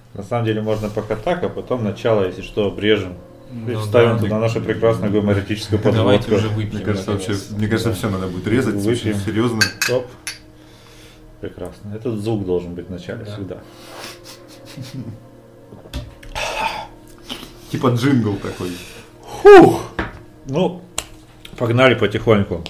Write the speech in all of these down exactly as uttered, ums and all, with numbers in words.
На самом деле можно пока так, а потом начало, если что, обрежем. И Ну вставим да. туда нашу прекрасную гумористическую Давайте подводку. уже выпьем. Мне кажется, вообще, наконец. мне кажется, все надо будет резать, Выпьем. очень серьезно. Топ. Прекрасно. Этот звук должен быть в начале Да. всегда. Типа джингл такой. Фух. Ну, погнали потихоньку.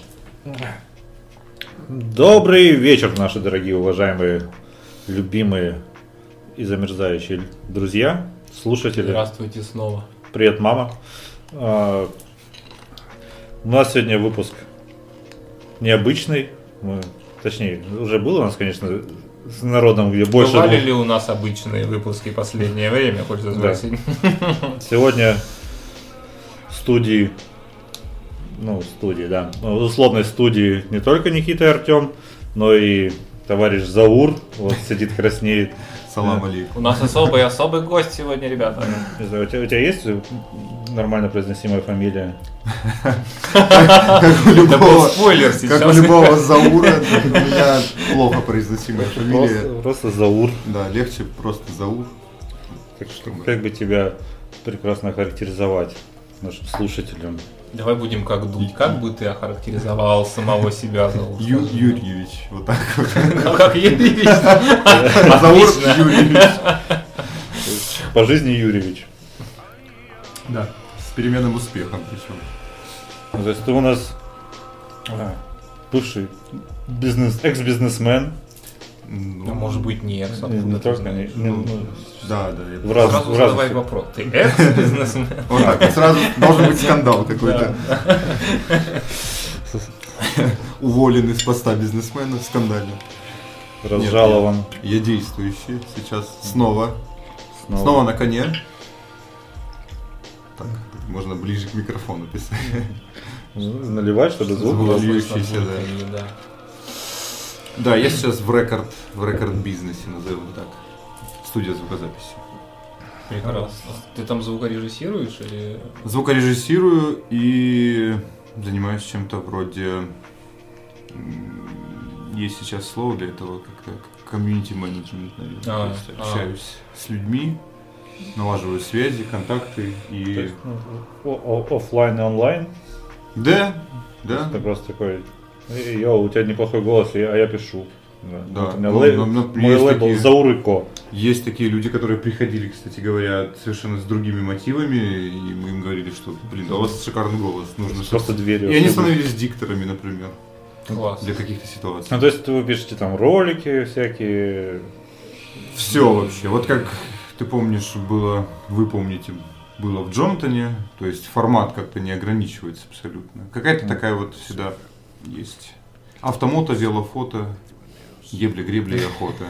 Добрый вечер, наши дорогие, уважаемые, любимые и замерзающие друзья, слушатели. Здравствуйте снова. Привет, мама. А, У нас сегодня выпуск необычный. Мы, точнее, уже был у нас, конечно, с народом, где больше Бывали двух. ли у нас обычные выпуски в последнее время, хочется Да. спросить? Сегодня в студии, ну, в студии, да, ну, в условной студии не только Никита и Артем, но и товарищ Заур, вот сидит, краснеет. Салам алейкум. У нас особый, особый гость сегодня, ребята. Не знаю, у тебя, у тебя есть нормально произносимая фамилия? Как у Это был любого, спойлер сейчас. как у любого Заура, у меня плохо произносимая фамилия. Просто, просто Заур. Да, легче просто Заур. Так что, как бы тебя прекрасно охарактеризовать нашим слушателям? Давай будем как дуть. Как бы ты охарактеризовал самого себя? Заур? Ю- Юрьевич, вот так вот. Ну, как Юрьевич. Заур Отлично. Юрьевич. По жизни Юрьевич. Да, с переменным успехом причем. Ну, то есть ты у нас а, бывший бизнес, экс-бизнесмен. Ну, может быть, нет. Не, не только, не- не- ну, Да, да. я- в раз- Сразу в разных- задавай вопрос. Ты экс-бизнесмен? Вот так, вот сразу должен быть скандал какой-то. Уволен из поста бизнесмена в скандале. разжалован. Я действующий сейчас снова. Снова. Снова на коне. Так, можно ближе к микрофону писать. Наливать, чтобы звук Звук. был. Льющийся, да. Да. Да, я сейчас в рекорд, в рекорд-бизнесе, назовем так. Студия звукозаписи. Прекрасно. Ты там звукорежиссируешь или... Звукорежиссирую и занимаюсь чем-то вроде... м, Есть сейчас слово для этого, как-то комьюнити-менеджмент, наверное. А, То есть а. общаюсь с людьми, налаживаю связи, контакты То и... есть, ну, о- о- оффлайн и онлайн. Да, да. Ты просто такой, йоу, у тебя неплохой голос, а я пишу. Да. Вот у меня Ну, лей- ну, ну, мой есть лейбл такие- Заур и Ко. Есть такие люди, которые приходили, кстати говоря, совершенно с другими мотивами, и мы им говорили, что, блин, да у вас шикарный голос, нужно Просто что-то... дверью. И они чтобы- становились дикторами, например, Класс. для каких-то ситуаций. Ну, то есть вы пишете там ролики всякие. Все вообще. Вот как ты помнишь, было, вы помните, было в Джонтоне, то есть формат как-то не ограничивается абсолютно. Какая-то такая вот всегда есть. Автомото, велофото, ебля, гребля и охота.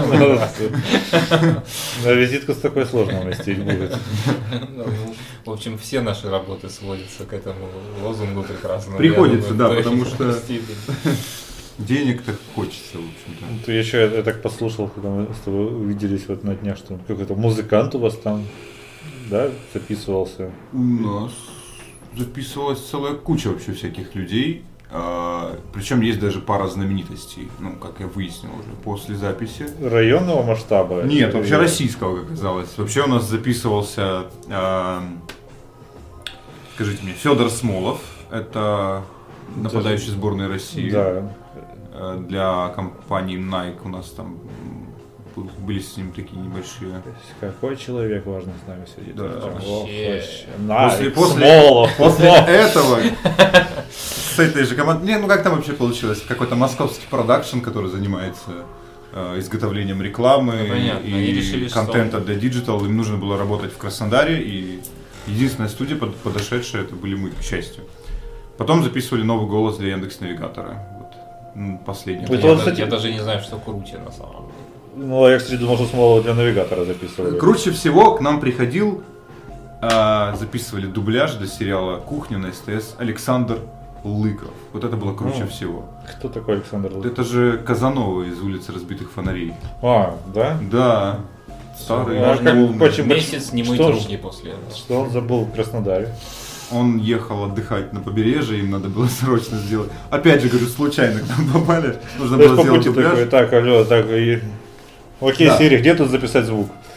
На визитку с такой сложно уместить будет. Ну, В общем, все наши работы сводятся к этому лозунгу прекрасному. Приходится, Я да, в той потому что- степени. Денег-то хочется, в общем-то. Ты еще, я, я так послушал, когда мы с тобой увиделись вот на днях, что какой-то музыкант у вас там, да, записывался. У нас записывалась целая куча вообще всяких людей. А, причем есть даже пара знаменитостей, ну, как я выяснил уже после записи. Районного масштаба? Нет, Или- вообще российского, как оказалось. Вообще у нас записывался, а, скажите мне, Федор Смолов, это нападающий сборной России. Да. А, Для компании Nike у нас там был- были с ним такие небольшие. Какой человек важно с нами сидит? Да, Артём? вообще. Ох, вообще. После- Найк, после- Смолов. После Ох. этого с этой же командой, не, ну как там вообще получилось, какой-то московский продакшн, который занимается э, изготовлением рекламы Ну, понятно. Они и решили, что- контента для диджитал, им нужно было работать в Краснодаре, и единственная студия, под- подошедшая, это были мы, к счастью. Потом записывали новый голос для Яндекс.Навигатора, вот, м, последний. Это Я, он, да- кстати- я даже не знаю, что круче на самом деле. Ну, а я, кстати, думал, что Смолова для навигатора записывали. Круче всего к нам приходил, а, записывали дубляж для сериала «Кухня» на СТС Александр Лыков. Вот это было круче Ну. всего. Кто такой Александр Лукин? Это же Казанова из улицы разбитых фонарей. А, да? Да. Старый. А как- умный. почему- Месяц не мыть что- руки после этого. Что он забыл в Краснодаре? Он ехал отдыхать на побережье, им надо было срочно сделать. Опять же, говорю, случайно к нам попали. Нужно То есть было по сделать пути такой, дубляж. так, алло, так, и... Окей, Да. Сири, где тут записать звук?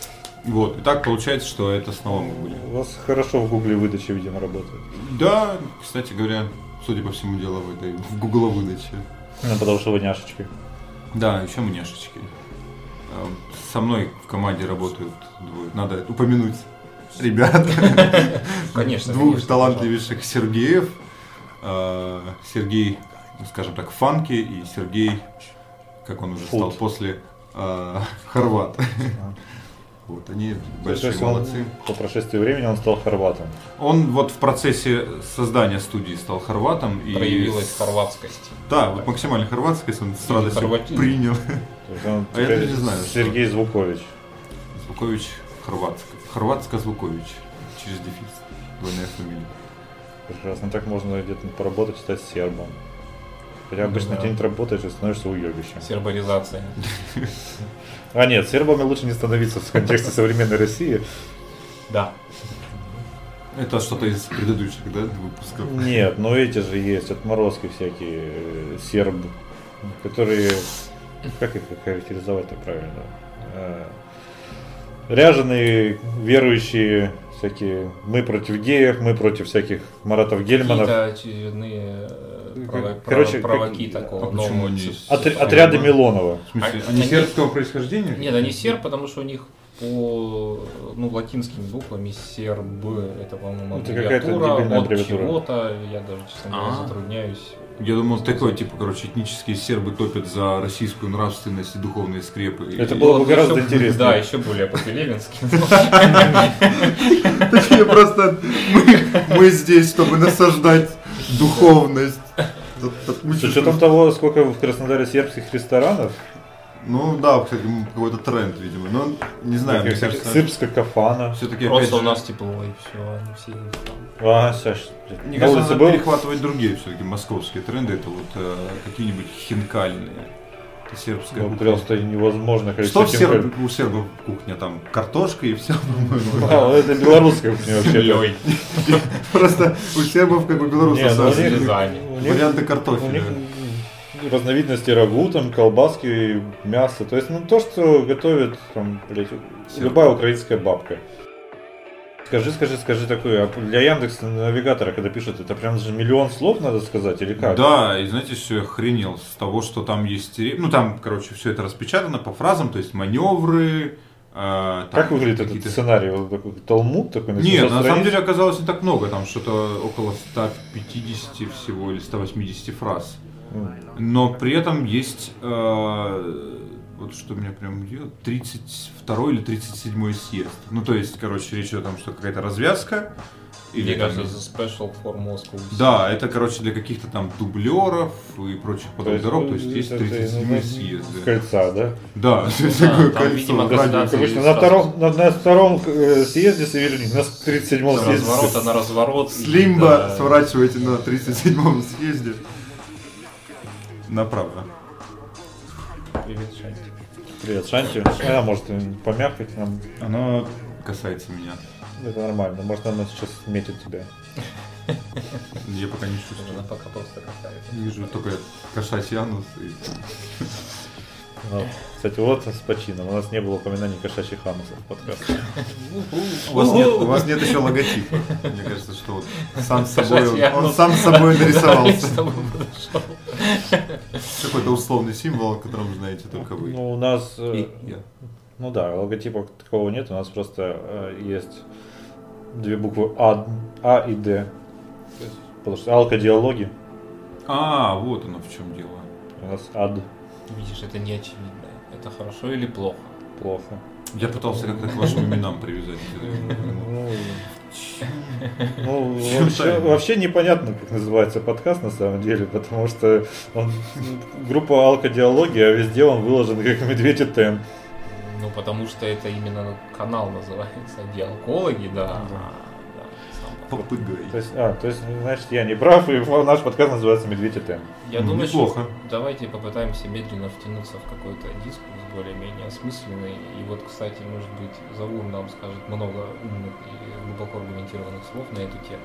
Вот, и так получается, что это снова мы были. У вас хорошо в гугле выдача, видимо, работает. Да, кстати говоря, судя по всему, дело в этой в гугла выдаче. Ну, потому что вы няшечки. Да, еще мы няшечки. А, Со мной в команде работают двое. Надо упомянуть ребят. Конечно. Двух конечно, талантливейших Сергеев. А, Сергей, скажем так, Фанки, и Сергей, как он уже стал Фут. после, а, Хорват. Вот, они То есть, большие он, молодцы. по прошествии времени он стал хорватом. Он вот в процессе создания студии стал хорватом. И проявилась хорватскость. Да, вот максимально хорватскость он с Или радостью хорватин. принял. То есть он А я теперь не знаю, Сергей Звукович. Звукович Хорватска. Хорватска Звукович. Через дефис. Двойная фамилия. Прекрасно. Так можно где-то поработать, стать сербом. Хотя Ну обычно да. день работаешь и становишься уебищем. Сербаризация. А нет, сербами лучше не становиться в контексте современной России. Да. Это что-то из предыдущих, да, выпусков? Нет, но эти же есть отморозки всякие, э, сербы, которые, как их характеризовать-то правильно? Э, Ряженые, верующие, всякие, мы против геев, мы против всяких Маратов Гельманов. Какие-то очередные э, прово- Короче, прово- провоки как- такого А почему нового они ц- есть? Отр- цифрового. отряды Милонова. В смысле, А- они они- сербского происхождения? Нет, они серб, потому что у них по ну, латинскими буквами серб, это, по-моему, Это какая-то аббревиатура дебильная от аббревиатура. чего-то, я даже, честно говоря, А. затрудняюсь. Я думал, такой, типа, короче, этнические сербы топят за российскую нравственность и духовные скрепы. Это И- было бы Вот гораздо еще- интереснее. Да, еще более по-пелевински. Такие просто мы, мы здесь, чтобы насаждать духовность. С учетом того, сколько в Краснодаре сербских ресторанов, Ну да, кстати, м, какой-то тренд, видимо. Но не знаю, мне кажется, сыпска кафана. все-таки опять Просто у же, нас тепло, и все, они все там. А, Саш, мне на кажется, улице надо был? перехватывать другие все-таки московские тренды. Это вот э, какие-нибудь хинкальные. Это сербская Ну, кухня. просто невозможно. как Что в таким, серб... у сербов кухня? Там картошка и все, по-моему. как- А, это белорусская кухня вообще. Землей. Просто у сербов, как у Не, белорусов, ну, у совсем них- Рязани. у них- варианты У них картофеля. разновидности рагу, там, колбаски, мясо. То есть, ну, то, что готовит, там, блядь, Серб. любая украинская бабка. Скажи, скажи, скажи такое, а для Яндекс навигатора, когда пишут, это прям же миллион слов надо сказать, или как? Да, и знаете, что я охренел с того, что там есть... ре- Ну, там, короче, все это распечатано по фразам, то есть маневры. э, там Как выглядит этот какие-то- сценарий? Вот такой талмуд такой на Нет, семьсот на самом страниц? деле оказалось не так много, там что-то около ста пятидесяти всего или ста восьмидесяти фраз. М. Но при этом есть, э, вот что меня прям удивило, тридцать второй или тридцать седьмой съезд. Ну, то есть, короче, речь идет о том, что какая-то развязка. Или Мне там- кажется, это special for Moscow. Да, это, короче, для каких-то там дублеров и прочих подобных дорог, то есть есть это, тридцать ну, седьмой на- съезд. с да. кольца, да? Да, то есть Да, такое там, кольцо. видимо, радиус. государство- Обычно на сразу- втором, на, на втором э, съезде Северник, на тридцать седьмом С съезде. разворота на разворот. С и, Лимба да, сворачиваете на тридцать седьмом съезде. Направо. Привет, Шанти. Привет, Шанти. А, может, помягкать нам? Оно касается меня. Это нормально. Может, она сейчас метит тебя. Я пока не чувствую. Она пока просто касается. Вижу только кошачий анус и... Ну, кстати, вот с почином. У нас не было упоминаний кошачьих анусов в подкасте. У вас нет, у вас нет еще логотипа. Мне кажется, что вот сам с собой, Кошачий он, он анус. сам с собой Я нарисовался. с тобой подошел. Какой-то условный символ, о котором знаете только вы. Ну, у нас... э, И я. Ну да, логотипа такого нет. У нас просто э, есть две буквы А, а и Д. То есть, потому что алкодиалоги. А, вот оно в чем дело. У нас ад. Видишь, это не очевидно. Это хорошо или плохо? Плохо. Я пытался как-то к вашим именам привязать. Ну, ну, Чё вообще, тайна? вообще непонятно, как называется подкаст на самом деле, потому что он, группа алкодиалоги, а везде он выложен как медведь и тен. Ну, потому что это именно канал называется. Диалкологи, да. Да. Да, сам Попыгай. То есть, а, то есть, значит, я не прав, и наш подкаст называется «Медведь и тен». Я Ну, думаю, неплохо. что давайте попытаемся медленно втянуться в какой-то дискурс более-менее осмысленный. И вот, кстати, может быть, Заур нам скажет много умных и глубоко аргументированных слов на эту тему.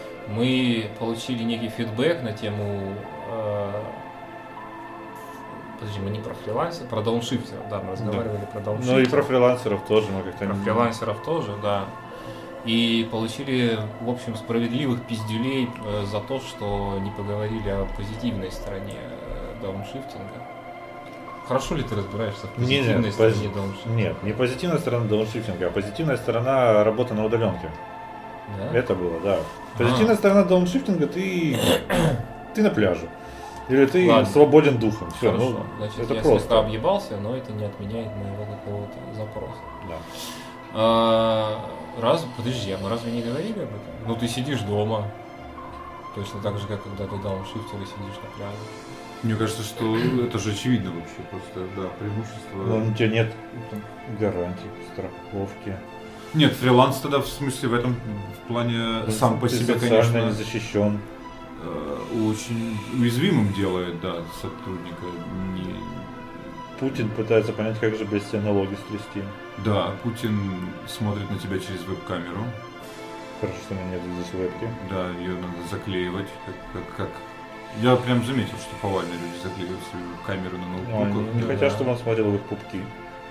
Мы получили некий фидбэк на тему э, Подожди, мы не про фрилансеров, про дауншифтеров, да, мы разговаривали да. про дауншифтеров. Ну и про фрилансеров тоже, мы как-то... Про фрилансеров тоже, да. И получили, в общем, справедливых пиздюлей э, за то, что не поговорили о позитивной стороне э, дауншифтинга. Хорошо ли ты разбираешься в позитивной нет, стороне пози... дауншифтинга? Нет, не позитивная сторона дауншифтинга, а позитивная сторона работы на удаленке. Да? Это было, да. Позитивная А. сторона дауншифтинга, ты, ты на пляже. Или ты Ладно. свободен духом. Все, Хорошо, ну, значит, это я просто. слегка объебался, но это не отменяет моего какого-то запроса. Да. А, раз, подожди, а мы разве не говорили об этом? Ну ты сидишь дома, точно так же, как когда ты дауншифтер и сидишь на пляже. Мне кажется, что это же очевидно вообще, просто, да, преимущество. Ну, у тебя нет там, гарантий, страховки. Нет, фриланс тогда в смысле в этом в плане Ты- сам по ты себе, социально конечно, не защищен. э, очень уязвимым делает, да, сотрудника. Не... Путин пытается понять, как же без тебя налоги стрясти. Да, Путин смотрит на тебя через веб-камеру. Хорошо, что у меня нет здесь вебки. Да, ее надо заклеивать, как, как, как. Я прям заметил, что повально люди заклеивают свою камеру на Ну, они ноутбуках. не да. хотят, чтобы он смотрел в их пупки.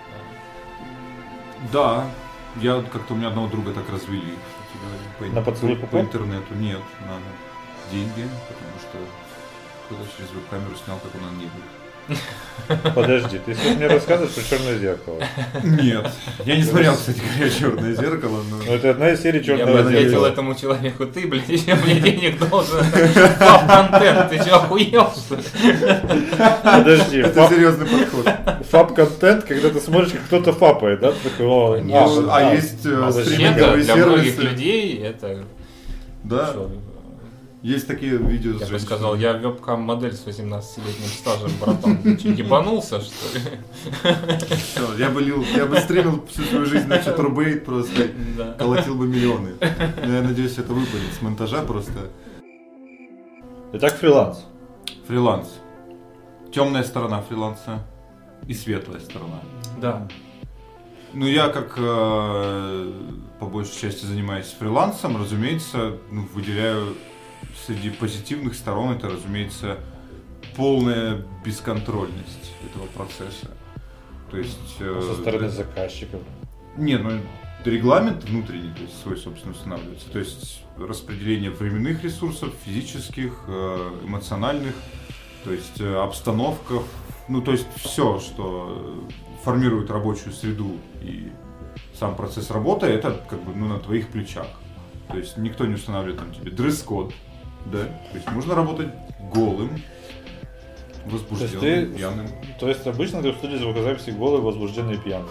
Да, я вот как-то у меня одного друга так развели. кстати говоря, по, На поцелуй по, пупок? по интернету. Нет, на деньги, потому что кто-то через веб-камеру снял, как он на ней будет. Подожди, ты сейчас мне рассказываешь про черное зеркало. Нет, я не смотрел, кстати говоря, черное зеркало, но... Ну, это одна из серий Я черного бы ответил зеркала. этому человеку, ты, блядь, еще мне денег должен. Фаб-контент, ты что, охуел, что ли? Подожди, Это фаб- серьезный подход. фаб-контент, когда ты смотришь, как кто-то фапает, да? Ты такой, о, Конечно. Ну, а есть э, Подожди. Это стриминговые для многих сервисы. людей это... Да, что, есть такие видео с я бы женщинами. сказал, я вебкам-модель с восемнадцатилетним стажем, братан, ты что, ебанулся, что ли? Всё, я бы лил, я бы стримил всю свою жизнь на чатрубейт, просто Да. колотил бы миллионы. Но я надеюсь, это выпадет с монтажа просто. Итак, фриланс. Фриланс. Темная сторона фриланса и светлая сторона. Да. Ну, я как э, по большей части занимаюсь фрилансом, разумеется, ну, выделяю среди позитивных сторон это, разумеется, полная бесконтрольность этого процесса. То есть... э, Со стороны заказчиков. Не, ну регламент внутренний, то есть свой, собственно, устанавливается. То есть распределение временных ресурсов, физических, э, эмоциональных, то есть э, обстановка, ну то есть все, что формирует рабочую среду и сам процесс работы, это как бы ну, на твоих плечах. То есть никто не устанавливает там тебе дресс-код, да? То есть можно работать голым, возбужденным, То есть ты- пьяным. То есть обычно ты в студии звукозаписи голый, возбужденный и пьяный.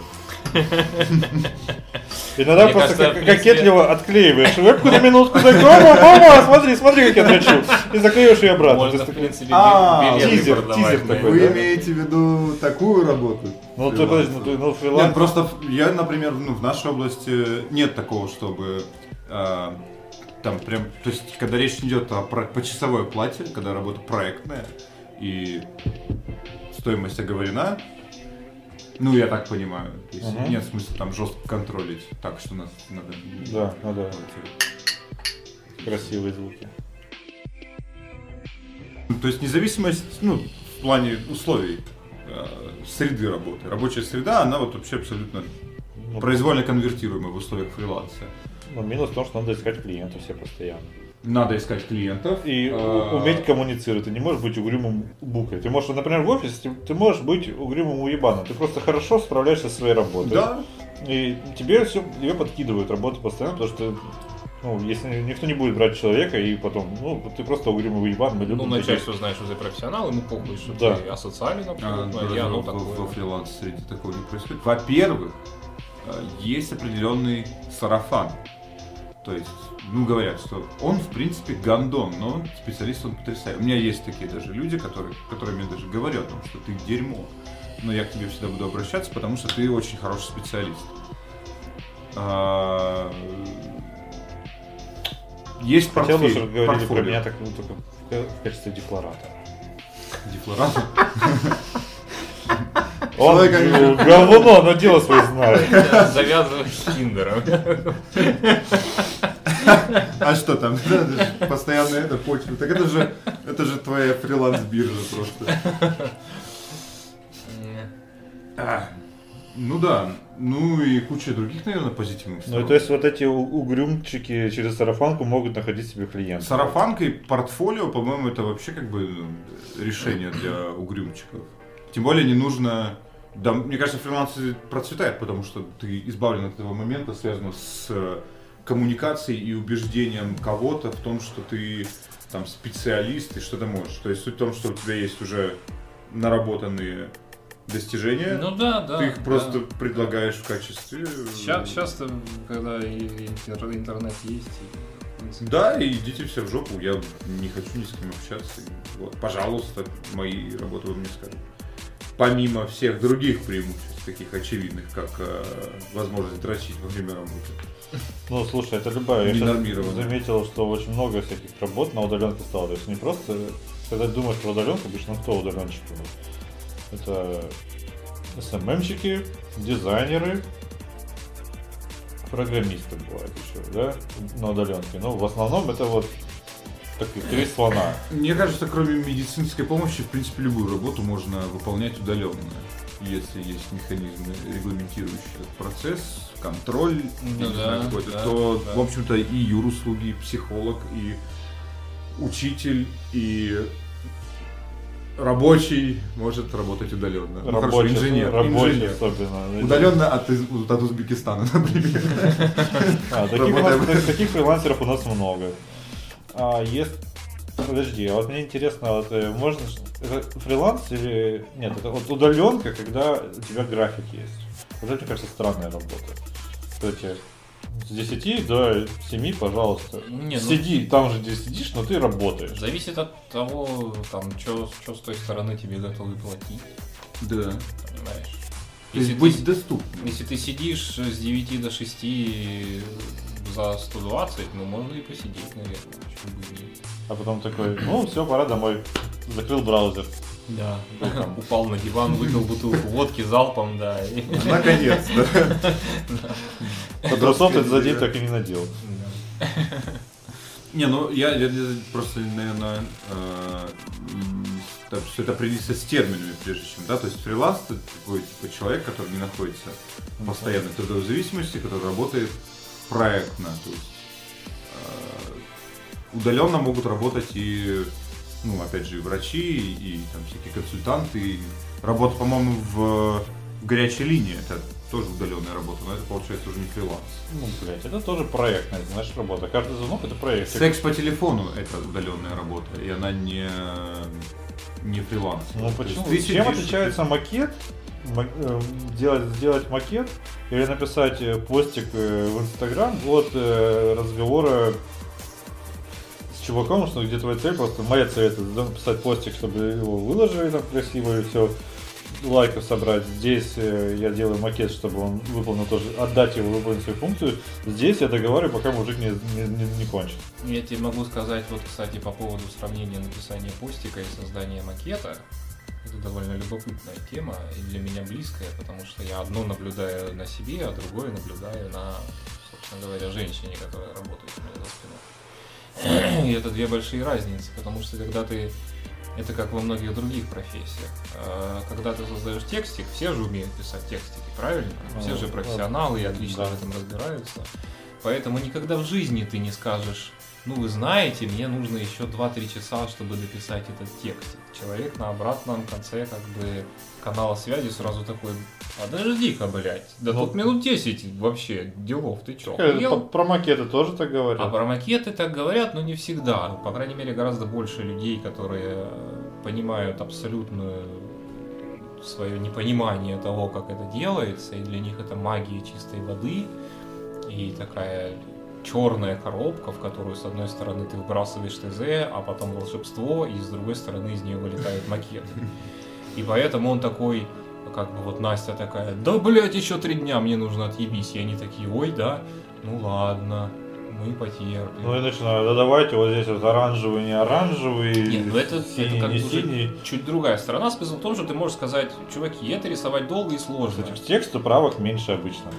Иногда Мне просто кажется, как- в принципе- кокетливо отклеиваешь вебку на минутку, так, мама, мама, смотри, смотри, как я дрочу. И заклеиваешь ее обратно. Можно, То в есть, принципе, А, билеты тизер, продавать, тизер да. такой. Вы да? имеете в виду такую работу? Ну, ты, подожди, ну, ты, ну, Нет, фриланс... просто в- я, например, ну, в нашей области нет такого, чтобы э, там прям, то есть, когда речь идет о про- почасовой оплате, когда работа проектная и стоимость оговорена, ну, я так понимаю, то есть Мгм. нет смысла там жестко контролить, так что нас надо... Да, надо Вот, красивые звуки. ну, то есть независимость, ну, в плане условий, э, среды работы. Рабочая среда, она вот вообще абсолютно Ну, произвольно конвертируемая в условиях фриланса. ну, минус в том, что надо искать клиентов все постоянно. Надо искать клиентов. И А, у- уметь коммуницировать. Ты не можешь быть угрюмым букой. Ты можешь, например, в офисе, ты, ты можешь быть угрюмым уебаном. Ты просто хорошо справляешься со своей работой. Да, И тебе все, тебе подкидывают работу постоянно, потому что ну, если никто не будет брать человека, и потом, ну, ты просто угрюмый уебан, мы любим Ну, таких. начальство знает, что ты профессионал, ему похуй, что Да. ты асоциален а, абсолютно, даже и оно во- во такое. фриланс среди такого не происходит. Во-первых, э, есть определенный сарафан. То есть, ну, говорят, что он, в принципе, гандон, но он специалист, он потрясающий. У меня есть такие даже люди, которые, которые мне даже говорят о том, что ты дерьмо. Но я к тебе всегда буду обращаться, потому что ты очень хороший специалист. А, Есть Хотел бы, портфель, чтобы говорили про портфолио. меня так, ну, только в качестве декларатора. Декларатор. Он Человек, ну, говно, но дело свое знает. Завязывай с Тиндером. А что там? Да, это же постоянно это почва. Так это же, это же твоя фриланс-биржа просто. А, ну да, ну и куча других, наверное, позитивных сторон. Ну, то есть вот эти угрюмчики через сарафанку могут находить себе клиентов. Сарафанка и портфолио, по-моему, это вообще как бы решение для угрюмчиков. Тем более не нужно... Да, мне кажется, фриланс процветает, потому что ты избавлен от этого момента, связанного с коммуникацией и убеждением кого-то в том, что ты там специалист и что ты можешь. То есть суть в том, что у тебя есть уже наработанные достижения, ну да, да, ты их да. просто предлагаешь в качестве... Сейчас, сейчас когда и интернет есть, и... Да, и идите все в жопу, я не хочу ни с кем общаться. Вот, пожалуйста, мои работы вы мне скажете. Помимо всех других преимуществ, таких очевидных, как э, возможность дрочить во время работы. Ну, слушай, это любая. Я сейчас Ненормированно. заметил, что очень много всяких работ на удаленке стало. То есть не просто, когда думаешь про удаленку, обычно кто удаленщики? Это эс эм эм-щики, дизайнеры, программисты бывают еще, да, на удаленке. Но в основном это вот такие три слона. Мне кажется, кроме медицинской помощи, в принципе, любую работу можно выполнять удаленно, если есть механизмы, регламентирующие этот процесс, контроль, ну, да, какой-то, да, то, да. в общем-то, и юруслуги, и психолог, и учитель, и рабочий может работать удаленно. Ну, Рабочий, хорошо, инженер, рабочий инженер. особенно. Удаленно от, из- от Узбекистана, например. А, таких, у нас- так- таких фрилансеров у нас много. А есть... Подожди, а вот мне интересно, вот э, можно... ж- Это фриланс или... Нет, это вот удаленка, когда у тебя график есть. Вот это, мне кажется, странная работа. Кстати, с десяти до семи, пожалуйста. Не, ну- Сиди, там же, где сидишь, но ты работаешь. Зависит от того, там, что с той стороны тебе готовы платить, Да. понимаешь? То есть Если быть ты, доступным. если ты сидишь с девяти до шести за сто двадцать, ну можно и посидеть, наверное, почему бы и нет. А потом такой, ну все, пора домой. Закрыл браузер. Да, упал на диван, выпил бутылку водки залпом, да. и- Наконец-то. По трусов ты за день так и не надел. Не, ну я, я просто, наверное, э, так, все это определиться с терминами, прежде чем, да, то есть фриланс это такой типа человек, который не находится в постоянной трудовой зависимости, который работает проектно, то есть э, удаленно могут работать и, ну, опять же, и врачи, и, и там всякие консультанты, и работа, по-моему, в, в горячей линии, это тоже удаленная работа, но это получается уже не фриланс. Ну, блядь, это тоже проектная, знаешь, работа. Каждый звонок это проект. Секс по телефону это удаленная работа, и она не, не фриланс. Ну То есть почему? ты Чем сидишь, отличается макет? ма- э, Делать, сделать макет или написать э, постик э, в Инстаграм от э, разговора с чуваком, что где твоя цель, просто моя цель это написать постик, чтобы его выложили там красиво и все, лайков собрать. Здесь э, я делаю макет, чтобы он выполнил тоже, отдать его, выполнить свою функцию. Здесь я договариваю, пока мужик не, не, не, не кончит. Я тебе могу сказать, вот, кстати, по поводу сравнения написания постика и создания макета. Это довольно любопытная тема и для меня близкая, потому что я одно наблюдаю на себе, а другое наблюдаю на, собственно говоря, женщине, которая работает у меня за спиной. И это две большие разницы, потому что когда ты... Это как во многих других профессиях. А, Когда ты создаешь текстик, все же умеют писать текстики, правильно? Все Ну, же профессионалы и отлично да. в этом разбираются. Поэтому никогда в жизни ты не скажешь, ну вы знаете, мне нужно еще два-три часа, чтобы дописать этот текстик. Человек на обратном конце как бы канала связи сразу такой, подожди-ка, блядь, да Ну, тут минут десять вообще делов, ты чё, Э, охуел? Про макеты тоже так говорят. А про макеты так говорят, но не всегда. По крайней мере, гораздо больше людей, которые понимают абсолютную свое непонимание того, как это делается, и для них это магия чистой воды, и такая черная коробка, в которую с одной стороны ты вбрасываешь ТЗ, а потом волшебство, и с другой стороны из нее вылетают макеты. И поэтому он такой, как бы вот Настя такая, да, блядь, еще три дня мне нужно отъебись. И они такие, ой, да, ну ладно, мы потерпим. Ну и начинаю, да давайте вот здесь вот оранжевый, не оранжевый, Нет, ну это, синий, это как не бы уже синий. чуть другая сторона. Смысл в том, что ты можешь сказать, чуваки, это рисовать долго и сложно. Кстати, к тексту правок меньше обычно. К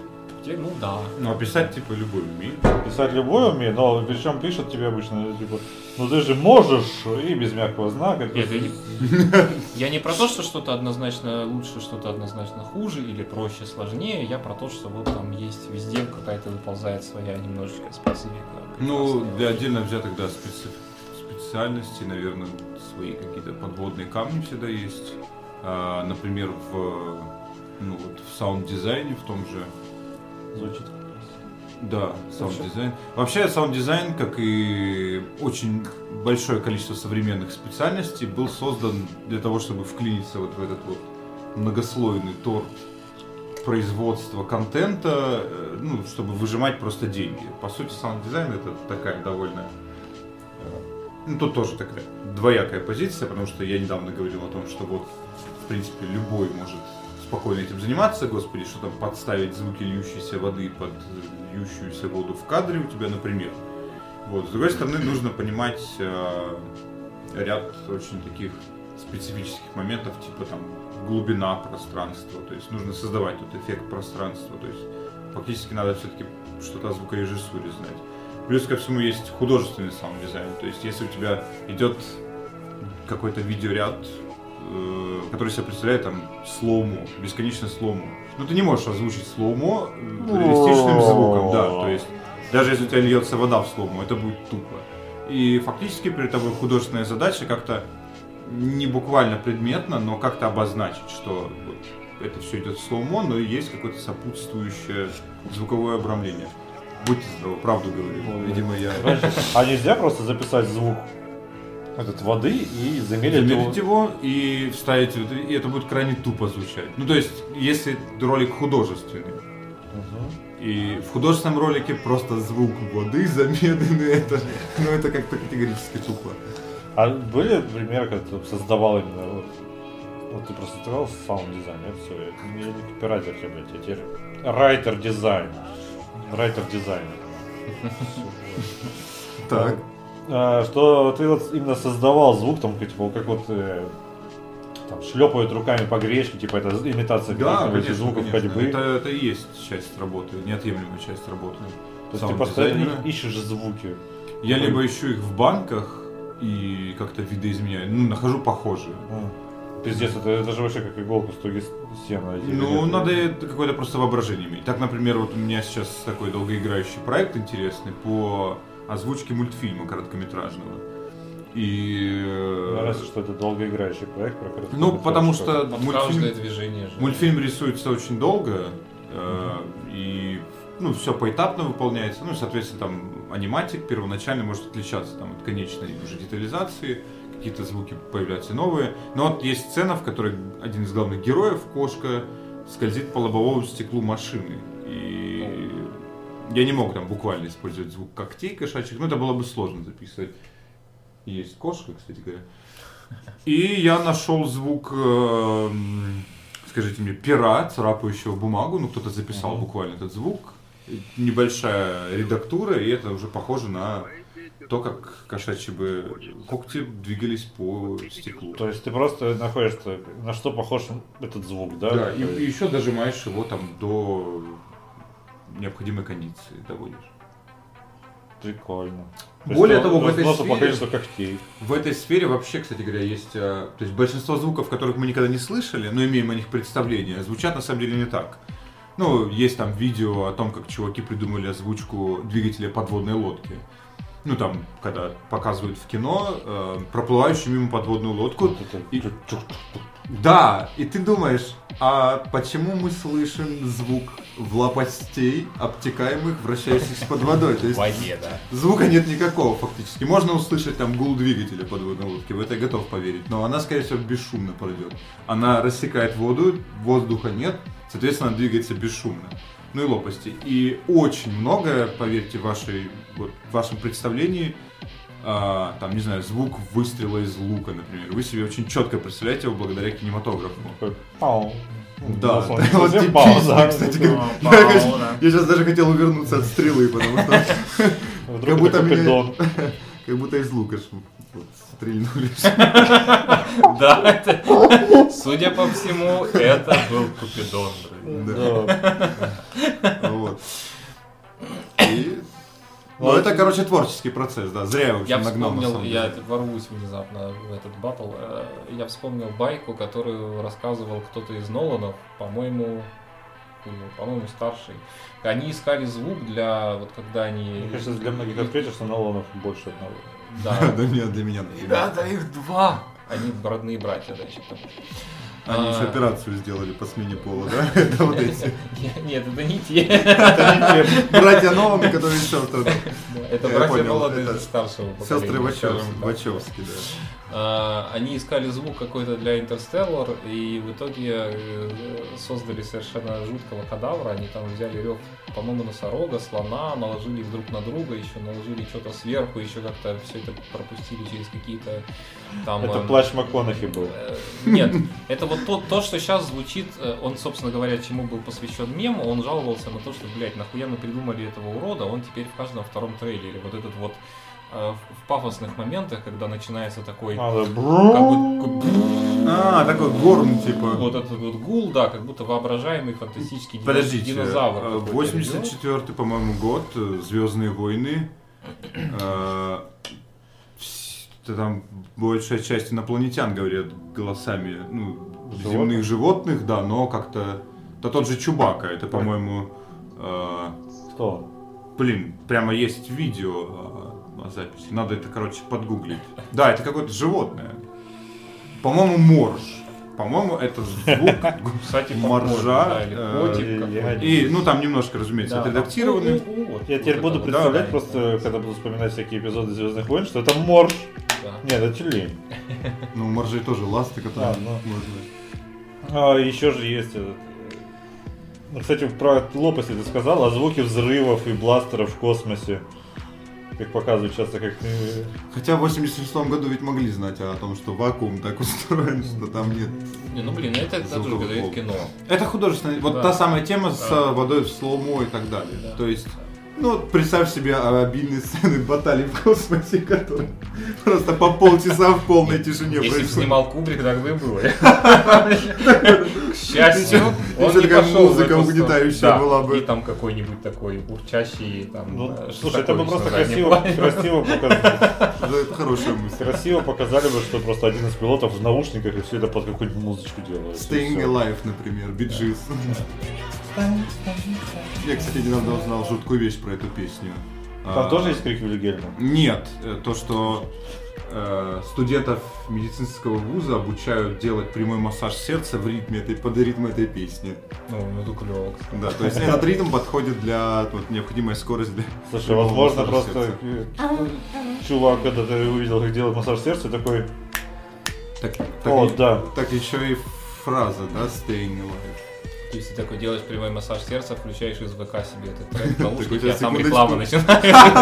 Те- Ну да. Ну, а писать, типа, любой умеет. Писать любой умеет, но причем пишет тебе обычно, типа, ну ты же можешь, и без мягкого знака. Нет, я, не, я не про то, что что-то однозначно лучше, что-то однозначно хуже, или проще, сложнее. Я про то, что вот там есть везде какая-то выползает своя немножечко специфика. Ну, для отдельно взятых, да, специ... специальностей, наверное, свои какие-то подводные камни всегда есть. А, например, в, ну, вот, в саунд-дизайне, в том же. Звучит. Да, саунд-дизайн. Вообще, саунд-дизайн, как и очень большое количество современных специальностей, был создан для того, чтобы вклиниться вот в этот вот многослойный торт производства контента, ну, чтобы выжимать просто деньги. По сути, саунд-дизайн это такая довольно... Ну, тут тоже такая двоякая позиция, потому что я недавно говорил о том, что вот, в принципе, любой может спокойно этим заниматься, господи, что там подставить звуки льющейся воды под льющуюся воду в кадре у тебя, например. Вот. С другой стороны, нужно понимать э, ряд очень таких специфических моментов, типа там глубина пространства, то есть нужно создавать тут эффект пространства, то есть фактически надо все-таки что-то о звукорежиссуре знать. Плюс ко всему есть художественный саунд-дизайн, то есть если у тебя идет какой-то видеоряд, э, который себя представляет там слоумо, бесконечно слоумо, ну ты не можешь озвучить слоумо реалистичным звуком, да, то есть даже если у тебя льется вода в слоумо, это будет тупо. И фактически перед тобой художественная задача как-то не буквально предметно, но как-то обозначить, что вот это все идет в слоумо, но есть какое-то сопутствующее звуковое обрамление. Будьте здоровы, правду говорю. Видимо, я... А нельзя просто записать звук этот воды и замерить, замерить его? его и вставить, и это будет крайне тупо звучать. Ну, то есть, если ролик художественный, угу. и в художественном ролике просто звук воды замедленный, это, ну, это как-то категорически тупо. А были примеры, когда ты создавал именно вот, вот ты просто создавал саунд-дизайн, это все, это не, не копирайтер, блядь, я теперь райтер-дизайн. Райтер-дизайнер. Так. А, что ты вот именно создавал звук, там, типа, как вот э, там, шлепают руками по гречке, типа, это имитация да, конечно, звуков конечно. ходьбы. Это, это и есть часть работы, неотъемлемая часть работы. То есть ты постоянно ищешь звуки. Я либо ищу их в банках и как-то видоизменяю, ну, нахожу похожие. А. Пиздец, это, это же вообще как иголку с туги сена. Ну, надо какое-то просто воображение иметь. Так, например, вот у меня сейчас такой долгоиграющий проект интересный по озвучке мультфильма короткометражного. И... Нравится, что это долгоиграющий проект про короткометражный. Ну, потому что мультфильм, движение же. мультфильм рисуется очень долго, э, и ну, все поэтапно выполняется. Ну, соответственно, там аниматик первоначально может отличаться там, от конечной уже детализации. Какие-то звуки появляются новые. Но вот есть сцена, в которой один из главных героев, кошка, скользит по лобовому стеклу машины. И я не мог там буквально использовать звук когтей кошачьих, но это было бы сложно записывать. Есть кошка, кстати говоря. И я нашел звук, э, скажите мне, пера, царапающего бумагу. Ну, кто-то записал uh-huh. буквально этот звук. Небольшая редактура, и это уже похоже на то, как кошачьи бы когти двигались по стеклу. То есть ты просто находишь, на что похож этот звук, да? Да, и, и еще дожимаешь его там до необходимой кондиции, доводишь. Прикольно. Более того, в этой сфере, когтей. в этой сфере вообще, кстати говоря, есть, то есть большинство звуков, которых мы никогда не слышали, но имеем о них представление, звучат на самом деле не так. Ну, есть там видео о том, как чуваки придумали озвучку двигателя подводной лодки. Ну, там, когда показывают в кино э, проплывающую мимо подводную лодку. И... Да, и ты думаешь, а почему мы слышим звук лопастей, обтекаемых, вращающихся под водой? То есть, в воде, да. Звука нет никакого фактически. Можно услышать там гул двигателя подводной лодки, в это я готов поверить. Но она, скорее всего, бесшумно пройдет. Она рассекает воду, воздуха нет, соответственно, она двигается бесшумно. Ну и лопасти. И очень многое, поверьте, в, вашей, вот, в вашем представлении, а, там, не знаю, звук выстрела из лука, например. Вы себе очень четко представляете его благодаря кинематографу. Пау. Да, вот типично, кстати говоря. Я сейчас даже хотел увернуться от стрелы, потому что как будто меня Как будто из лука вот, стрельнули. Да, это, судя по всему, это был Купидон. Да. Вот. И... Ну, это, короче, творческий процесс, да. Зря я вообще Я нагнал, на вспомнил, самом я деле. ворвусь внезапно в этот батл. Я вспомнил байку, которую рассказывал кто-то из Ноланов, по-моему, по-моему, старший. Они искали звук для, вот когда они... Мне кажется, для многих открытий, что Ноланов больше одного. Да. Для меня, для меня. Ребята, их два! Они родные братья, значит. Они еще операцию сделали по смене пола, да? Это вот эти. Нет, это не те. Это не те. Братья Ноланы, которые сестры. Это братья Ноланы из старшего поколения. Сестры Вачовски, да. Они искали звук какой-то для Интерстеллар, и в итоге создали совершенно жуткого кадавра. Они там взяли рев, по-моему, носорога, слона, наложили их друг на друга, еще наложили что-то сверху, еще как-то все это пропустили через какие-то там... Это плащ МакКонахи был. Нет, это вот то, то, что сейчас звучит, он, собственно говоря, чему был посвящен мем, он жаловался на то, что, блядь, нахуя мы придумали этого урода, он теперь в каждом втором трейлере. Вот этот вот в пафосных моментах, когда начинается такой... А, да. Как будто, а, такой горн, типа... Вот этот вот гул, да, как будто воображаемый фантастический Подождите, динозавр. восемьдесят четвёртый, по-моему, год, «Звездные войны». Там большая часть инопланетян говорят голосами ну, земных животных, да, но как-то... Да тот же Чубака, это, по-моему... Кто? Блин, прямо есть видео на записи. Надо это, короче, подгуглить. Да, это какое-то животное. По-моему, морж. По-моему, это звук Кстати, моржа. Э, и, ну, там немножко, разумеется, да, отредактированы. Я теперь буду представлять, да, просто, когда буду вспоминать всякие эпизоды «Звездных войн», что это морж. Да. Нет, это тюлень. Ну, у моржей тоже ласты, которые а, ну. можно... А, еще же есть этот... Ну, кстати, про лопасти ты сказал, а звуки взрывов и бластеров в космосе. Как показывают часто, как... Хотя в восемьдесят шестом году ведь могли знать о том, что вакуум так устроен, что там нет... Не, ну блин, это, это тоже говорит кино. Это художественное... Вот да. Та самая тема с да. водой в слоумо и так далее. Да. То есть... Ну, представь себе обильные сцены баталий в космосе, которые просто по полчаса в полной тишине происходят. Если бы снимал Кубрик, так бы и было. К счастью, он не пошел музыка угнетающая была бы. И там какой-нибудь такой урчащий, там... Слушай, это бы просто красиво показали. Это хорошая мысль. Красиво показали бы, что просто один из пилотов в наушниках и все это под какую-нибудь музычку делает. Staying Alive, например, Bee Gees. Я, кстати, недавно узнал жуткую вещь про эту песню. Там а, тоже есть крик Вильгельма? Нет, то, что э, студентов медицинского вуза обучают делать прямой массаж сердца в ритме этой, под ритм этой песни. Ну, это клево. Да, то есть этот ритм подходит для вот, необходимой скорости. Для Слушай, возможно, просто сердца. Чувак, когда ты увидел, как делать массаж сердца, такой... Так, так, О, и, да. Так еще и фраза, да, staying alive. Если ты такой делаешь прямой массаж сердца, включаешь из ВК себе этот трек, наушники, а там реклама начинается.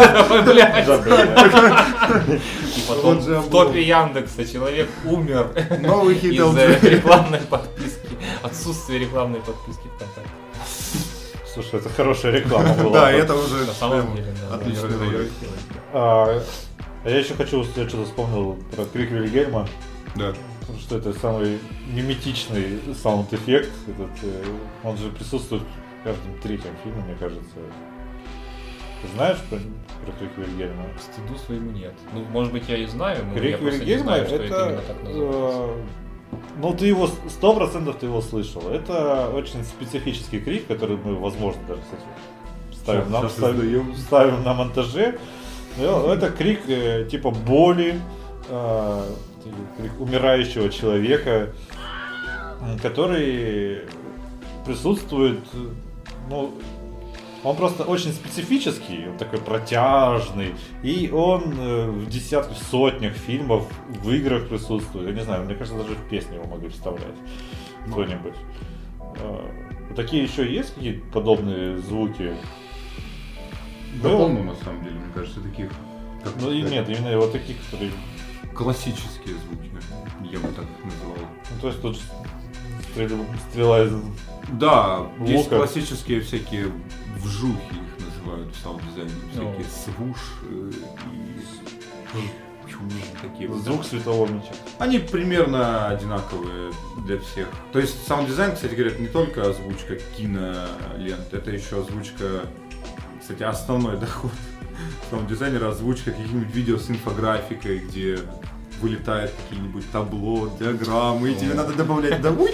И потом в топе Яндекса человек умер из-за рекламной подписки, отсутствия рекламной подписки ВКонтакте. Слушай, это хорошая реклама была. Да, это уже на самом деле, да. Отлично. А я еще хочу, я что-то вспомнил про крик Вильгельма. Да. Потому что это самый миметичный саунд-эффект. Этот, он же присутствует в каждом третьем фильме, мне кажется. Ты знаешь про, про крик Вильгельма? К стыду своему нет. Ну, может быть, я и знаю, но крик я просто Вильгельма не знаю, что это, это именно так называется. Ну, ты его, сто процентов ты его слышал. Это очень специфический крик, который мы, возможно, даже, кстати, ставим, нам, ставим, ставим на монтаже. Это крик э, типа боли, э, крик умирающего человека, который присутствует, ну, он просто очень специфический, он такой протяжный, и он в десятках, сотнях фильмов, в играх присутствует. Я не знаю, мне кажется, даже в песне его могли вставлять кто-нибудь. Такие еще есть какие-то подобные звуки? Да, ну, полно, на самом деле, мне кажется, таких. Как, ну и нет, именно вот таких, которые... Классические звуки, я бы так их называл. Ну, то есть тут стрела из Да, лука. Есть классические всякие вжухи, их называют в саунд-дизайне, всякие свуш и Такие вот. Звук светового меча. Они примерно одинаковые для всех. То есть саунд-дизайн, кстати говоря, это не только озвучка кинолент, это еще озвучка, кстати, основной доход саунд-дизайнера, озвучка каких-нибудь видео с инфографикой, где вылетают какие-нибудь табло, диаграммы, и тебе надо добавлять домой.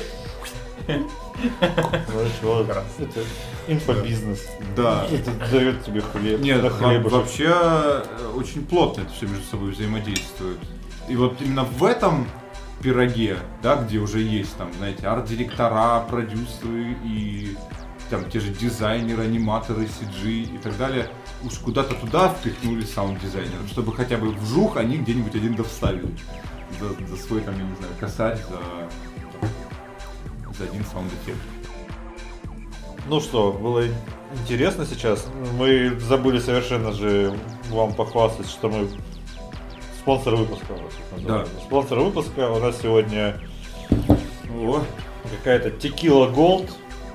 Это инфобизнес. Да. Это дает тебе хлеб. Нет, хлеб вообще очень плотно это все между собой взаимодействует. И вот именно в этом пироге, да, где уже есть там, знаете, арт-директора, продюсеры и там те же дизайнеры, аниматоры, си джи и так далее, уж куда-то туда впихнули саунд-дизайнеров, чтобы хотя бы вжух они где-нибудь один да вставили за, за свой там, я не знаю, косарь, за, за один саунд-эффект. Ну что, было интересно сейчас. Мы забыли совершенно же вам похвастать, что мы спонсор выпуска. Да. Спонсор выпуска у нас сегодня О. какая-то Tequila Gold.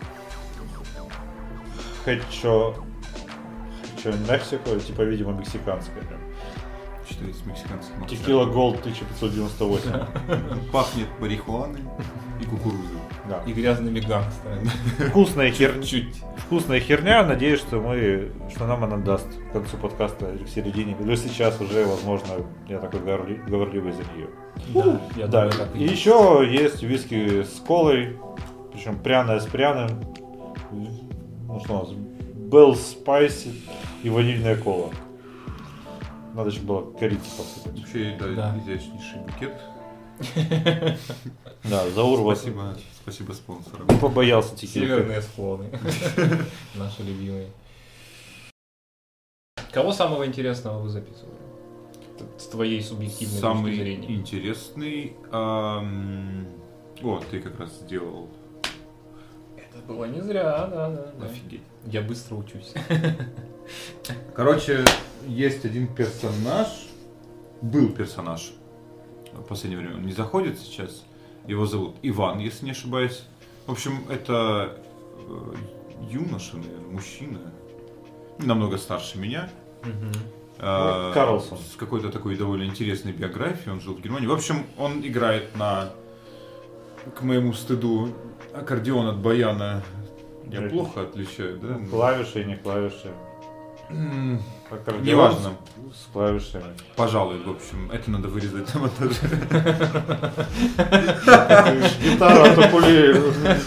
Хечо... Хечо Мексико, типа, видимо, мексиканская. Что из мексиканских? Tequila Gold тысяча пятьсот девяносто восемь. Пахнет марихуаной и кукурузой. Да. И грязными гангстерами. Вкусная херня. Чуть. Вкусная херня. Надеюсь, что мы, что нам она даст к концу подкаста или к середине. Или сейчас уже, возможно, я такой говорли, говорливый за нее. Да, я Да. думаю, так И есть. еще есть виски с колой, причем пряная с пряным. Ну что у нас? Bell Spice и ванильная кола. Надо еще было корицы посыпать. Вообще, да, Да. изящнейший букет. Да, Заур вас Спасибо, спасибо спонсорам. не побоялся текилы. Северные склоны. Наши любимые. Кого самого интересного вы записывали? С твоей субъективной Самый точки зрения. интересный. ам, О, ты как раз сделал. Это было не зря, да, да. да. Офигеть. Я быстро учусь. Короче, есть один персонаж. Был персонаж. В последнее время он не заходит сейчас. Его зовут Иван, если не ошибаюсь. В общем, это э, юноша, наверное, мужчина. Намного старше меня. Э, Карлсон. С какой-то такой довольно интересной биографией. Он жил в Германии. В общем, он играет на, к моему стыду, аккордеон от баяна. Я Да. плохо отличаю, да? Клавиши и не клавиши. М, Аккордеон Неважно. С, с клавишами. Пожалуй, в общем, это надо вырезать на монтаже. Гитара от укулеле.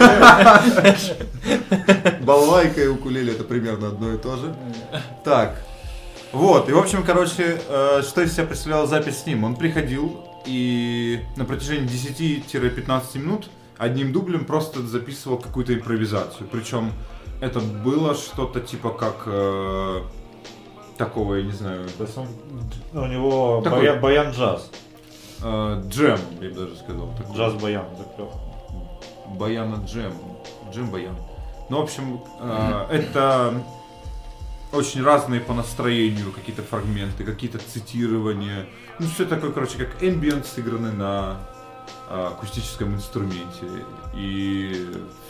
Балалайка и укулеле — это примерно одно и то же. Так, вот, и в общем, короче, э, что из себя представляла запись с ним? Он приходил и на протяжении десяти-пятнадцати минут одним дублем просто записывал какую-то импровизацию. Причем это было что-то типа как э, такого, я не знаю, То есть он- у него Такой- баян, баян джаз. э, джем, я бы даже сказал. такой. Джаз баян закрыл. Баяна джем. Джем баян. Ну, в общем, э, это очень разные по настроению какие-то фрагменты, какие-то цитирования. Ну, все такое, короче, как ambient сыграны на э, акустическом инструменте. И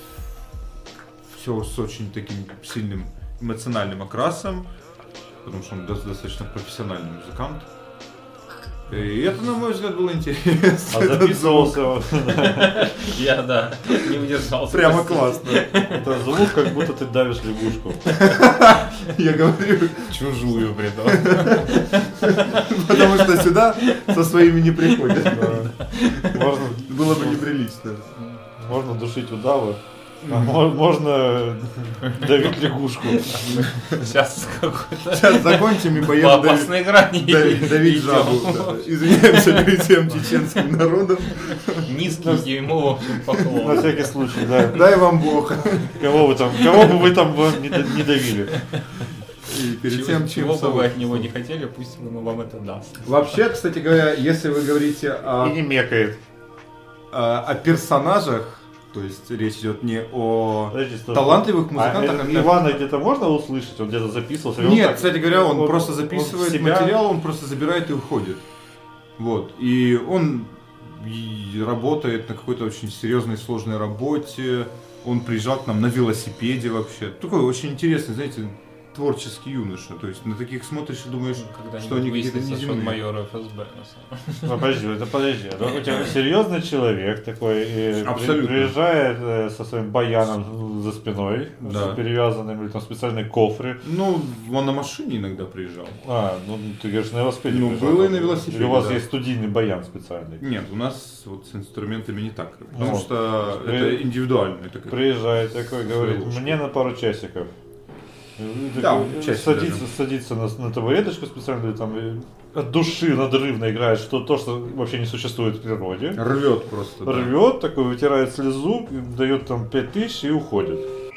все с очень таким сильным эмоциональным окрасом, потому что он до- достаточно профессиональный музыкант. И это, на мой взгляд, было интересно. А записывался Я, да, не удержался. Прямо простите. классно. это звук, как будто ты давишь лягушку. Я говорю, Чужую, при том. потому что сюда со своими не приходят. Можно, Было бы неприлично. можно душить удавы, а мо- можно давить лягушку. Сейчас какой-то Сейчас закончим и по поедем давить, опасной грани давить- давить идем. жабу. Да. Извиняемся перед всем чеченским народом. Низкий ему, в общем, На поклон. всякий случай, да. Дай вам Бог. Кого вы там, кого бы вы там бы не, д- не давили? И перед Чего, тем, чего чем бы вы от него не хотели, пусть он вам это даст. Вообще, кстати говоря, если вы говорите И о, не мекает. о, о персонажах, то есть речь идет не о Подожди, стой. талантливых А, музыкантах, э, Ивана где-то можно услышать? Он где-то записывался? Или он Нет, так- кстати говоря, он, он- просто он записывает себя- материал, он просто забирает и уходит. Вот. И он и работает на какой-то очень серьезной, сложной работе. Он приезжал к нам на велосипеде вообще. Такой очень интересный, знаете, творческий юноша. То есть на таких смотришь и думаешь, Когда что они какие-то выяснится, что он неземные. майор эф эс бэ, на самом деле. Ну, подожди, это подожди. Это у тебя серьезный человек такой, и Абсолютно. приезжает э, со своим баяном за спиной, Да. с перевязанным, или там специальные кофры. Ну, он на машине иногда приезжал. А, ну ты говоришь, на велосипеде. Ну, приезжал. было и на велосипеде, Или у вас да. есть студийный баян специальный? Нет, у нас вот с инструментами не так. Потому Ну, что при- это индивидуально. Это как... Приезжает такой, говорит, Своего. мне на пару часиков. И Да, такой, часик садится, даже. садится на, на табуреточку специально, там и от души надрывно играет, что то, что вообще не существует в природе. Рвет просто. да. Рвет, такой вытирает слезу, дает там пять тысяч и уходит.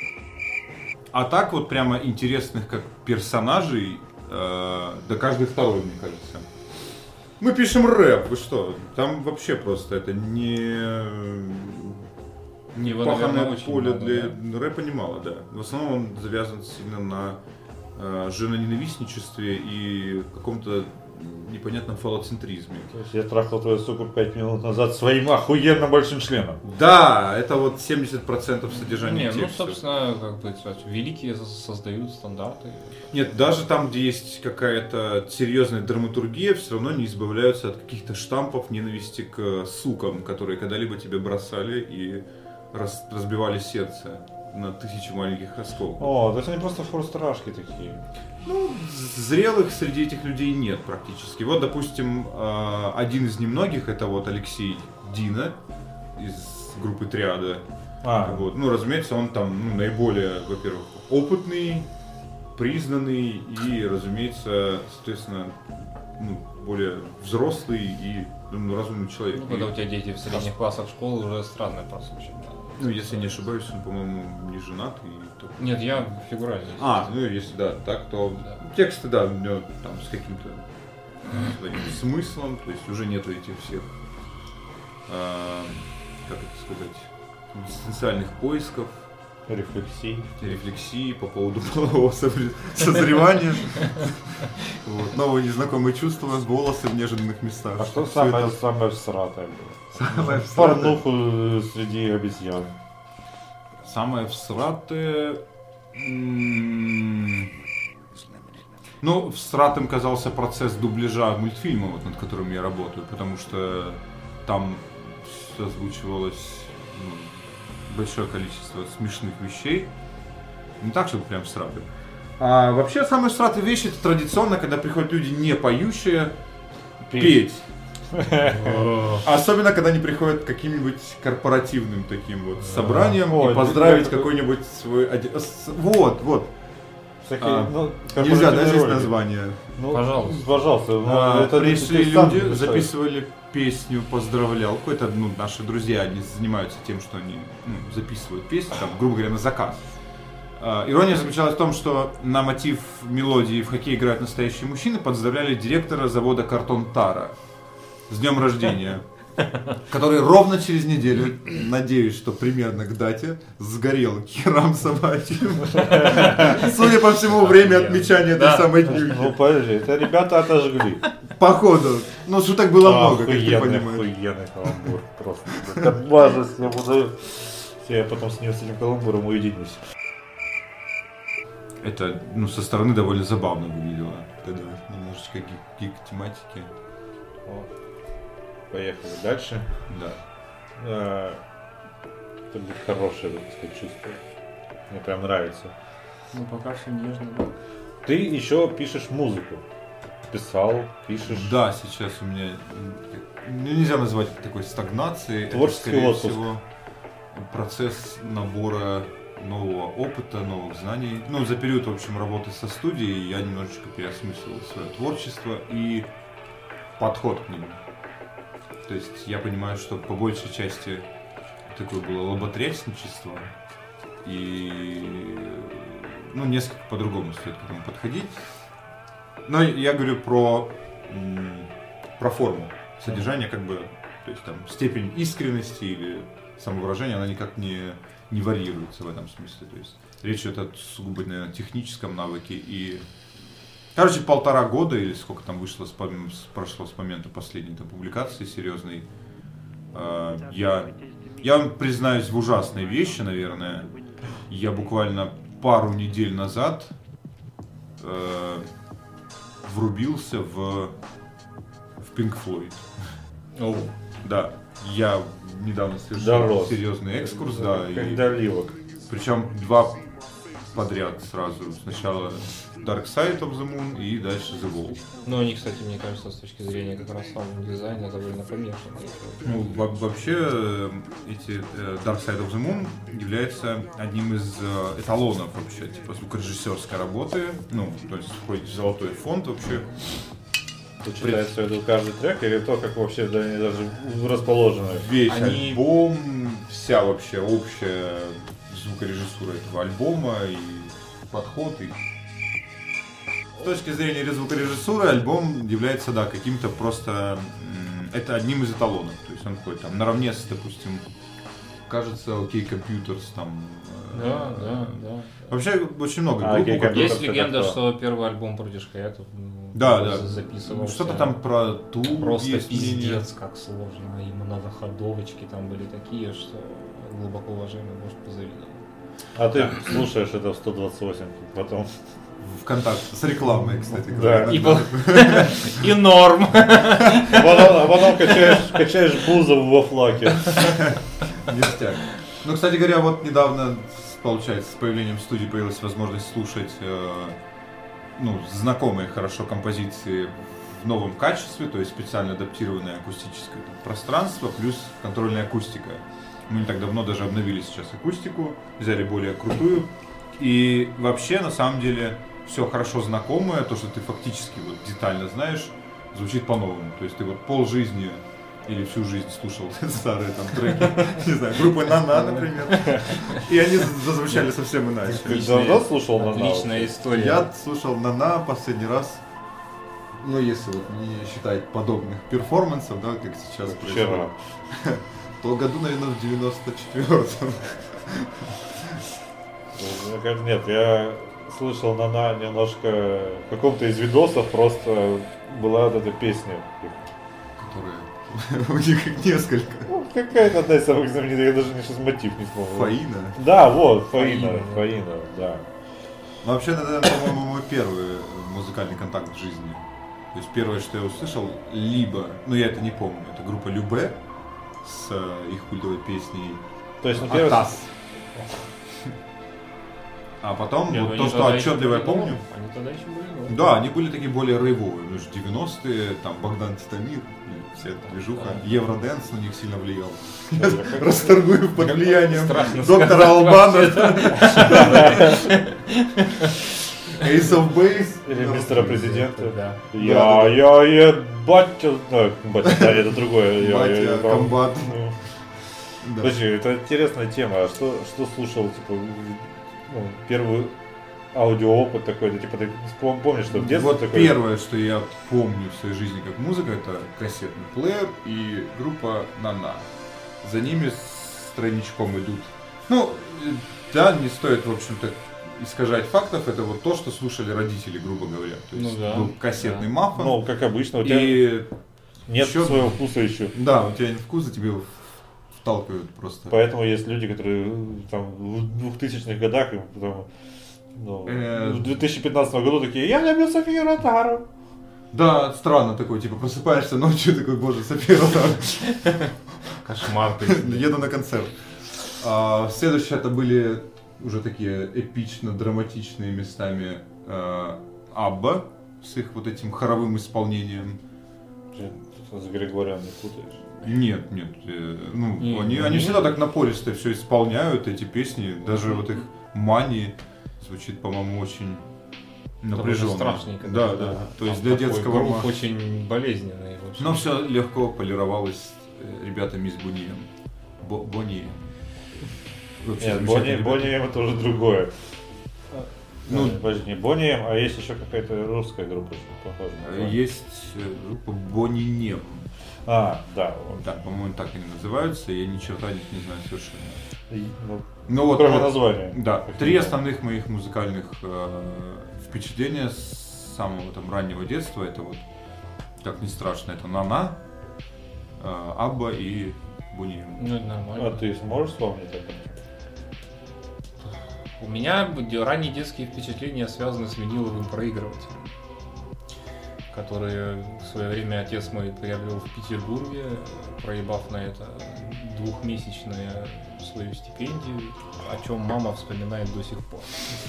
А так вот прямо интересных как персонажей, э, да каждый второй, мне кажется. Мы пишем рэп, вы что? Там вообще просто это не... Его, паханное наверное, очень поле много, для да. рэпа немало, да. В основном он завязан сильно на э, женоненавистничестве и каком-то непонятном фалоцентризме. То есть я трахал твою суку пять минут назад своим охуенно большим членом. Да, это вот семьдесят процентов содержания Не, ну, текста. собственно, как бы сказать, великие создают стандарты. Нет, даже там, где есть какая-то серьезная драматургия, все равно не избавляются от каких-то штампов ненависти к сукам, которые когда-либо тебе бросали и раз- разбивали сердце на тысячи маленьких осколков. О, то есть они просто форстрашки такие. Ну, зрелых среди этих людей нет практически. Вот, допустим, э, один из немногих, это вот Алексей Дина из группы Триада. А, Вот. Ну, разумеется, он там ну, наиболее, во-первых, опытный, признанный и, разумеется, соответственно, ну, более взрослый и ну, разумный человек. Ну, когда И, у тебя дети в средних классах школы, уже странно послушать. Да. ну, если не ошибаюсь, он, по-моему, не женат. И только... Нет, я фигурально. А, ну если да, так, то Да. тексты, да, у него там с каким-то своим смыслом, то есть уже нету этих всех, а, как это сказать, экзистенциальных поисков, рефлексии. рефлексии по поводу полового созре- созревания. Вот, новые незнакомые чувства, волосы в неожиданных местах. А что Всё самое, это- самое всратое было? Самое всратое? Порнуху среди обезьян. Самое всратое... м, Ну, всратым казался процесс дубляжа мультфильма, вот, над которым я работаю, потому что там озвучивалось ну, большое количество смешных вещей. Не так, чтобы прям всратым. А вообще, самые всратые вещи это традиционно, когда приходят люди не поющие, петь. Особенно, когда они приходят к каким-нибудь корпоративным таким вот собраниям Ой, и поздравить я- какой-нибудь свой... оде- с- Вот, вот. Всякие, А, ну, Нельзя, да, корпоративные здесь ролики. название. Ну, Пожалуйста. Пожалуйста. ну, А, это пришли ты сам люди, решаешь. записывали песню, поздравлял. Какой-то, ну, наши друзья, они занимаются тем, что они ну, записывают песни, там, грубо говоря, на заказ. А, Ирония заключалась в том, что на мотив мелодии «В хоккей играют настоящие мужчины» поздравляли директора завода «Картон Тара» с днем рождения, который ровно через неделю, надеюсь, что примерно к дате, сгорел к херам собачьим. Судя по всему, время отмечания этой Да. самой Ну, днюхи. подожди, это ребята отожгли. Походу. Ну, шуток было много, как ты Охуенный, понимаешь. охуенный каламбур. Просто. Это бажесть, я буду... Я потом с ним, с этим каламбуром уединюсь. Это, ну, со стороны довольно забавно выглядело. Когда немножечко гик- гик-тематики. Вот. Поехали дальше. Да. А, Это будет хорошее, так сказать, чувство. Мне прям нравится. Ну, пока все нежно. Да. Ты еще пишешь музыку. Писал, пишешь. Да, сейчас у меня ну, нельзя назвать это такой стагнацией. Это, Творческий скорее отпуск. всего, процесс набора нового опыта, новых знаний. Ну, за период, в общем, работы со студией я немножечко переосмыслил свое творчество и подход к нему. То есть я понимаю, что по большей части такое было лоботрясничество, и ну, несколько по-другому стоит к этому подходить. Но я говорю про, м, про форму. Содержание как бы, то есть там степень искренности или самовыражения, она никак не, не варьируется в этом смысле. То есть речь идет о сугубо, наверное, техническом навыке. И, короче, полтора года или сколько там вышло, с, пом- с- прошло с момента последней там, публикации серьезной, э, я, я вам признаюсь в ужасной вещи, наверное. Я буквально пару недель назад э, врубился в, в Pink Floyd. О, Да, я недавно совершил Дорос. серьезный экскурс, да, Как и, доливок. причем два подряд сразу. Сначала Dark Side of the Moon и дальше The Wall. ну они, кстати, мне кажется, с точки зрения как раз саунд-дизайна довольно помешаны. Ну, во- вообще, э, эти э, Dark Side of the Moon является одним из э, эталонов вообще, типа звукорежиссерской работы. Ну, то есть входит в золотой фонд вообще. Тут читается в виду каждый трек или то, как вообще да, они даже расположены? Весь Они- альбом, вся вообще общая звукорежиссура этого альбома и подход. И... С точки зрения звукорежиссуры альбом является, да, каким-то просто... м, Это одним из эталонов. То есть он входит там наравне с, допустим, кажется, OK Computers там... э, Да, да, да. Вообще очень много А, групп, OK у которых- Есть это легенда, как-то- что первый альбом Portishead Да, да. записывал. Что-то там про ту Просто есть мнение. пиздец, как сложно. И многоходовочки там были такие, что глубоко уважаемый может позавидовать. А ты слушаешь это в сто двадцать восемь, потом. ВКонтакте. С рекламой, кстати Да. говоря. И, иногда. по- и норм. А потом, а потом качаешь, качаешь Бузову во флаке. Ништяк. Ну, кстати говоря, вот недавно, получается, с появлением студии появилась возможность слушать э, ну, знакомые хорошо композиции в новом качестве, то есть специально адаптированное акустическое там пространство, плюс контрольная акустика. Мы не так давно даже обновили сейчас акустику, взяли более крутую. И вообще, на самом деле, все хорошо знакомое, то, что ты фактически вот детально знаешь, звучит по-новому. То есть ты вот пол жизни или всю жизнь слушал старые там треки, не знаю, группы Нана, например, и они зазвучали совсем иначе. Ты давно слушал Нана? Отличная история. Я слушал Нана последний раз, ну если вот не считать подобных перформансов, да, как сейчас Вчера. происходит, то году, наверное, в девяносто четвёртом. Нет, я слышал Нана немножко в каком-то из видосов, просто была вот эта песня. Которые у них их несколько. Ну, какая-то одна из самых знаменитых, я даже сейчас мотив не смогу. Фаина. Да, вот, Фаина, Фаина. Фаина, да. Ну, вообще, это, по-моему, мой первый музыкальный контакт в жизни. То есть первое, что я услышал, либо, ну я это не помню, это группа Любе с э, их культовой песней То есть, ну, первый... Атас. А потом, Нет, вот ну, то, они что тогда еще отчетливо я были помню. новые. Они тогда еще были новые. Да, они были такие более рейвовые, ну, девяностые, там Богдан Титамир, и вся эта движуха. Да. Евроденс на них сильно влиял. Как- Расторгую под влиянием Страшно доктора сказать Албана, вообще, Ace of Base. Или мистера президента. Да. Я, я, я, батя, ну, батя, да, это другое. Я- Батя, я- я- комбат. Ну, Да. Подожди, это интересная тема. А что, что слушал, типа, ну, первый аудиоопыт такой, да, типа, ты пом- помнишь, что в детстве Вот такой... первое, что я помню в своей жизни как музыка, это кассетный плеер и группа Нана. За ними страничком идут. Ну, э, да, не стоит, в общем-то, искажать фактов. Это вот то, что слушали родители, грубо говоря. То есть Ну да, был кассетный да. мафон. Ну, как обычно, у тебя И нет ещё- своего вкуса еще. да, у тебя нет вкуса, тебе в- вталкивают просто. Поэтому есть люди, которые там в двухтысячных годах, и потом, ну, Э. в две тысячи пятнадцатом году такие, я люблю Софию Ротару. Да, странно такой, типа просыпаешься ночью, такой, боже, София Ротару. Кошмар. Еду на концерт. А, следующее это были уже такие эпично-драматичные местами э, Абба с их вот этим хоровым исполнением. Ты с Григориан не путаешь. Нет, нет. э, ну, Не, они, не, они не. всегда так напористо все исполняют, эти песни. Даже вот их мани звучит, по-моему, очень напряженно. Страшненько. Да, даже, да. То есть Там для такой детского грув ума. очень болезненный. в общем. Но все легко полировалось э, ребятами из Бунием. Бо- Бонием. Вообще Нет, замечательные Бонни, ребята. Бонни это уже другое. Ну, Ну, подожди, не Бонни, а есть еще какая-то русская группа, что похожа на Э, Бонни. Есть э, группа Бонинем. А, да, вот. Да, по-моему, так они называются, я ни черта о них не знаю совершенно. И, ну, Ну вот, кроме вот, названия. да, Как три не основных моих музыкальных э, впечатления с самого там раннего детства, это вот, как ни страшно, это Нана, э, Абба и Бунин. Ну, это А нормально. ты сможешь вспомнить это? У меня ранние детские впечатления связаны с виниловым проигрывателем, который в свое время отец мой приобрел в Петербурге, проебав на это двухмесячную свою стипендию, о чем мама вспоминает до сих пор.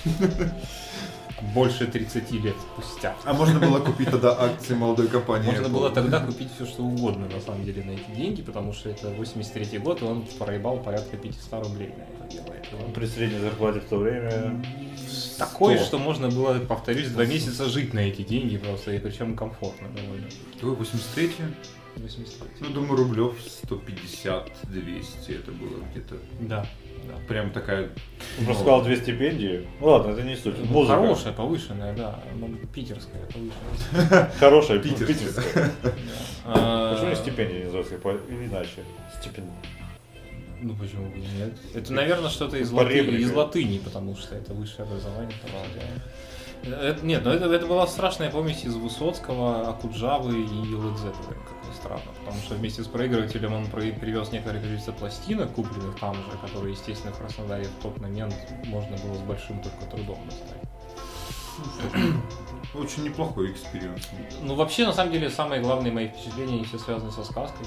Больше тридцати лет спустя. А можно было купить тогда акции молодой компании? Можно было тогда купить все, что угодно, на самом деле, на эти деньги, потому что это восемьдесят третий год, и он проебал порядка пятьсот рублей на это дело. При средней зарплате в то время... Такое, что можно было, повторюсь, два месяца жить на эти деньги просто, и причем комфортно довольно. Твой восемьдесят третий? восемьдесят третий. Ну, думаю, рублев сто пятьдесят - двести это было где-то. Да. Да. Прям такая... Он просто сказал две стипендии. Ну ладно, это не суть. Ну, хорошая, повышенная, да. Питерская, повышенная. Хорошая, питерская. Почему не А, стипендия не называется? Или иначе? Стипендия. Ну почему бы и нет? Это, наверное, что-то из, По латы... реплике. из латыни, потому что это высшее образование. Это, нет, но это, это была страшная помесь из Высоцкого, Акуджавы и Led Zeppelin, как ни странно. Потому что вместе с проигрывателем он про- привез некоторое количество пластинок, купленных там же, которые, естественно, в Краснодаре в тот момент можно было с большим только трудом достать. Очень неплохой эксперимент. Ну, вообще, на самом деле, самые главные мои впечатления, они все связаны со сказками.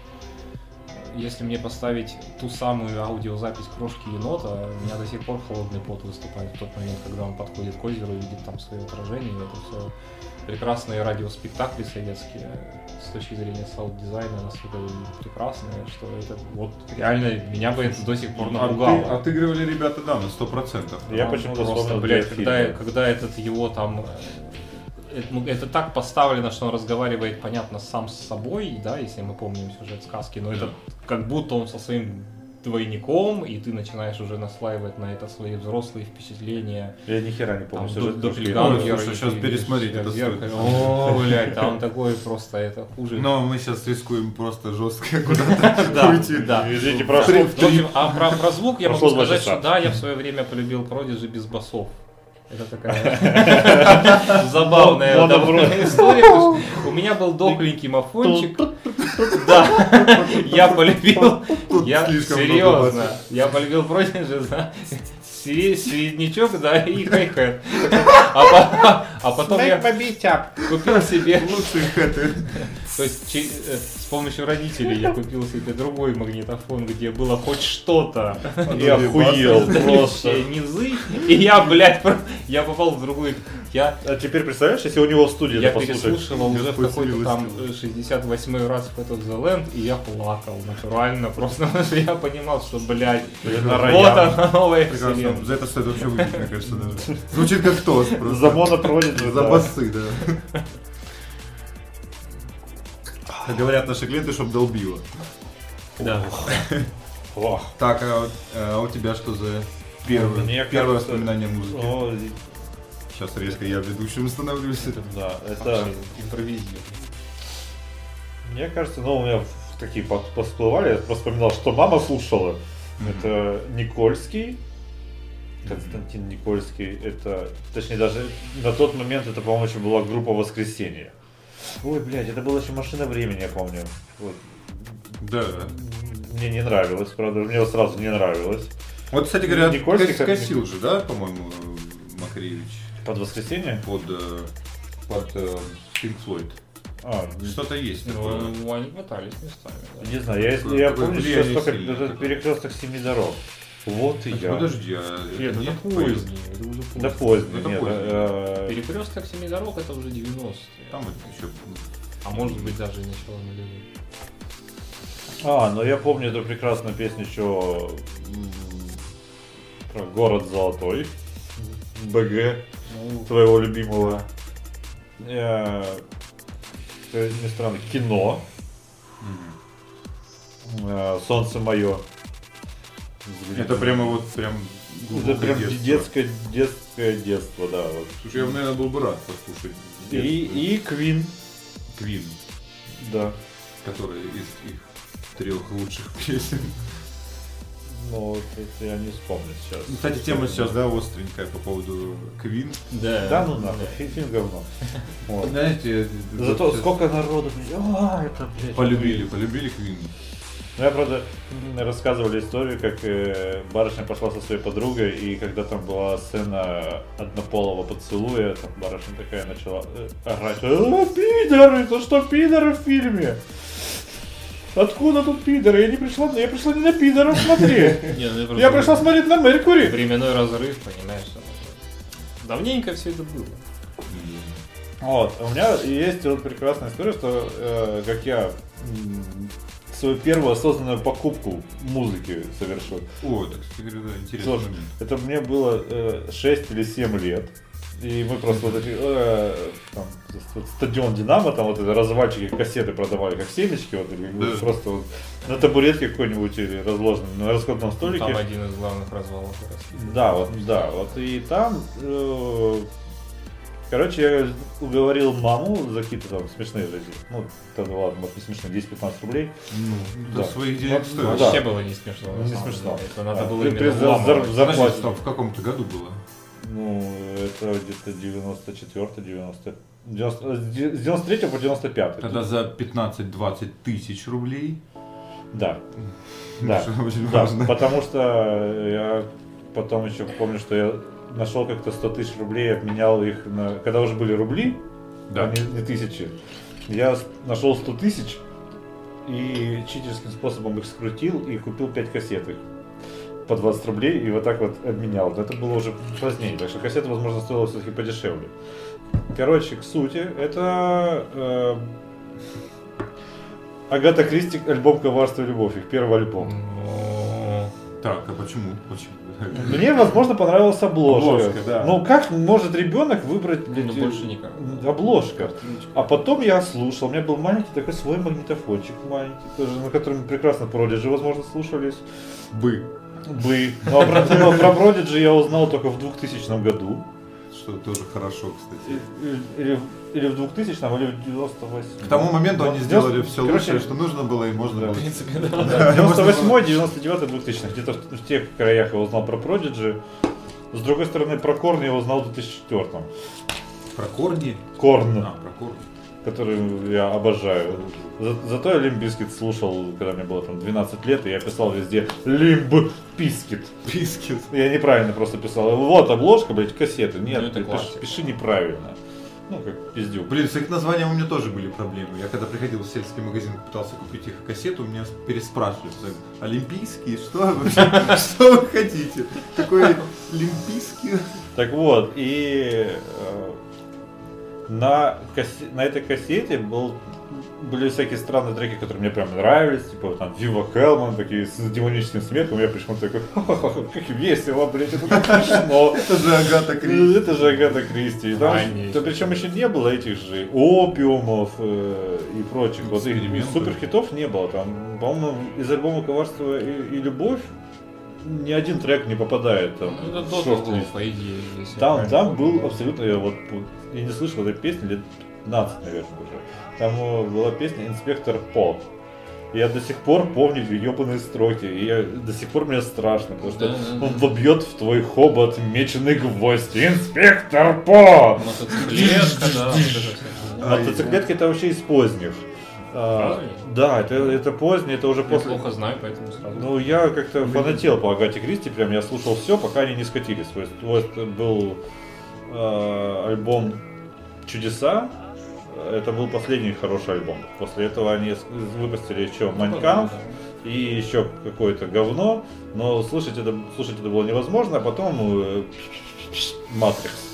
Если мне поставить ту самую аудиозапись «Крошки енота», у меня до сих пор холодный пот выступает в тот момент, когда он подходит к озеру и видит там свое отражение. Это все прекрасные радиоспектакли советские с точки зрения саунд-дизайна настолько прекрасные, что это вот реально меня бы это до сих пор напугало. Отты- Отыгрывали ребята, да, на сто процентов. Я почему-то Просто, вспомнил блядь, для когда, фильма. когда этот его там... Это, ну, это так поставлено, что он разговаривает, понятно, сам с собой, да, если мы помним сюжет сказки, но это как будто он со своим двойником, и ты начинаешь уже наслаивать на это свои взрослые впечатления. Я ни хера не помню сюжет. Доppelganger, слушай, сейчас пересмотреть это стоит. О, блядь, там такой просто, это хуже. Но мы сейчас рискуем просто жестко куда-то уйти. Да. Извините, В прошло. общем, а про, про звук я могу Прошло два сказать, часа. что да, я в свое время полюбил Prodigy без басов. Это такая забавная Моно- довольно история. потому что У меня был дохленький мафончик. Да, я полюбил. Я слишком много серьезно. басов. Я полюбил Prodigy за сре- среднячок, да, и хай-хэт. А по- а потом я купил себе. Лучшие хэты. То есть че- э, с помощью родителей я купил себе другой магнитофон, где было хоть что-то. Я охуел просто. Настоящие низы. И я, блядь, про- я попал в другую. Я, А теперь представляешь, если у него в студии я это послушать? переслушивал уже в Господь какой-то там милостивый. э, шестьдесят восьмой раз в этот The Land, и я плакал натурально. Просто потому что я понимал, что, блядь, На вот рояле. она новая Прекрасно. вселенная. За это стоит вообще выпить, мне кажется, даже. Звучит как тост просто. За моно проводит. За басы, да. Как говорят наши клиенты, чтоб долбило. Да. Ох. Так, а, вот, а у тебя что за первое, Мне первое кажется, воспоминание музыки? Ну, Сейчас резко я ведущим становлюсь. да, это... Вообще импровизируем. Мне кажется, ну, у меня в- такие по- всплывали, я просто вспоминал, что мама слушала. Это Никольский, Константин Никольский, это, точнее, даже на тот момент это, по-моему, еще была группа «Воскресенье». Ой, блядь, это была еще «Машина времени», я помню. Вот. Да. Мне не нравилось, правда, мне вот сразу не нравилось. Вот, кстати говоря, Никольский кос- как- косил же, да, по-моему, Макаревич? Под «Воскресенье»? Под, э, под э, Pink Floyd. А, Что-то есть такое. Ну, они пытались местами. Да. не знаю, я, Такое- я такое помню влияние сейчас только сильное этот такое. перекресток семи дорог. Вот и Так, я. Подожди, а Нет, это это нет поздний. Это уже Да поздний. поздний, Это нет. поздний. э, Перекресток семи дорог это уже девяностые. Там это еще... А может быть даже и начало нулевых. А, ну я помню эту прекрасную песню еще м, про город золотой. БГ, Ну, твоего любимого. Э, Как ни странно, кино. Э, Солнце мое. Это прямо вот прям Это глубокое прям детство. детское, детское детство, да. Вот. Слушай, я бы, наверное, был бы рад послушать И, и Квин, Квин, да. который из их трех лучших песен. Ну, вот это я не вспомню сейчас. Кстати, тема сейчас, да, остренькая по поводу Квин. да. Да, ну нахуй, фи- фильм говно. Вот. Знаете, Зато вот сколько народу, блядь, а, это, блядь, полюбили, полюбили Квин. Ну, я, правда, рассказывали историю, как э, барышня пошла со своей подругой, и когда там была сцена однополого поцелуя, там барышня такая начала э, орать: «А, пидоры! Это что, пидоры в фильме? Откуда тут пидоры? Я не пришла, я пришла не на пидоров смотреть. Я пришла смотреть на Меркури». Временной разрыв, понимаешь? Давненько все это было. Вот, у меня есть вот прекрасная история, что э, как я м, свою первую осознанную покупку музыки совершил. О, это, кстати говоря, да, интересный Слушай, момент. это мне было э, шесть или семь лет. И мы просто вот эти, э, там, стадион Динамо, там вот это развальчики, кассеты продавали, как семечки, вот, или Да. просто вот на табуретке какой-нибудь или разложенной, на расходном столике. Там один из главных развалов России. Да, вот, да, вот и там, э, короче, я уговорил маму за какие-то там смешные вроде, ну, тогда ладно, может не смешные, десять-пятнасот рублей. Ну, Да. это своих денег Вот, стоит. да. Вообще было не смешно. на Не самом смешно. деле. Это надо А, было при- именно при- за- вламывать. за- Подожди, заплатить. стоп, в каком-то году было? Ну, это где-то девяносто четвёртый, девяносто, девяносто, с девяносто третьего по девяносто пятый. Тогда за пятнадцать-двадцать тысяч рублей. Да. Да, Что очень да, важно. потому что я потом еще помню, что я нашел как-то сто тысяч рублей, обменял их на... Когда уже были рубли, Да. а не, не тысячи, я с- нашел сто тысяч и читерским способом их скрутил и купил пять кассет их по двадцать рублей и вот так вот обменял. Но это было уже позднее, так что кассета, возможно, стоила все-таки подешевле. Короче, к сути, это э, Агата Кристи, альбом «Коварство и любовь», их первый альбом. Ну, Так, а почему? Почему? Мне, возможно, понравилась обложка. Обложка, да. Ну, как может ребенок выбрать, блядь, Ну, больше никак. обложка? А потом я слушал, у меня был маленький такой свой магнитофончик маленький, тоже, на котором прекрасно Продиджи, возможно, слушались. Бы. Бы. Ну, а про, но про Продиджи я узнал только в двухтысячном году. Что тоже хорошо, кстати. Или, или в двухтысячном, или в девяносто восьмом. К тому моменту они девяносто сделали все короче, лучшее, что нужно было, и можно да. было. в принципе, да. девяносто восьмой, девяносто девятый, двухтысячный. Где-то в, в тех краях я узнал про Продиджи. С другой стороны, про Корн я узнал в две тысячи четвёртом. Про корни? Корн, А, про корни. который я обожаю. За- зато я Limp Bizkit слушал, когда мне было там двенадцать лет, и я писал везде Limp Bizkit. Бискет. Я неправильно просто писал. Вот обложка, блядь, кассеты. Нет, Ну, это ты пиш- классика. пиши неправильно. Ну, как пиздюк. Блин, с их названием у меня тоже были проблемы. Я когда приходил в сельский магазин, пытался купить их кассету, у меня переспрашивали. Олимпийские? Что вообще? Что вы хотите? Такой олимпийский? Так вот, и э, на, кассе- на этой кассете был, были всякие странные треки, которые мне прям нравились, типа там Вива Хелман, такие с демоническим смехом, я почему-то такой: ха-ха-ха, как весело, блядь, это так смешно. Это же Агата Ну, Кристи. это же Агата Кристи. И там, Конечно. да, причем еще не было этих же опиумов э, и прочих. Вот их Экспериментов. суперхитов не было. Там, по-моему, из альбома «Коварство и, и любовь» ни один трек не попадает там. Ну, это в тот был, шорт-лист. по идее. если я Там, правильно там помню. был абсолютно, я вот я не слышал этой песни лет пятнадцать, наверное, уже. Там э, была песня «Инспектор По». Я до сих пор помню ее ебаные строки, и я, до сих пор мне страшно, потому что Да, да, он да. вобьет в твой хобот меченый гвоздь. Инспектор По! Мотоциклетка, да. вот это всё. А мотоциклетка это вообще из поздних. А, Разве? да, это, это позднее, это уже Я после... плохо знаю, поэтому сразу. Ну, я как-то фанател по Агате Кристи, прям я слушал все, пока они не скатились. То есть, вот был э, альбом «Чудеса», это был последний хороший альбом. После этого они с- выпустили еще «Майнкамф» и еще какое-то говно, но слушать это, слушать это было невозможно, а потом э, «Матрикс».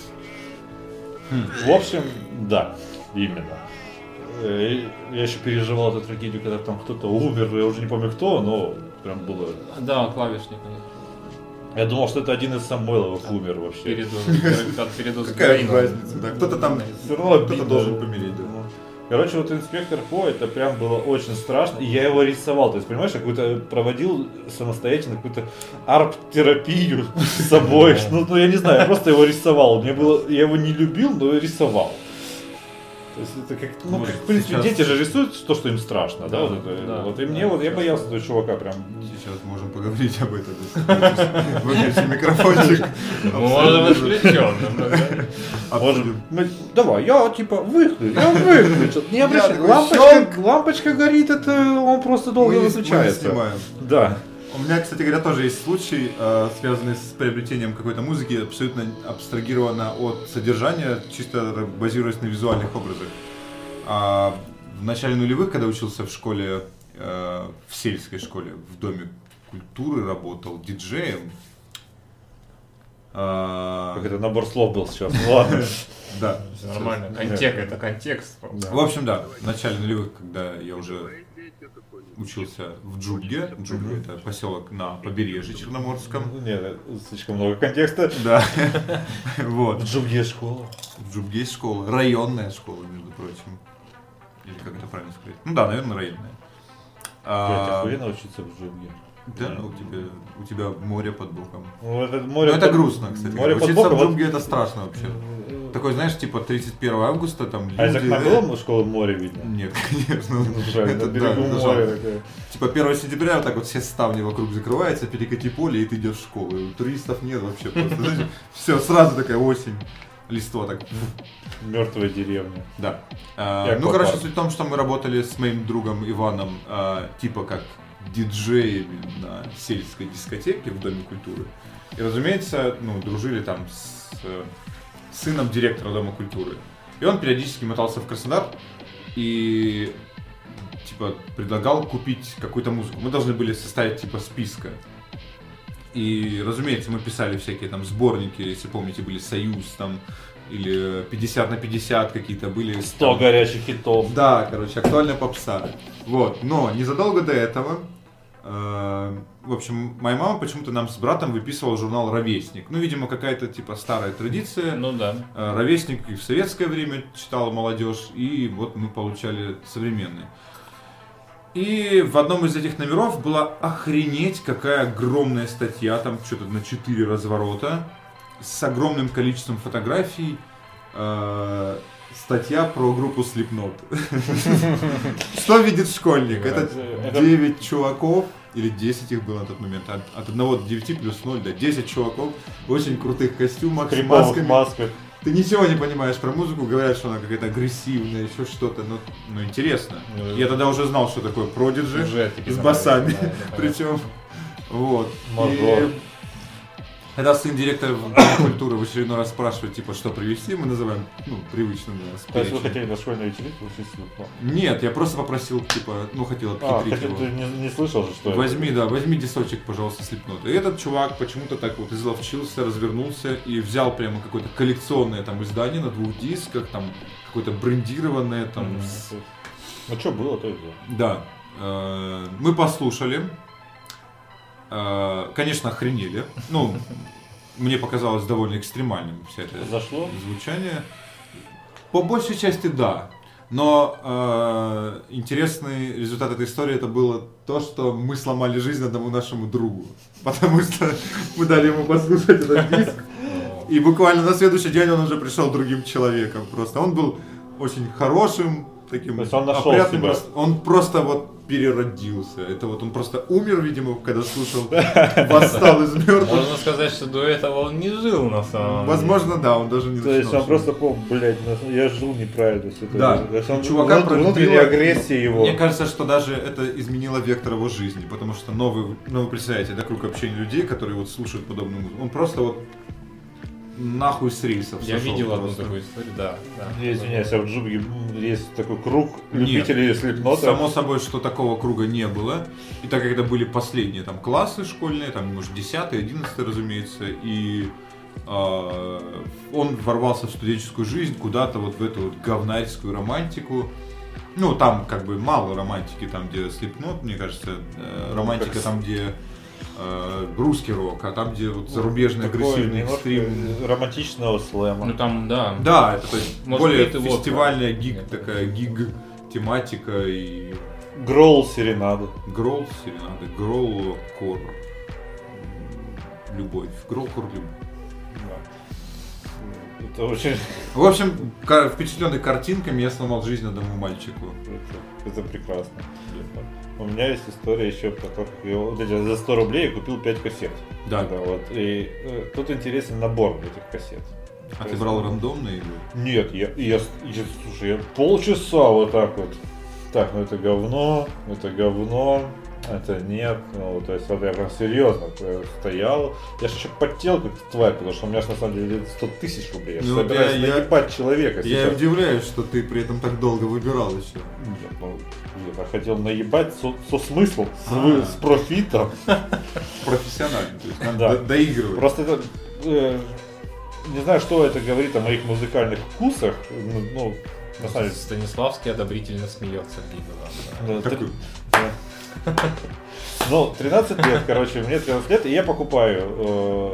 В общем, да, именно. Э, Я еще переживал эту трагедию, когда там кто-то умер, я уже не помню кто, но прям было... Да, клавишник у них. Я думал, что это один из Самойловых умер вообще. Передоз, от передоза Какая героина. разница, да? Кто-то там, Все равно кто-то обидно. должен помереть, да. Короче, вот «Инспектор По», это прям было очень страшно, и я его рисовал, то есть, понимаешь, я какую-то проводил самостоятельно какую-то арт-терапию с собой, ну, ну, я не знаю, я просто его рисовал, мне было, я его не любил, но рисовал. То есть это как, ну, Может, как, в принципе, сейчас- дети же рисуют то, что им страшно, да, Да, вот это. да, вот и да, мне вот, я да. боялся этого чувака прям. Сейчас можем поговорить об этом. Выключи микрофончик. Можно отвлечённым, да. Может, Обсудим. ну, давай, я типа выключу, я выключил. Не обращай, такой, лампочка, лампочка горит, это он просто долго Мы не- мы не выключается. снимаем. Да. У меня, кстати говоря, тоже есть случай, э, связанный с приобретением какой-то музыки, абсолютно абстрагированно от содержания, чисто базируясь на визуальных образах. А в начале нулевых, когда учился в школе, э, в сельской школе, в Доме культуры работал диджеем. А, Как это набор слов был сейчас. Ну ладно. Да. Всё нормально. Контекст, это контекст. В общем, да, в начале нулевых, когда я уже учился в Джубге, Джубге это поселок на побережье Черноморском. Нет, слишком много контекста. Да, вот. В Джубге школа. В Джубге есть школа, районная школа, между прочим. Или как это правильно сказать? Ну да, наверное, районная. Блять, А, охуенно учиться в Джубге. да, ну, у тебя, у тебя море под боком. Ну, это Ну, море это под- грустно, кстати. Море под Учиться боком. в вот- Джубге это страшно вообще. Такой, знаешь, типа тридцать первого августа там люди... А из окна было школа море видно? Нет, конечно. Ну, жаль, Это на да, берегу это моря жалко. такое. Типа первого сентября вот так вот все ставни вокруг закрываются, перекати поле, и ты идешь в школу. И туристов нет вообще просто. Знаете, все, сразу такая осень. Листва так. Мертвая деревня. Да. А, Я ну, попал. короче, суть в том, что мы работали с моим другом Иваном, а, типа как диджеями на сельской дискотеке в Доме культуры. И, разумеется, ну, дружили там с э, сыном директора Дома культуры. И он периодически мотался в Краснодар и типа предлагал купить какую-то музыку. Мы должны были составить типа списка. И, разумеется, мы писали всякие там сборники, если помните, были «Союз» там, или пятьдесят на пятьдесят какие-то были. сто там, горячих хитов. да, короче, актуальная попса. Вот, но незадолго до этого, э, в общем, моя мама почему-то нам с братом выписывала журнал «Ровесник». Ну, видимо, какая-то типа старая традиция. Ну да. Э, «Ровесник» и в советское время читала молодежь, и вот мы получали современный. И в одном из этих номеров была охренеть какая огромная статья, там что-то на четыре разворота, с огромным количеством фотографий. Э, статья про группу Slipknot. Что видит школьник? Это девять чуваков, или десять их было на тот момент, от, от одного до девяти плюс ноль, да, десять чуваков в очень крутых костюмах, с Кремовых масками. масках. Ты ничего не понимаешь про музыку, говорят, что она какая-то агрессивная, еще что-то, ну, ну интересно. Ну, Я тогда уже знал, что такое Prodigy Уже такие с там, басами, да, да, да. причем, вот. Мажор. И когда сын директора Дома культуры в очередной раз спрашивает, типа, что привезти, мы называем, ну, привычно для нас. То есть вы перечень. хотели на школьную вечеринку учиться? Нет, я просто попросил, типа, ну, хотел А, обхитрить хотел, его. ты не, не слышал же, что это? Возьми, да, возьми дисочек, пожалуйста, Slipknot. И этот чувак почему-то так вот изловчился, развернулся и взял прямо какое-то коллекционное там издание на двух дисках, там какое-то брендированное там. Мгм. с- Ну что было, то и было. Да. Э, Мы послушали. Э, Конечно, охренели. Ну, мне показалось довольно экстремальным все это Зашло? звучание. По большей части да. Но э, интересный результат этой истории это было то, что мы сломали жизнь одному нашему другу. Потому что мы дали ему послушать этот диск. И буквально на следующий день он уже пришел другим человеком. Просто он был очень хорошим, таким То есть он нашел опрятным. себя. рас- Он просто вот переродился. Это вот он просто умер, видимо, когда слушал, восстал из мертвых. Можно сказать, что до этого он не жил на самом Возможно, да, он даже не То есть он начинал. просто помнил, блядь, ну, я жил неправильно. То есть это- Да. то есть он- Чувака внут- внутренняя пробило. агрессия его. Мне кажется, что даже это изменило вектор его жизни, потому что новый, ну вы представляете, да, круг общения людей, которые вот слушают подобную музыку, он просто вот нахуй с рельсов Я сошел видел одну просто. такую историю, да. да. Я извиняюсь, а в Джубге м, есть такой круг Нет. любителей слепнота. Само собой, что такого круга не было. И так как это были последние там классы школьные, там, может, десятый, одиннадцатый, разумеется, и а, он ворвался в студенческую жизнь куда-то вот в эту вот говнарскую романтику. Ну, там как бы мало романтики, там, где Slipknot, мне кажется, э, романтика как с- там, где э, русский рок, а там, где вот зарубежный Такой агрессивный немножко экстрим. романтичного слэма. Ну там, да. Да, это то есть Может более быть, и вот, фестивальная да. гиг, Нет. такая гиг тематика и Гроул серенады. гролл серенады, гролл кор, любовь, гролл кор любовь. Это очень... В общем, кар- впечатленный картинками, я сломал жизнь одному мальчику. Это, это прекрасно. У меня есть история еще про то, как я, вот эти, за сто рублей я купил пять кассет. Да. Да, вот. И э, тут интересен набор этих кассет. А То ты есть, брал рандомно или? Нет, я, я, я, слушай, я полчаса вот так вот. Так, ну это говно, это говно, это нет. Ну, то есть вот я прям серьезно стоял. Я же еще подтел как тварь, потому что у меня же на самом деле сто тысяч рублей. Я же Ну, собираюсь я- я- наебать человека Я сейчас. удивляюсь, что ты при этом так долго выбирал еще. Нет, ну, я хотел наебать со, со смыслом, с, А. вы- с профитом. Профессионально, то есть надо Да. до- доигрывать. Просто это, э, не знаю, что это говорит о моих музыкальных вкусах. Ну, ну, на самом деле, Станиславский одобрительно смеется. видно, да. да, Такой. три- да. Ну, тринадцать лет, короче, мне тринадцать лет, и я покупаю э,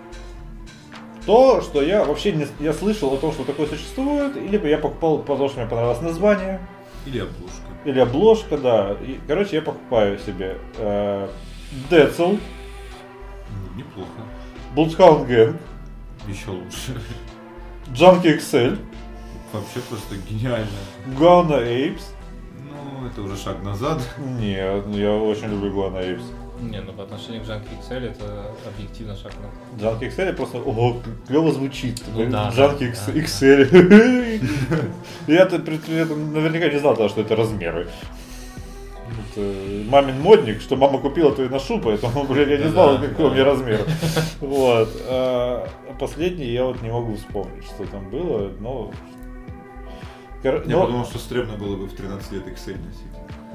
то, что я вообще не я слышал о том, что такое существует, либо я покупал, потому что мне понравилось название, Или обложка. или обложка, да. И, короче, я покупаю себе э, Децл, Ну, неплохо. Bloodhound Gang, Еще лучше. Junkie икс эль, Вообще просто гениально. Guana Apes. Ну, это уже шаг назад. Нет, ну я очень люблю Guana Apes. Не, ну по отношению к Junkie икс эль это объективно шаг на... Junkie икс эль просто, ого, клево звучит. Ну да, Junkie да, да, икс эль. Я-то при этом наверняка не знал, да, что это размеры. Это мамин модник, что мама купила, то и ношу, поэтому, блядь, я не знал, Да, какой у да. меня размер. Вот. А последний я вот не могу вспомнить, что там было, но... Кор- Я но- подумал, что стрёмно было бы в тринадцать лет икс эль носить.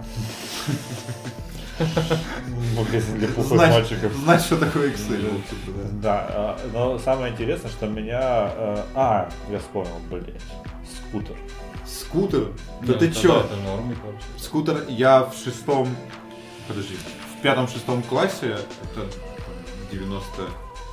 Магазин для пухлых Знать, мальчиков. знать, что такое икс эль. в общем-то, да. Да, а, но самое интересное, что меня... а, А, я вспомнил, блядь, скутер. Скутер? Да Ну, ты тогда чё? Это нормик вообще. Скутер я в шестом... Подожди. В пятом-шестом классе, это девяносто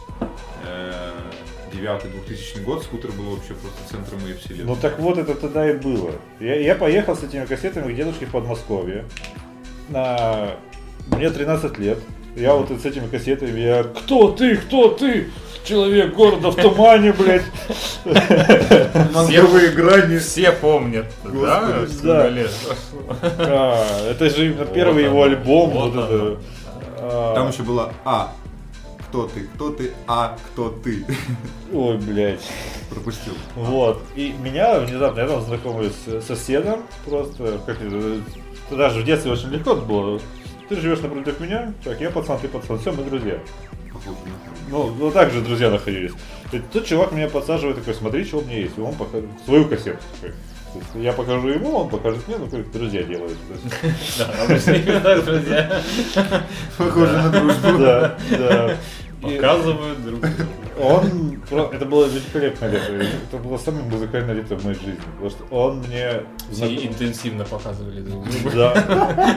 девятый двухтысячный год, скутер был вообще просто центром моей вселенной. Ну так вот это тогда и было. Я, я поехал с этими кассетами к дедушке в Подмосковье. На... Мне тринадцать лет. Я вот с этими кассетами, я... Кто ты? Кто ты? Человек города в тумане, блядь. Мозговые грани. Все помнят, да? Господи, Сколько да. лет? А, это же именно Вот первый его оно, альбом. вот Вот это. А, Там еще было А. Кто ты? Кто ты? А. Кто ты? Ой, блядь. Пропустил. Вот. И меня внезапно, я там знакомлюсь с соседом, просто, как это, тогда же в детстве очень легко было. Ты живешь напротив меня, так, я пацан, ты пацан, все, мы друзья. Похоже на Ну, ну так же друзья находились. И тут чувак меня подсаживает такой, смотри, что у меня есть. И он покажет свою кассету. Такой. То есть я покажу ему, он покажет мне, ну как друзья делают. То есть, Да, обычно именно так, друзья. Похоже на дружбу. Да, да. И Показывают друг другу. он, про- это было великолепное лето. Это было самое музыкальное лето в моей жизни. Потому что он мне... Все интенсивно показывали друг другу. Да.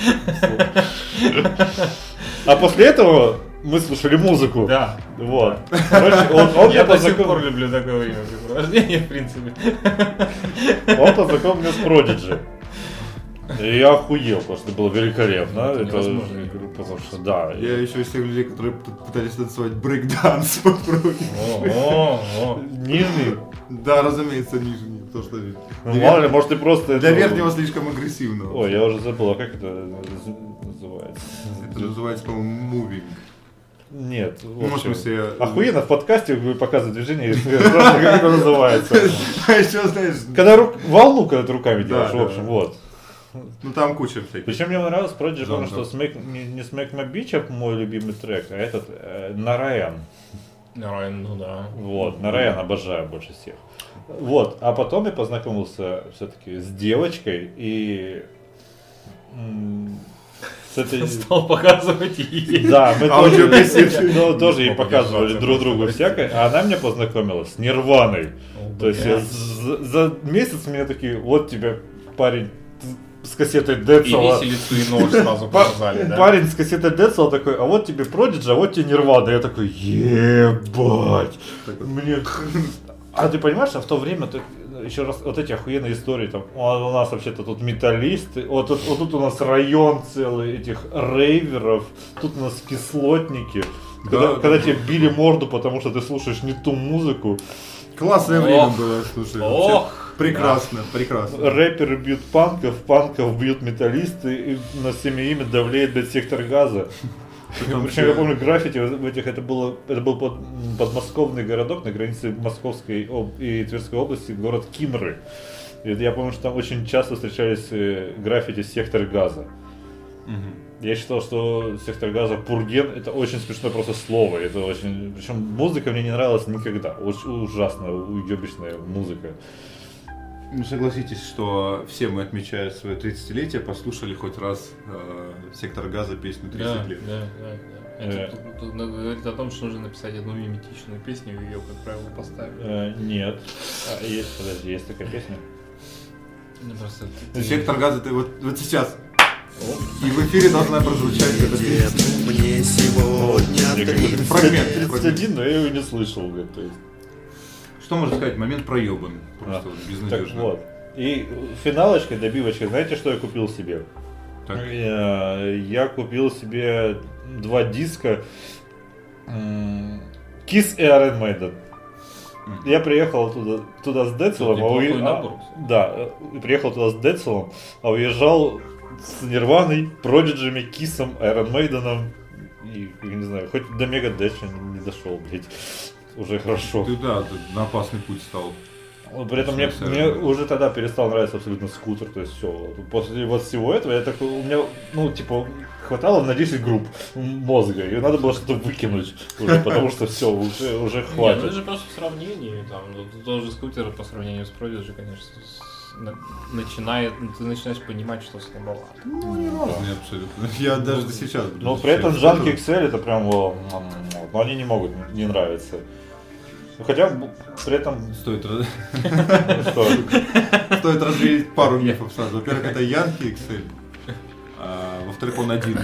А после этого мы слушали музыку. Да. Вот. Короче, он, он Я меня до сих пор познакомил, люблю такое времяпрепровождение, в принципе. он познакомил меня с Prodigy. И я охуел, потому что это было великолепно. Это Это, невозможно. потому что, да. Я еще из тех людей, которые п- пытались танцевать брейк-данс попробовать. О, о, о. Нижний. Да, разумеется, нижний. То, что Ну, мало ли, может, ты просто... для это- верхнего слишком агрессивного. Ой, я уже забыл, а как это наз- называется? Это называется, по-моему, мувинг. Нет, в Ну, в общем, смысле... охуенно в подкасте вы показываете движение, и спрашиваете, как это называется. А еще, знаешь... Когда рук, волну, когда ты руками Да, делаешь, в да. общем, вот. Ну, там куча всяких. Причем мне понравилось Prodigy, я помню, что Жанров. Smack, не, не Smack My Bitch, а мой любимый трек, а этот э, Нараян. Райан, ну да. Вот, Нараян обожаю больше всех. Вот, а потом я познакомился все-таки с девочкой и м, с этой... Стал показывать ей. Да, мы тоже, Аудиокассеты. ну, тоже ей Не показывали подержаться друг просто, другу прости. всякое, а она меня познакомила с Нирваной. О, То есть я блядь. за, за месяц мне такие, вот тебе парень с кассетой И Децела. виселицу, и нож сразу Па- показали, да? Парень с кассетой Децела такой, а вот тебе Prodigy, а вот тебе Нирвана. Я такой, ебать. Мне... А ты понимаешь, что в то время, ты, еще раз, вот эти охуенные истории, там, у нас вообще-то тут металлисты, вот, тут- вот тут у нас район целый этих рейверов, тут у нас кислотники, когда, Да, когда да. тебе били морду, потому что ты слушаешь не ту музыку. Классное время было, слушай. Ох! Прекрасно, прекрасно. Рэперы бьют панков, панков бьют металлисты, и на всеми ими давлеет, блядь, сектор газа. Причем я помню граффити в этих, это было, это был под, подмосковный городок на границе Московской и Тверской области, город Кимры. И я помню, что там очень часто встречались граффити «Сектор газа». Угу. Я считал, что «Сектор газа» Пурген — это очень смешное просто слово. Это очень, причем музыка мне не нравилась никогда. Очень ужасно уебищная музыка. Ну, согласитесь, что все мы, отмечая свое тридцатилетие, послушали хоть раз э, «Сектор газа» песню тридцать да, лет. Да, да, да. Это э. тут, тут говорит о том, что нужно написать одну миметичную песню и ее, как правило, поставить. Э, нет. А, есть, подожди, есть такая песня? Ну, просто... Ты... «Сектор газа» ты вот, вот сейчас... О. И в эфире должна прозвучать эта песня. Мне сегодня фрагмент. тридцать один, но я ее не слышал. То есть. Что можно сказать? Момент проебан. Просто а, безнадежно. Так вот. И финалочкой, добивочкой, знаете, что я купил себе? Так. Я, я купил себе два диска Kiss и Iron Maiden. Mm-hmm. Я приехал туда, туда с Децелом, а уе... а, да, приехал туда с Децелом, а уезжал с Нирваной, Продиджами, Киссом, Iron Maiden и, я не знаю, хоть до Мегадеча не, не дошел, блядь. Уже хорошо. Ты да, ты на опасный путь стал. При этом мне, мне уже тогда перестал нравиться абсолютно скутер, то есть все. После вот всего этого я такой, у меня, ну, типа, хватало на десять групп мозга, и надо было что-то выкинуть уже, потому что все, уже, уже хватит. Нет, ну это же просто в сравнении, там, тоже скутер по сравнению с Prodigy, конечно, начинает, ты начинаешь понимать, что слабовато. Ну, не разные абсолютно. Я даже до сейчас буду. Но при этом Junkie икс эл это прям, но они не могут не нравиться. Хотя при этом стоит стоит развеять пару мифов сразу. Во-первых, это Yankee икс эл, а во-вторых, он один.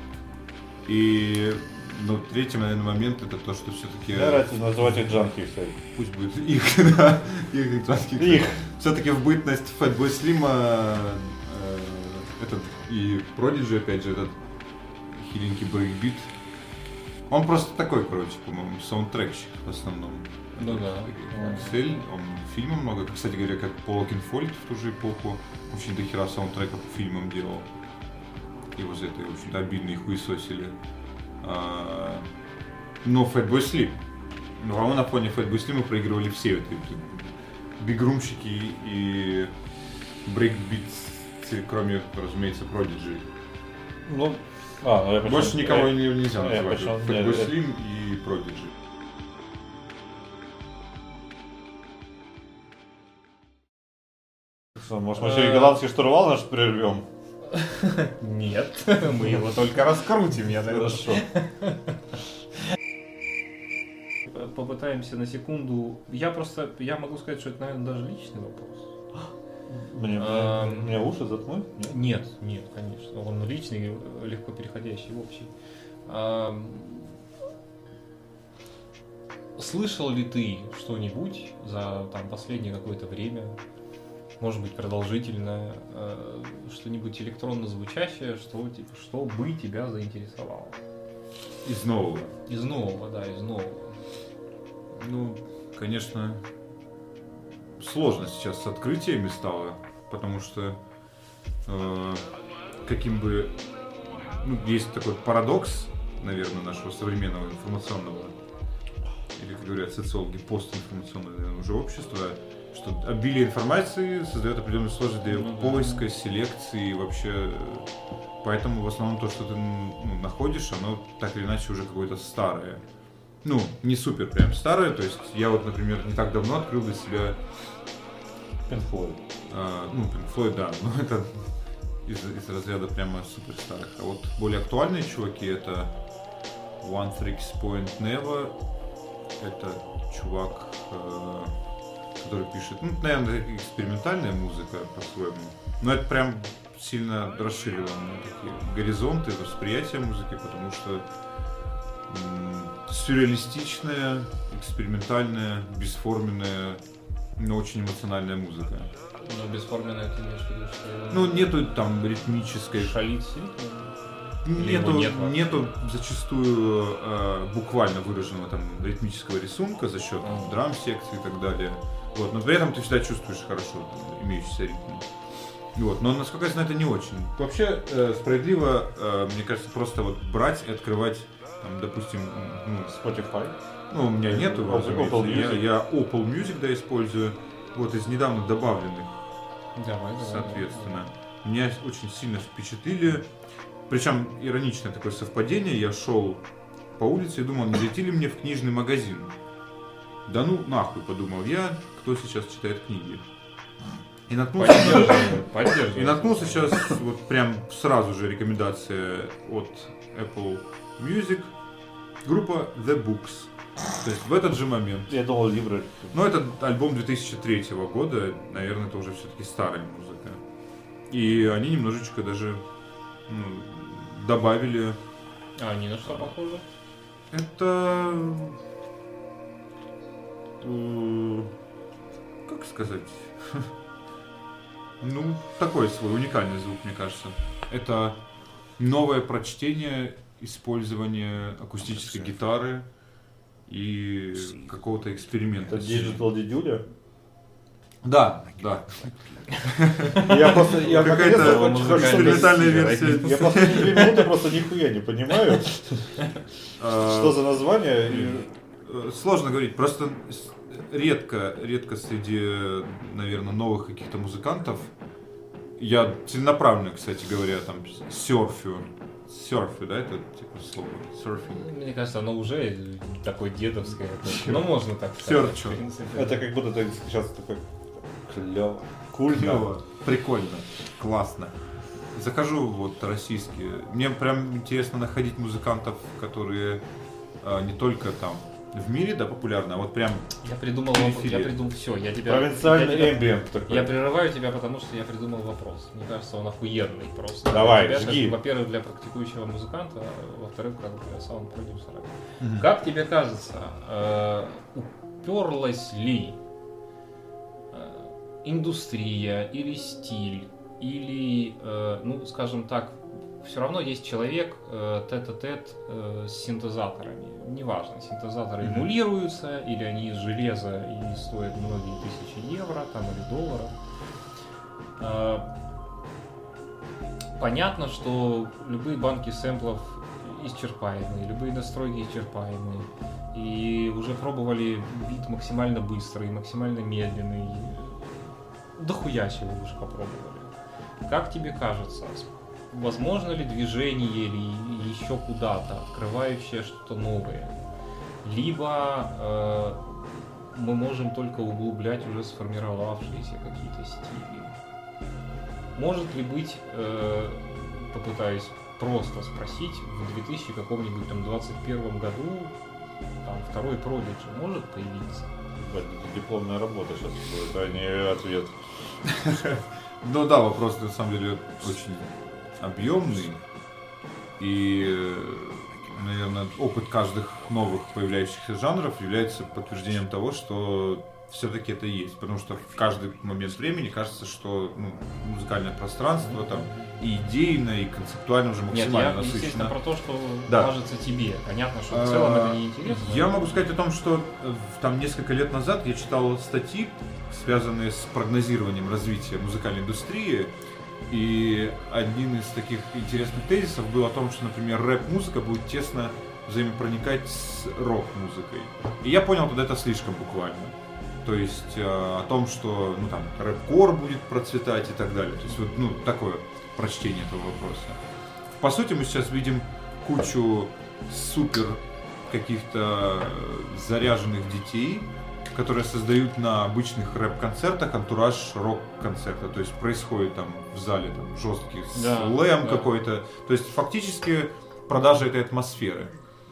И ну, третий, наверное, момент это то, что все-таки... Да, нравится называть их Junkie икс эл. Пусть будет их, да, их Junkie икс эл. Их. Все-таки в бытность Fatboy Slim э, этот и Prodigy, опять же, этот хиленький брейкбит. Он просто такой, короче, по-моему, саундтрекщик в основном. Ну да. икс эл, он фильмы много, кстати говоря, как Пол Окенфольд в ту же эпоху очень дохера саундтреков к фильмам делал. И вот это, в общем-то, обидно их хуесосили. А, но Fatboy Slim. Ну, а на фоне Fatboy Slim проигрывали все эти, эти бигрумщики и брейкбитцы, кроме, разумеется, Prodigy. Ну, а, ну я больше почему, никого я, нельзя я, называть. Я Fatboy Slim и Prodigy. Что, может, мы еще и голландский штурвал наш прервем? Нет, мы его только раскрутим, я так хорошо. Попытаемся на секунду. Я просто, я могу сказать, что это, наверное, даже личный вопрос. Мне, а, мне, мне уши заткнуть? Нет, нет, конечно. Он личный, легко переходящий в общий. А, слышал ли ты что-нибудь за там, последнее какое-то время, может быть, продолжительное, э, что-нибудь электронно звучащее, что, типа, что бы тебя заинтересовало? Из нового? Из нового, да, из нового. Ну, конечно, сложно сейчас с открытиями стало, потому что э, каким бы... Ну, есть такой парадокс, наверное, нашего современного информационного, или, как говорят социологи, постинформационного, наверное, уже общества, что обилие информации создает определенную сложность для ну, поиска, да. селекции, вообще. Поэтому в основном то, что ты ну, находишь, оно так или иначе уже какое-то старое. Ну, не супер прям старое, то есть я вот, например, не так давно открыл для себя Pink Floyd. А, ну, Pink Floyd, да, но это из, из разряда прямо супер старых. А вот более актуальные чуваки это One Tricks Point Never, это чувак, э, который пишет, ну, наверное, экспериментальная музыка по-своему, но это прям сильно расширило такие горизонты восприятия музыки, потому что м- сюрреалистичная, экспериментальная, бесформенная, но очень эмоциональная музыка. Но бесформенная, ты имеешь в виду, что... Ну, нету там ритмической... Шалит сильно? Нету, нет нету зачастую э, буквально выраженного там ритмического рисунка за счет А. драм-секции и так далее. Вот, но при этом ты всегда чувствуешь хорошо имеющийся ритм. Вот, но насколько я знаю, это не очень. Вообще э, справедливо, э, мне кажется, просто вот брать и открывать, там, допустим, ну, Spotify. ну, у меня нету, Apple разумеется, я, Music. я Apple Music, да, использую. Вот из недавно добавленных, Давай, давай, соответственно. Меня очень сильно впечатлили. Причем ироничное такое совпадение. Я шел по улице и думал, не зайти ли мне в книжный магазин. Да ну нахуй, подумал я, кто сейчас читает книги. И наткнулся, Поддерживаю, поддерживаю. и наткнулся сейчас вот прям сразу же рекомендация от Apple Music. Группа The Books. То есть в этот же момент. Я думал, Libra. Ну, это альбом две тысячи третьего года, наверное, это уже все-таки старая музыка. И они немножечко даже ну, добавили. А они на что похожи? Это... э, Как сказать? Ну, такой свой уникальный звук, мне кажется. Это новое прочтение, использование акустической гитары и какого-то эксперимента. Это Digital Дидюля. Да, да. Я просто, я Какая-то наконец-то хочу- экспериментальная стиль, версия. Я просто две минуты просто нихуя не понимаю, А, что за название. и- э, Сложно говорить, просто с- редко, редко среди, наверное, новых каких-то музыкантов я целенаправленно, кстати говоря, там серфю. Серфю, да, это типа слово? Серфинг. Мне кажется, оно уже такое дедовское. Ну, можно так сказать. Серчу. в принципе. Это как будто ты сейчас такой клево, кульно. Клево, прикольно, классно. Захожу вот российские. Мне прям интересно находить музыкантов, которые а, не только там в мире, да, популярны, а вот прям Я придумал вопрос. Я Периферия. придумал все. Я тебя. Провинциальный я тебя- эмбиент такой. Я прерываю тебя, потому что я придумал вопрос. Мне кажется, он охуенный просто. Давай, Для тебя, жги. как, во-первых, для практикующего музыканта, а во-вторых, как для саунд-продюсера. Мгм. Как тебе кажется, э, уперлась ли э, индустрия или стиль, или, э, ну, скажем так, все равно есть человек э, тет-а-тет э, с синтезаторами. Неважно, синтезаторы Мгм. эмулируются, или они из железа и стоят многие тысячи евро там, или долларов. Э, понятно, что любые банки сэмплов исчерпаемые, любые настройки исчерпаемые. И уже пробовали бит максимально быстрый, максимально медленный. Дохуя чего уже попробовали. Как тебе кажется, возможно ли движение или еще куда-то, открывающее что-то новое? Либо э, мы можем только углублять уже сформировавшиеся какие-то стили? Может ли быть, э, попытаюсь просто спросить, в две тысячи каком-нибудь там двадцать первом году там второй Prodigy может появиться? Ебать, это дипломная работа сейчас будет, а не ответ. Ну да, вопрос на самом деле очень объемный. И, наверное, опыт каждых новых появляющихся жанров является подтверждением того, что все-таки это есть. Потому что в каждый момент времени кажется, что ну, музыкальное пространство там и идейно, и концептуально уже Нет, максимально я, естественно, насыщено. про то, что Да. кажется тебе. Понятно, что в целом это не интересно. Я могу сказать о том, что э, там несколько лет назад я читал статьи, связанные с прогнозированием развития музыкальной индустрии. И один из таких интересных тезисов был о том, что, например, рэп-музыка будет тесно взаимопроникать с рок-музыкой. И я понял тогда это слишком буквально. То есть э, о том, что ну, там, рэп-кор будет процветать и так далее. То есть вот ну, такое прочтение этого вопроса. По сути, мы сейчас видим кучу супер каких-то заряженных детей, которые создают на обычных рэп-концертах антураж рок-концерта. То есть происходит там в зале там, жесткий Да, слэм да. какой-то. То есть фактически продажа этой атмосферы.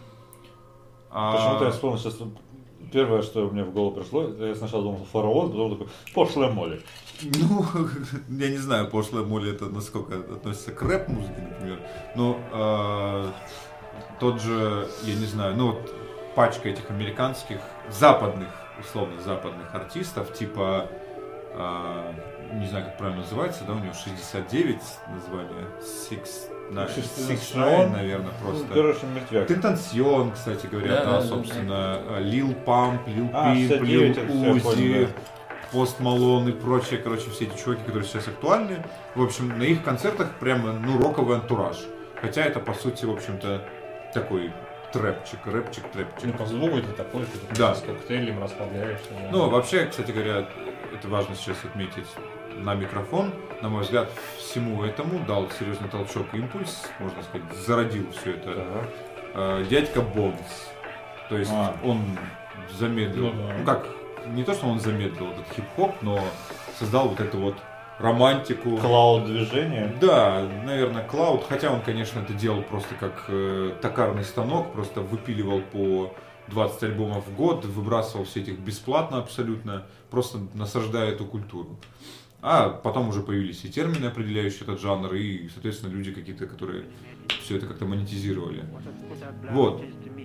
А- Почему-то я вспомнил сейчас, первое, что мне в голову пришло, это я сначала думал фараон, потом такой, пошлая Молли. Ну, я не знаю, пошлая Молли это насколько относится к рэп-музыке, например. Но э, тот же, я не знаю, ну вот пачка этих американских, западных, условно западных артистов, типа, э, не знаю, как правильно называется, да, у него шестьдесят девять название, Six, да, Six Six Nine, Nine, наверное, просто. Ну, короче, мертвяк. Тентансион, кстати говоря, Да, да, да, да, собственно, Lil Pump, Lil А, Peep, шестьдесят Lil девять, это всё я понял, Uzi, да. Post Malone и прочие, короче, все эти чуваки, которые сейчас актуальны. В общем, на их концертах прямо, ну, роковый антураж. Хотя это, по сути, в общем-то, такой трэпчик, рэпчик, трэпчик. Ну, по звуку это такой, что ты Да. с коктейлем расслабляешься. да. Ну, вообще, кстати говоря, это важно сейчас отметить на микрофон. На мой взгляд, всему этому дал серьезный толчок и импульс, можно сказать, зародил все это. Так. Э, дядька Бонс. То есть А. он замедлил, Ну да. ну как, не то, что он замедлил этот хип-хоп, но создал вот эту вот романтику. Клауд-движение. Да, наверное, Клауд, хотя он, конечно, это делал просто как э, токарный станок, просто выпиливал по двадцать альбомов в год, выбрасывал все этих бесплатно абсолютно, просто насаждая эту культуру. А потом уже появились и термины, определяющие этот жанр, и, соответственно, люди какие-то, которые все это как-то монетизировали. Вот.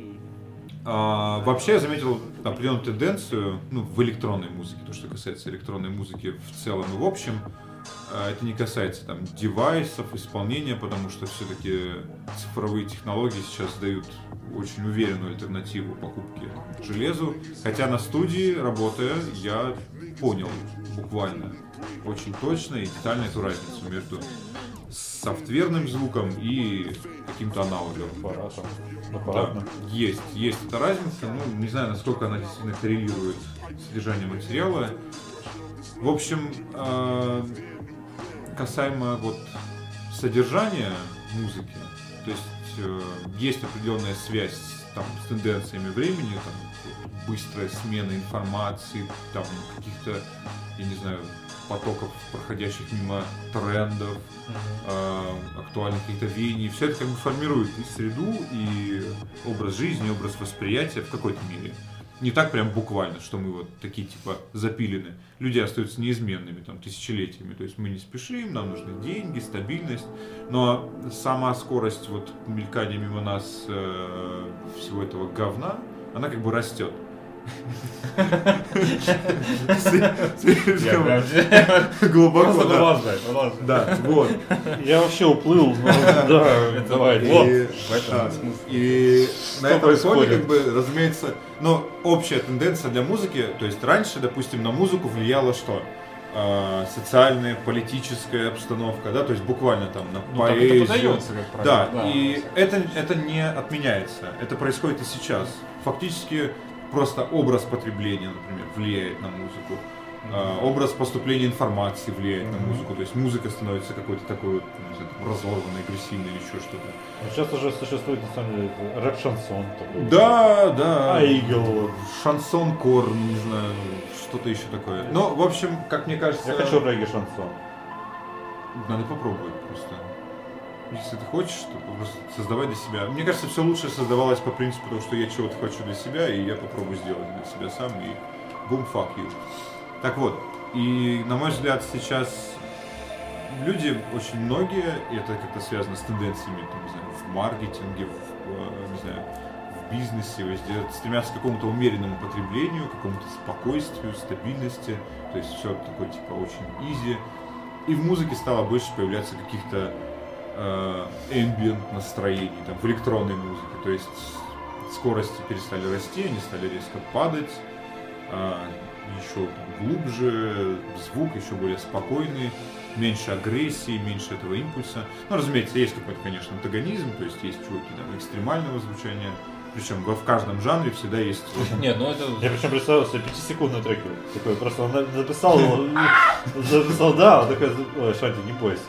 А, вообще я заметил определенную тенденцию, ну, в электронной музыке, то, что касается электронной музыки в целом и в общем. А, это не касается там девайсов, исполнения, потому что все-таки цифровые технологии сейчас дают очень уверенную альтернативу покупке железу. Хотя на студии, работая, я понял буквально очень точно и детально эту разницу между софтверным звуком и каким-то аналогом. Аппаратом. Да, Аппаратно. есть, есть эта разница, ну, не знаю, насколько она действительно коррелирует с содержанием материала. В общем, э, касаемо вот содержания музыки, то есть э, есть определенная связь там, с тенденциями времени, там, быстрая смена информации, там, каких-то, я не знаю, потоков, проходящих мимо трендов, э, актуальных каких-то веяний. Все это как бы формирует и среду, и образ жизни, образ восприятия в какой-то мере. Не так прям буквально, что мы вот такие типа запилены. Люди остаются неизменными там тысячелетиями. То есть мы не спешим, нам нужны деньги, стабильность. Но сама скорость вот мелькания мимо нас э, всего этого говна, она как бы растет. Глубоко, Просто да. продолжай, продолжай. Да, вот. Я вообще уплыл, но да, давай. Вот. И, в этом а, смысл. и на этом происходит? фоне, как бы, разумеется, но общая тенденция для музыки, то есть раньше, допустим, на музыку влияло что? А, социальная, политическая обстановка, да, то есть буквально там на Ну, так это поэзию. подается, как правило. Да, и это, это не отменяется, это происходит и сейчас. Фактически просто образ потребления, например, влияет на музыку. А, образ поступления информации влияет на музыку, то есть музыка становится какой-то такой вот, не знаю, там, разорванной, агрессивной или еще что-то. Сейчас уже существует, на самом деле, рэп-шансон такой. Да, да. А игл. Шансон корн, не знаю, что-то еще такое. Но, в общем, как мне кажется... Я хочу регги-шансон. Надо попробовать просто. Если ты хочешь, то просто создавай для себя. Мне кажется, все лучше создавалось по принципу того, что я чего-то хочу для себя, и я попробую сделать для себя сам, и boom, fuck you. Так вот, и на мой взгляд, сейчас люди, очень многие, и это как-то связано с тенденциями, там, не знаю, в маркетинге, в, не знаю, в бизнесе, везде, стремятся к какому-то умеренному потреблению, к какому-то спокойствию, стабильности, то есть все такое, типа, очень easy. И в музыке стало больше появляться каких-то ambient настроений, там, в электронной музыке, то есть скорости перестали расти, они стали резко падать, еще глубже, звук еще более спокойный, меньше агрессии, меньше этого импульса. Ну, разумеется, есть какой-то, конечно, антагонизм, то есть есть чуваки там экстремального звучания, причем в каждом жанре всегда есть... Нет, ну это... Я причем представил себе пятисекундный трек. Такой, просто он написал его, записал, да, он такой, ой, Шанти, не бойся.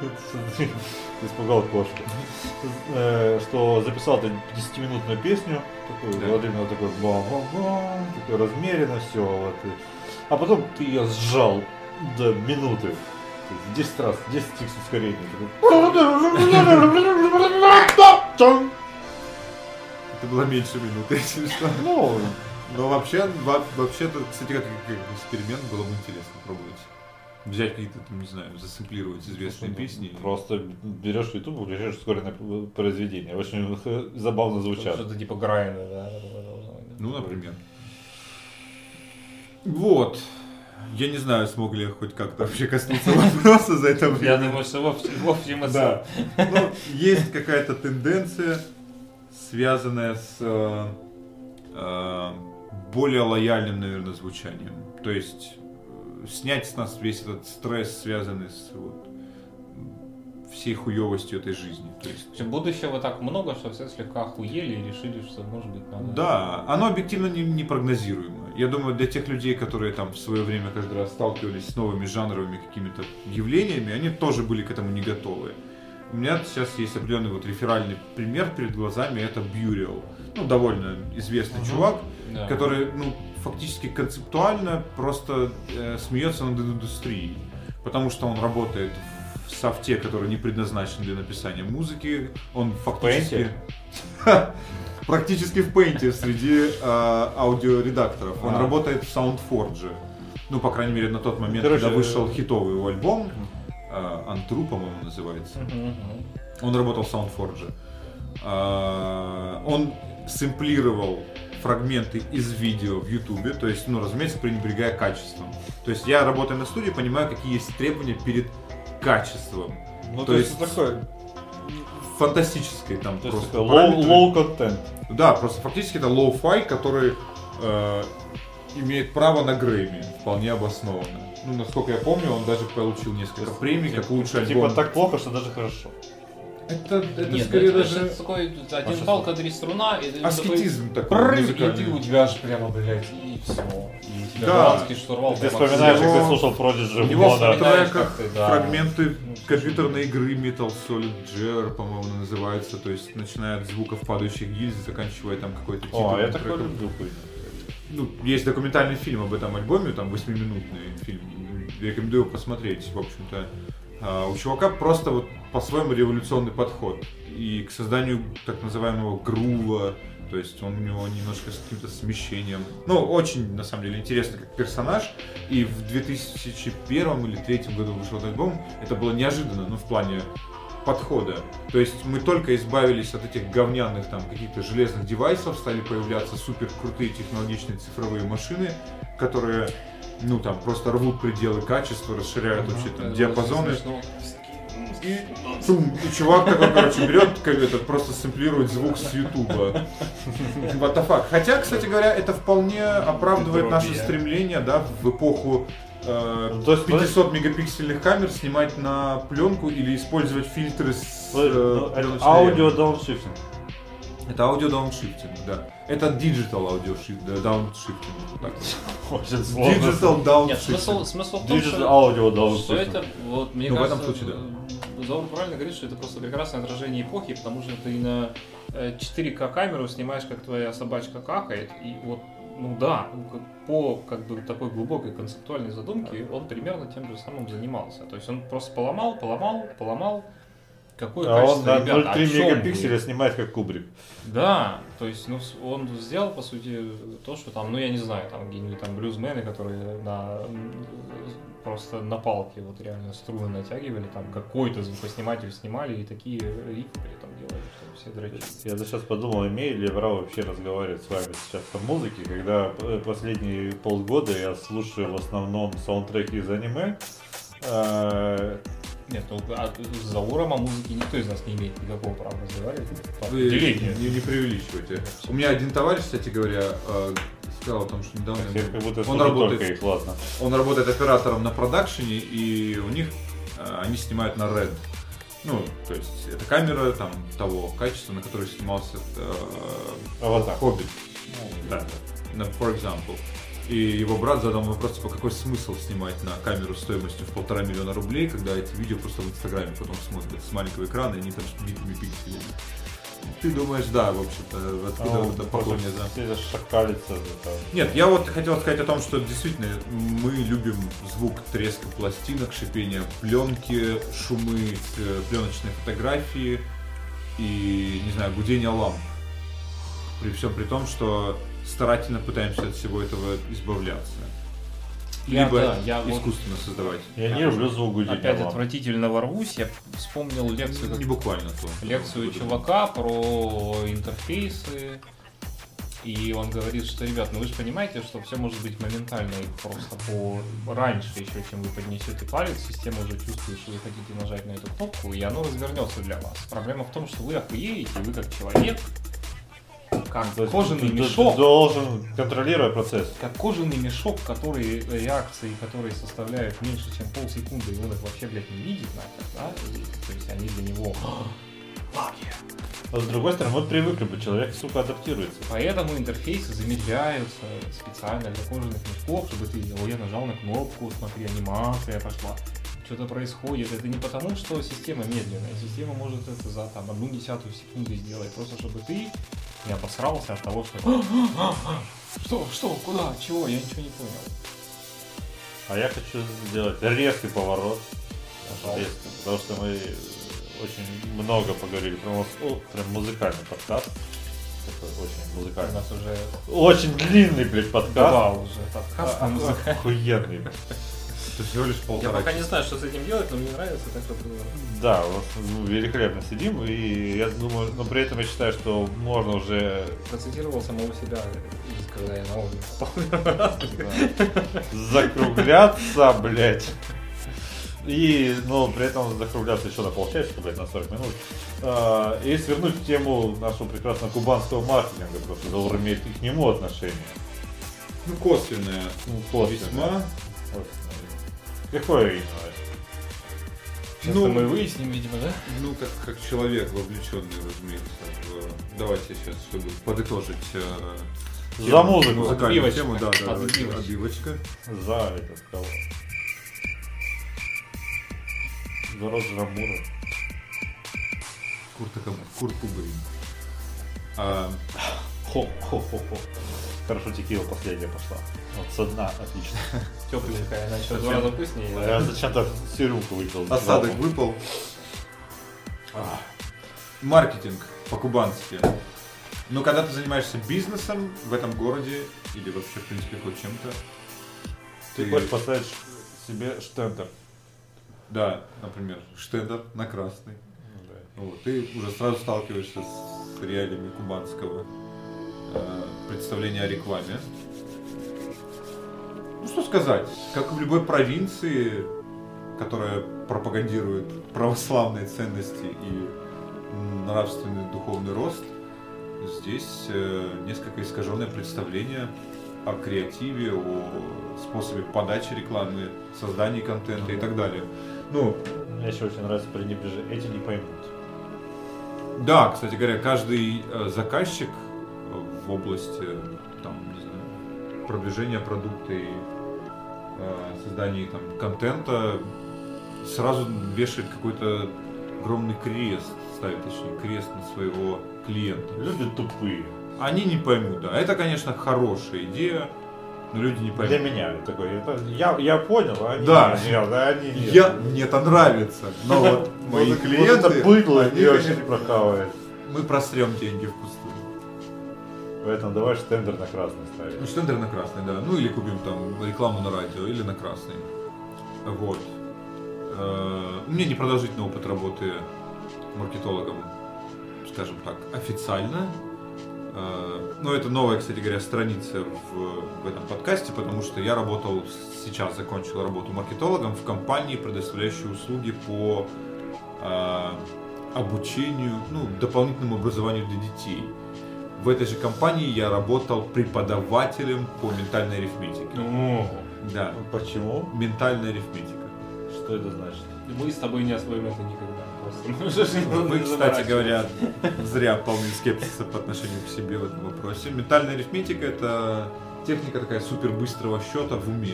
Испугал кошку. Что записал ты десятиминутную песню, такую, Да. вот именно такой бам-бам-бам, такой размеренно, все. Вот. А потом ты ее сжал до минуты. То есть десять раз, десять икс ускорений. Такой. Это было меньше минуты, если что. Ну, Но вообще, во- вообще-то, кстати, как, как эксперимент было бы интересно пробовать. Взять какие-то, там, не знаю, засэмплировать известные песни. просто берешь YouTube, включаешь ускоренное произведение. Очень забавно звучат. Что-то типа Грайна, да? Ну, например. Вот. Я не знаю, смог ли я хоть как-то вообще коснуться вопроса за это время. Я думаю, что в общем, в общем и Да. Ну, есть какая-то тенденция, связанная с э, э, более лояльным, наверное, звучанием. То есть э, снять с нас весь этот стресс, связанный с вот, всей хуёвостью этой жизни. То есть... Будущего так много, что все слегка охуели и решили, что может быть надо... Да, оно объективно не, не прогнозируемо. Я думаю, для тех людей, которые там в свое время каждый раз сталкивались с новыми жанровыми какими-то явлениями, они тоже были к этому не готовы. У меня сейчас есть определенный вот реферальный пример перед глазами, это Burial. Ну, довольно известный uh-huh. чувак, да. который, ну, фактически концептуально просто э, смеется над индустрией. Потому что он работает в софте, который не предназначен для написания музыки. Он фактически... Практически в Paint среди э, аудиоредакторов. Он а. работает в SoundForge. Ну, по крайней мере, на тот момент, Короче, когда вышел хитовый его альбом. Антру, по-моему, называется. Uh-huh. Он работал в SoundForge. Uh, он сэмплировал фрагменты из видео в Ютубе, то есть, ну, разумеется, пренебрегая качеством. То есть я, работая на студии, понимаю, какие есть требования перед качеством. Ну, то, то есть, есть такое фантастическое там то просто low, low content. Да, просто фактически это low-fi, который э, имеет право на Грэмми, вполне обоснованно. Ну, насколько я помню, он даже получил несколько премий, типа, как лучший альбом. Типа так плохо, что даже хорошо. Это, это Нет, скорее это, даже... Это такой один палка, три струна. И аскетизм такой, такой музыкальный. И ты у тебя аж прямо, блядь, и все. И у тебя да. голландский штурвал. Ты вспоминаешь, как ты слушал Prodigy. У него в треках да. фрагменты компьютерной игры Metal Solid Gear, по-моему, называется. То есть, начиная от звуков падающих гильз, заканчивая там какой-то тип. О, я такой люблю. Ну, есть документальный фильм об этом альбоме, там восьмиминутный фильм. Рекомендую посмотреть, в общем-то. А, у чувака просто вот по-своему революционный подход и к созданию так называемого грува, то есть он у него немножко с каким-то смещением. Ну, очень, на самом деле, интересно как персонаж. И в две тысячи первом или две тысячи третьем году вышел этот альбом. Это было неожиданно, ну, в плане подхода. То есть мы только избавились от этих говняных там каких-то железных девайсов, стали появляться супер крутые технологичные цифровые машины, которые, ну, там просто рвут пределы качества, расширяют mm-hmm. вообще там диапазоны. И, шум, и чувак такой, короче, берет, как этот, просто сэмплирует звук с Ютуба. What the fuck. Хотя, кстати говоря, это вполне оправдывает наше стремление, да, в эпоху э, пятисот мегапиксельных камер снимать на пленку или использовать фильтры с э, пленочной аудио дауншифтинг. Это аудио дауншифтинг, да. Это digital аудио дауншифтинг. Очень сложно. Digital дауншифтинг. Нет, смысл, смысл в том, digital что, аудио дауншифтинг. что это, вот, мне ну, кажется, в этом случае, да. Заур правильно говорит, что это просто прекрасное отражение эпохи, потому что ты на четыре ка камеру снимаешь, как твоя собачка какает, и вот, ну да, по как бы такой глубокой концептуальной задумке он примерно тем же самым занимался. То есть он просто поломал, поломал, поломал. Какое а он на ребята, ноль целых три мегапикселя снимает как Кубрик. Да, то есть ну, он сделал, по сути, то, что там, ну я не знаю, там какие-нибудь там блюзмены, которые на, просто на палке вот реально струны натягивали, там какой-то звукосниматель снимали и такие рифы при этом делали, что все дрочили. Я сейчас подумал, имеет ли Вра вообще разговаривать с вами сейчас о музыке, когда последние полгода я слушаю в основном саундтреки из аниме. Нет, ну а с Зауром о музыке никто из нас не имеет никакого права разговаривать. Вы не, не преувеличивайте. У меня один товарищ, кстати говоря, сказал о том, что недавно как будто он работает, их, ладно. он работает оператором на продакшене, и у них они снимают на Red. Ну, то есть это камера там того качества, на которой снимался Аватар. Хоббит. Да, for example. И его брат задал вопрос, типа, какой смысл снимать на камеру стоимостью в полтора миллиона рублей, когда эти видео просто в Инстаграме потом смотрят с маленького экрана, и они там с битыми пикселями. Ты думаешь, да, в общем-то, откуда а, это поклоние, да? Все шакалится. Нет, я вот хотел сказать о том, что действительно мы любим звук треска пластинок, шипения пленки, шумы пленочной фотографии и, не знаю, гудение ламп. При всем при том, что старательно пытаемся от всего этого избавляться. Я, Либо да, я искусственно вот, создавать. Я не люблю звук гудения. Опять ламп. отвратительно ворвусь, я вспомнил лекцию, не буквально то. лекцию чувака про интерфейсы И он говорит, что, ребят, ну вы же понимаете, что все может быть моментально и просто по раньше еще, чем вы поднесете палец, система уже чувствует, что вы хотите нажать на эту кнопку, и оно развернется для вас. Проблема в том, что вы охуеете, вы как человек, как То есть кожаный ты- ты мешок, должен контролировать процесс. как кожаный мешок, который реакции, которые составляют меньше, чем полсекунды, и он их вообще, блядь, не видит нахер, да? И, то есть они для него магия. Но с другой стороны, мы привыкли бы, человек, сука, адаптируется. Поэтому интерфейсы замедляются специально для кожаных мешков, чтобы ты, о, я нажал на кнопку, смотри, анимация пошла. Что-то происходит. Это не потому, что система медленная. Система может это за там, одну десятую секунды сделать, просто чтобы ты не обосрался от того, что что, что, куда, чего, я ничего не понял. А я хочу сделать резкий поворот. Пожалуйста. Резко, потому что мы очень много поговорили про муз... О, прям музыкальный подкаст. Такой очень У музыкальный. нас уже Очень длинный, блядь, подкаст. два уже подкаст А, на музыке. Охуенный. Это всего лишь Я полтора пока не часа. знаю, что с этим делать, но мне нравится, так что было. Да, вот мы великолепно сидим, и я думаю, но при этом я считаю, что можно уже Процитировал самого себя, когда я на улице попал. закругляться, блядь. И, ну, при этом закругляться еще на полчасика, блядь, на сорок минут. А, и свернуть тему нашего прекрасного кубанского маркетинга, потому что доллар имеет к нему отношение. Ну, косвенное. Ну, косвенно. Весьма. Какое именно? Сейчас Ну, мы выясним, видимо, да? Ну, как, как человек, вовлеченный, разумеется, в... Давайте сейчас, чтобы подытожить э, За тему, музыку. музыкальную Отбивочка. тему, да, да, давайте, Отбивочка. отбивочка. За этот кого? За Роджера Мура. Курта Коб- Курт Кобейн. А, Хо-хо-хо-хо. Хорошо, текила последняя пошла. Вот со дна, отлично. Тепленькая, она еще в два раза вкуснее. да? Я зачем-то всю рюмку выпил. осадок выпал. А, маркетинг по-кубански. Ну, когда ты занимаешься бизнесом в этом городе, или вообще, в принципе, хоть чем-то, Ты хочешь поставить себе штендер. Да, например, штендер на красный. Вот, ты уже сразу сталкиваешься с реалиями кубанского э, представления о рекламе. Ну что сказать, как и в любой провинции, которая пропагандирует православные ценности и нравственный духовный рост, здесь э, несколько искаженное представление о креативе, о способе подачи рекламы, создании контента и так далее. Ну, Мне еще очень нравится пренебрежение. Эти не поймут. да, кстати говоря, каждый э, заказчик э, в области там, не знаю, продвижения продукта и э, создания там, контента сразу вешает какой-то огромный крест, ставит точнее крест на своего клиента. Люди тупые. Они не поймут, да. Это, конечно, хорошая идея, но люди не поймут. Для меня такой. Это, я, я понял, а они Да. нет, а они нет. Я, мне это нравится, но вот мои Вот клиенты, это быдло они, не очень конечно, прохавает. мы просрем деньги впустую. Поэтому давай штендер на красный Ну, ставить. штендер на красный, да. Ну или купим там рекламу на радио, или на красный. Вот. Э, У меня непродолжительный опыт работы маркетологом, скажем так, официально. Э, Но это новая, кстати говоря, страница в, в этом подкасте, потому что я работал, сейчас закончил работу маркетологом в компании, предоставляющей услуги по э, обучению, ну, дополнительному образованию для детей. В этой же компании я работал преподавателем по ментальной арифметике. Ну, Да, Почему? ментальная арифметика. Что это значит? мы с тобой не освоим это никогда. Просто можешь не Вы, кстати заморачиваться. говоря, зря полны скепсиса по отношению к себе в этом вопросе. Ментальная арифметика – это техника такая супербыстрого счета в уме.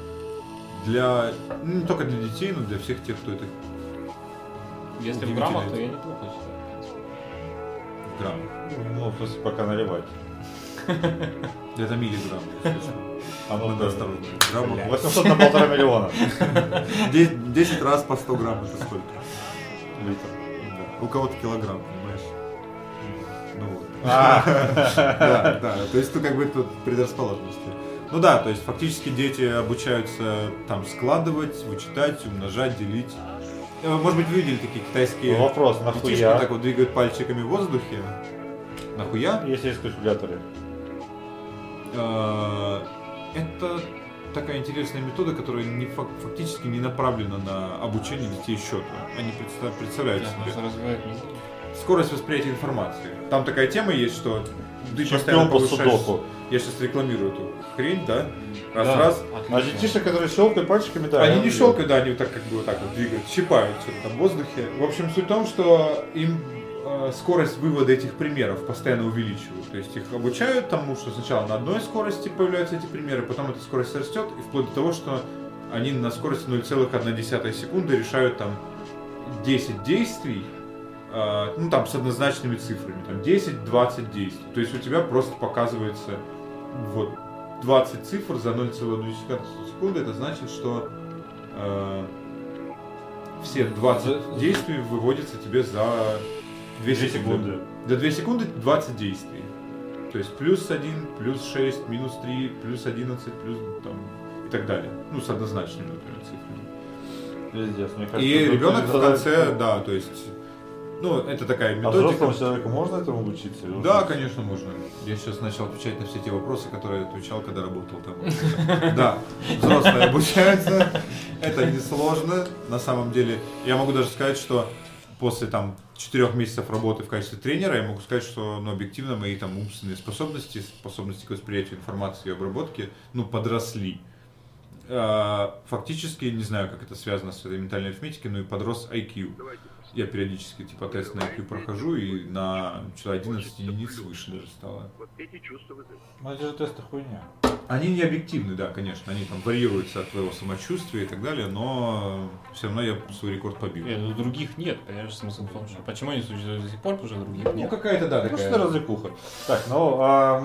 Для, ну, не только для детей, но для всех тех, кто это Если в удивительно. граммах, то я неплохо читаю. грамм. Ну, то есть пока наливать. Это миллиграмм, если что. А ну, Надо да. осторожно. Грамм. Бля. восемьсот на полтора миллиона. десять раз по сто грамм это сколько? Литр. Да. У кого-то килограмм, понимаешь? Ну вот. А, Да, да, то есть, ну, как бы тут предрасположенности. Ну да, то есть, фактически дети обучаются там складывать, вычитать, умножать, делить. Э, Может быть, вы видели такие китайские Вопрос, детишки, нахуя? вот так вот двигают пальчиками в воздухе. Нахуя? Если есть калькуляторы. э, это такая интересная метода, которая не фак- фактически не направлена на обучение детей счету. Они представ- представляют себе скорость восприятия информации. Там такая тема есть, что ты постоянно повышаешь... Я сейчас рекламирую эту хрень, да? Раз-раз. Да. А детишек, которые щелкают пальчиками, да. Они не щелкают, да, они вот так как бы вот так вот двигают, щипают что-то там в воздухе. В общем, суть в том, что им э, скорость вывода этих примеров постоянно увеличивают. То есть их обучают тому, что сначала на одной скорости появляются эти примеры, потом эта скорость растет, и вплоть до того, что они на скорости ноль целых одна десятая секунды решают там десять действий, э, ну там с однозначными цифрами, там десять-двадцать действий. То есть у тебя просто показывается вот двадцать цифр за ноль целых одна десятая секунды, это значит, что э, все двадцать действий выводятся тебе за две секунды. За две секунды двадцать действий. То есть плюс один, плюс шесть, минус три, плюс одиннадцать, плюс там и так далее. Ну, с однозначными, например, цифрами. Пиздец, мне кажется, и ребенок в конце, это... да, то есть, ну, это такая А методика. взрослому человеку можно этому учиться? Да, конечно, можно. Я сейчас начал отвечать на все те вопросы, которые я отвечал, когда работал там. Да, взрослые обучаются, это несложно, на самом деле. Я могу даже сказать, что после там четырех месяцев работы в качестве тренера, я могу сказать, что, ну, объективно мои там умственные способности, способности к восприятию информации и обработке, ну, подросли. Фактически, не знаю, как это связано с этой ментальной арифметикой, но и подрос ай кью. Я периодически типа тест на ай кью прохожу, и на одиннадцать единиц выше даже стало. Ну это же тесты хуйня. Они не объективны, да, конечно, они там варьируются от твоего самочувствия и так далее, но все равно я свой рекорд побил. Нет, ну, других нет, понимаешь, смысл в том, что почему они существуют до сих пор, уже других Ну нет. какая-то, да, Ну такая. что развлекуха. Так, ну, а,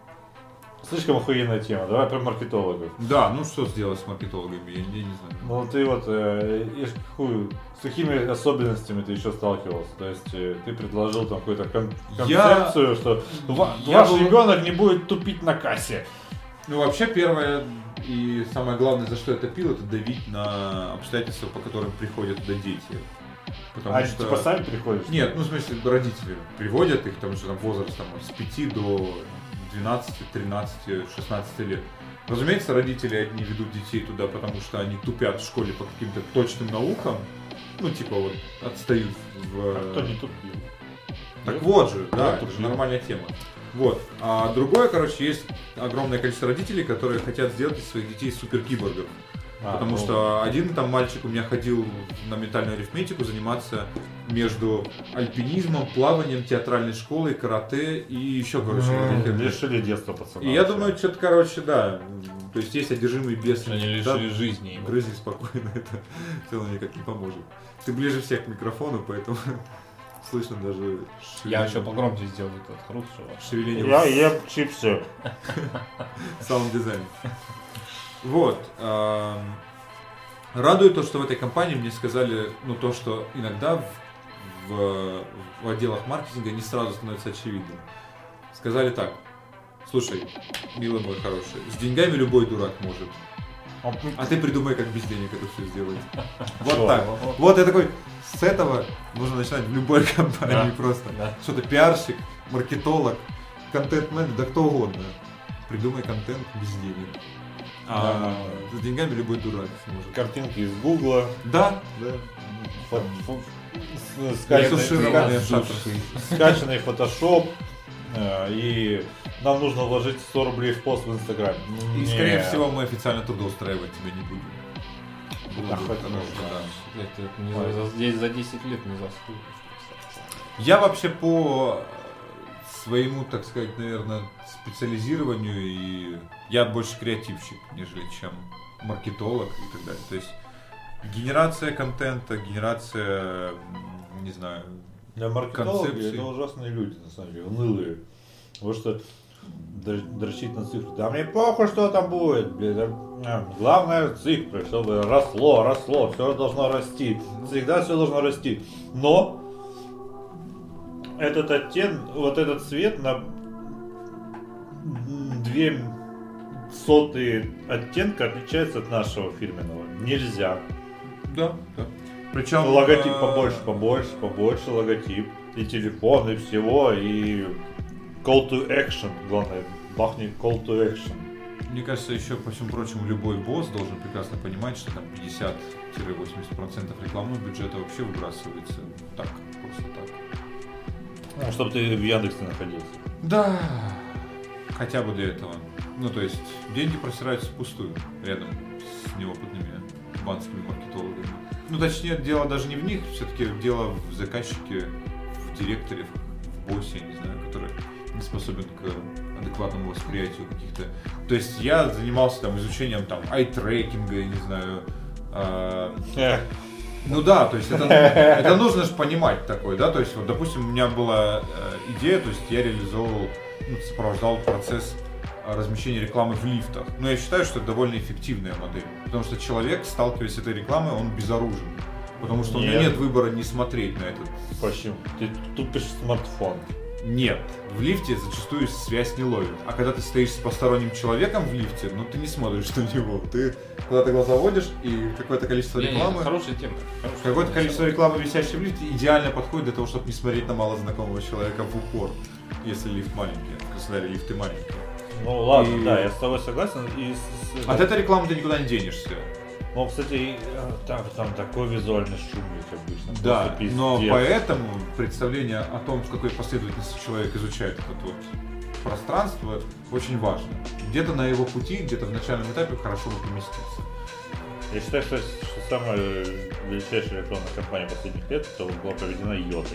слишком охуенная тема, давай про маркетологов. Да, ну что сделать с маркетологами, я, я не знаю. Ну ты вот, э, и какую, с какими особенностями ты еще сталкивался? То есть э, ты предложил там какую-то кон- концепцию, Я... что ва- Я ваш был- ребенок не будет тупить на кассе. Ну вообще первое и самое главное, за что я топил, это давить на обстоятельства, по которым приходят туда дети. Потому А что... типа сами приходишь? Нет, ну в смысле родители приводят их, потому что там возраст там, с пяти до двенадцати, тринадцати, шестнадцати лет. Разумеется, родители не ведут детей туда, потому что они тупят в школе по каким-то точным наукам. Ну, типа вот отстают в... А кто не тупил? Так Нет? вот же, Да, да, это тупил. же нормальная тема. Вот. А другое, короче, есть огромное количество родителей, которые хотят сделать из своих детей суперкиборгов. А, Потому ну, что один там мальчик у меня ходил на ментальную арифметику заниматься между альпинизмом, плаванием, театральной школой, карате и еще, короче, м, каких-то- лишили детства пацана. И я вообще. думаю, что-то, короче, да. То есть есть одержимые бесы. Что они лишили жизни его. Грызи спокойно, это все равно никак не поможет. Ты ближе всех к микрофону, поэтому слышно даже Я еще погромче сделаю этот хруст, что ваш. шевеление Я ем чипсы. саунд-дизайн. Вот. эм, Радует то, что в этой компании мне сказали, ну, то, что иногда в, в, в отделах маркетинга не сразу становится очевидным. Сказали так: слушай, милый мой хороший, с деньгами любой дурак может. А ты придумай, как без денег это все сделать. Вот Что? так. Вот я такой, с этого нужно начинать в любой компании Да. просто. Да. Что ты пиарщик, маркетолог, контент-менеджер, да кто угодно. Придумай контент без денег. А с деньгами любой дурак сможет. Картинки из Гугла. Да, да. Фо- фо- с- скачанный- Ресурсированные ска- шатры. Скачанный фотошоп. э, И нам нужно вложить сто рублей в пост в Инстаграме. И, Не. скорее всего, мы официально трудоустраивать тебя не будем. Было Да, бы хоть хорошо, можно. да. Это не за, за- здесь за десять лет не заслужишь. Я вообще по своему, так сказать, наверное, специализированию, и я больше креативщик, нежели чем маркетолог и так далее. То есть генерация контента, генерация, м, не знаю, Для маркетологов концепции. это ужасные люди, на самом деле, унылые. Потому что др- дрочить на цифры. Да мне похуй, что там будет, блин. да, а, Главное цифры, чтобы росло, росло, все должно расти. Всегда все должно расти. Но этот оттенок, вот этот цвет на две сотые оттенка отличается от нашего фирменного. Нельзя. да, да. Причем Логотип э, побольше, побольше, побольше логотип. И телефон, и всего, и call to action, главное, бахни call to action. Мне кажется, еще, по всему прочему, любой босс должен прекрасно понимать, что там пятьдесят-восемьдесят процентов рекламного бюджета вообще выбрасывается так, просто так. Ну, чтобы ты в Яндексе находился. Да, хотя бы для этого. Ну, то есть, деньги просираются впустую рядом с неопытными банковскими маркетологами. Ну, точнее, дело даже не в них, все-таки дело в заказчике, в директоре, в боссе, я не знаю, который не способен к адекватному восприятию каких-то. То есть я занимался там изучением там ай-трекинга, я не знаю. Э, ну да, то есть это, это нужно же понимать такое, да, то есть вот, допустим, у меня была э, идея, то есть я реализовывал, ну, сопровождал процесс размещения рекламы в лифтах. Но я считаю, что это довольно эффективная модель, потому что человек, сталкиваясь с этой рекламой, он безоружен. Потому что нет. У него нет выбора не смотреть на этот. Почему? Ты тупишь смартфон. Нет, в лифте зачастую связь не ловит. А когда ты стоишь с посторонним человеком в лифте, ну ты не смотришь на него. Ты куда-то глаза водишь, и какое-то количество рекламы. Не, хорошая тема. Хорошая какое-то тема. количество рекламы, висящей в лифте, идеально подходит для того, чтобы не смотреть на малознакомого человека в упор. Если лифт маленький. В Краснодаре лифты маленькие. Ну ладно, и... да, я с тобой согласен. И с... От этой рекламы ты никуда не денешься. Ну, кстати, там, там такой визуальный шум обычно. Да, но поэтому представление о том, в какой последовательности человек изучает это вот пространство, очень важно. Где-то на его пути, где-то в начальном этапе хорошо бы поместиться. Я считаю, что, что самая величайшая рекламная кампания последних лет это была проведена Йотой.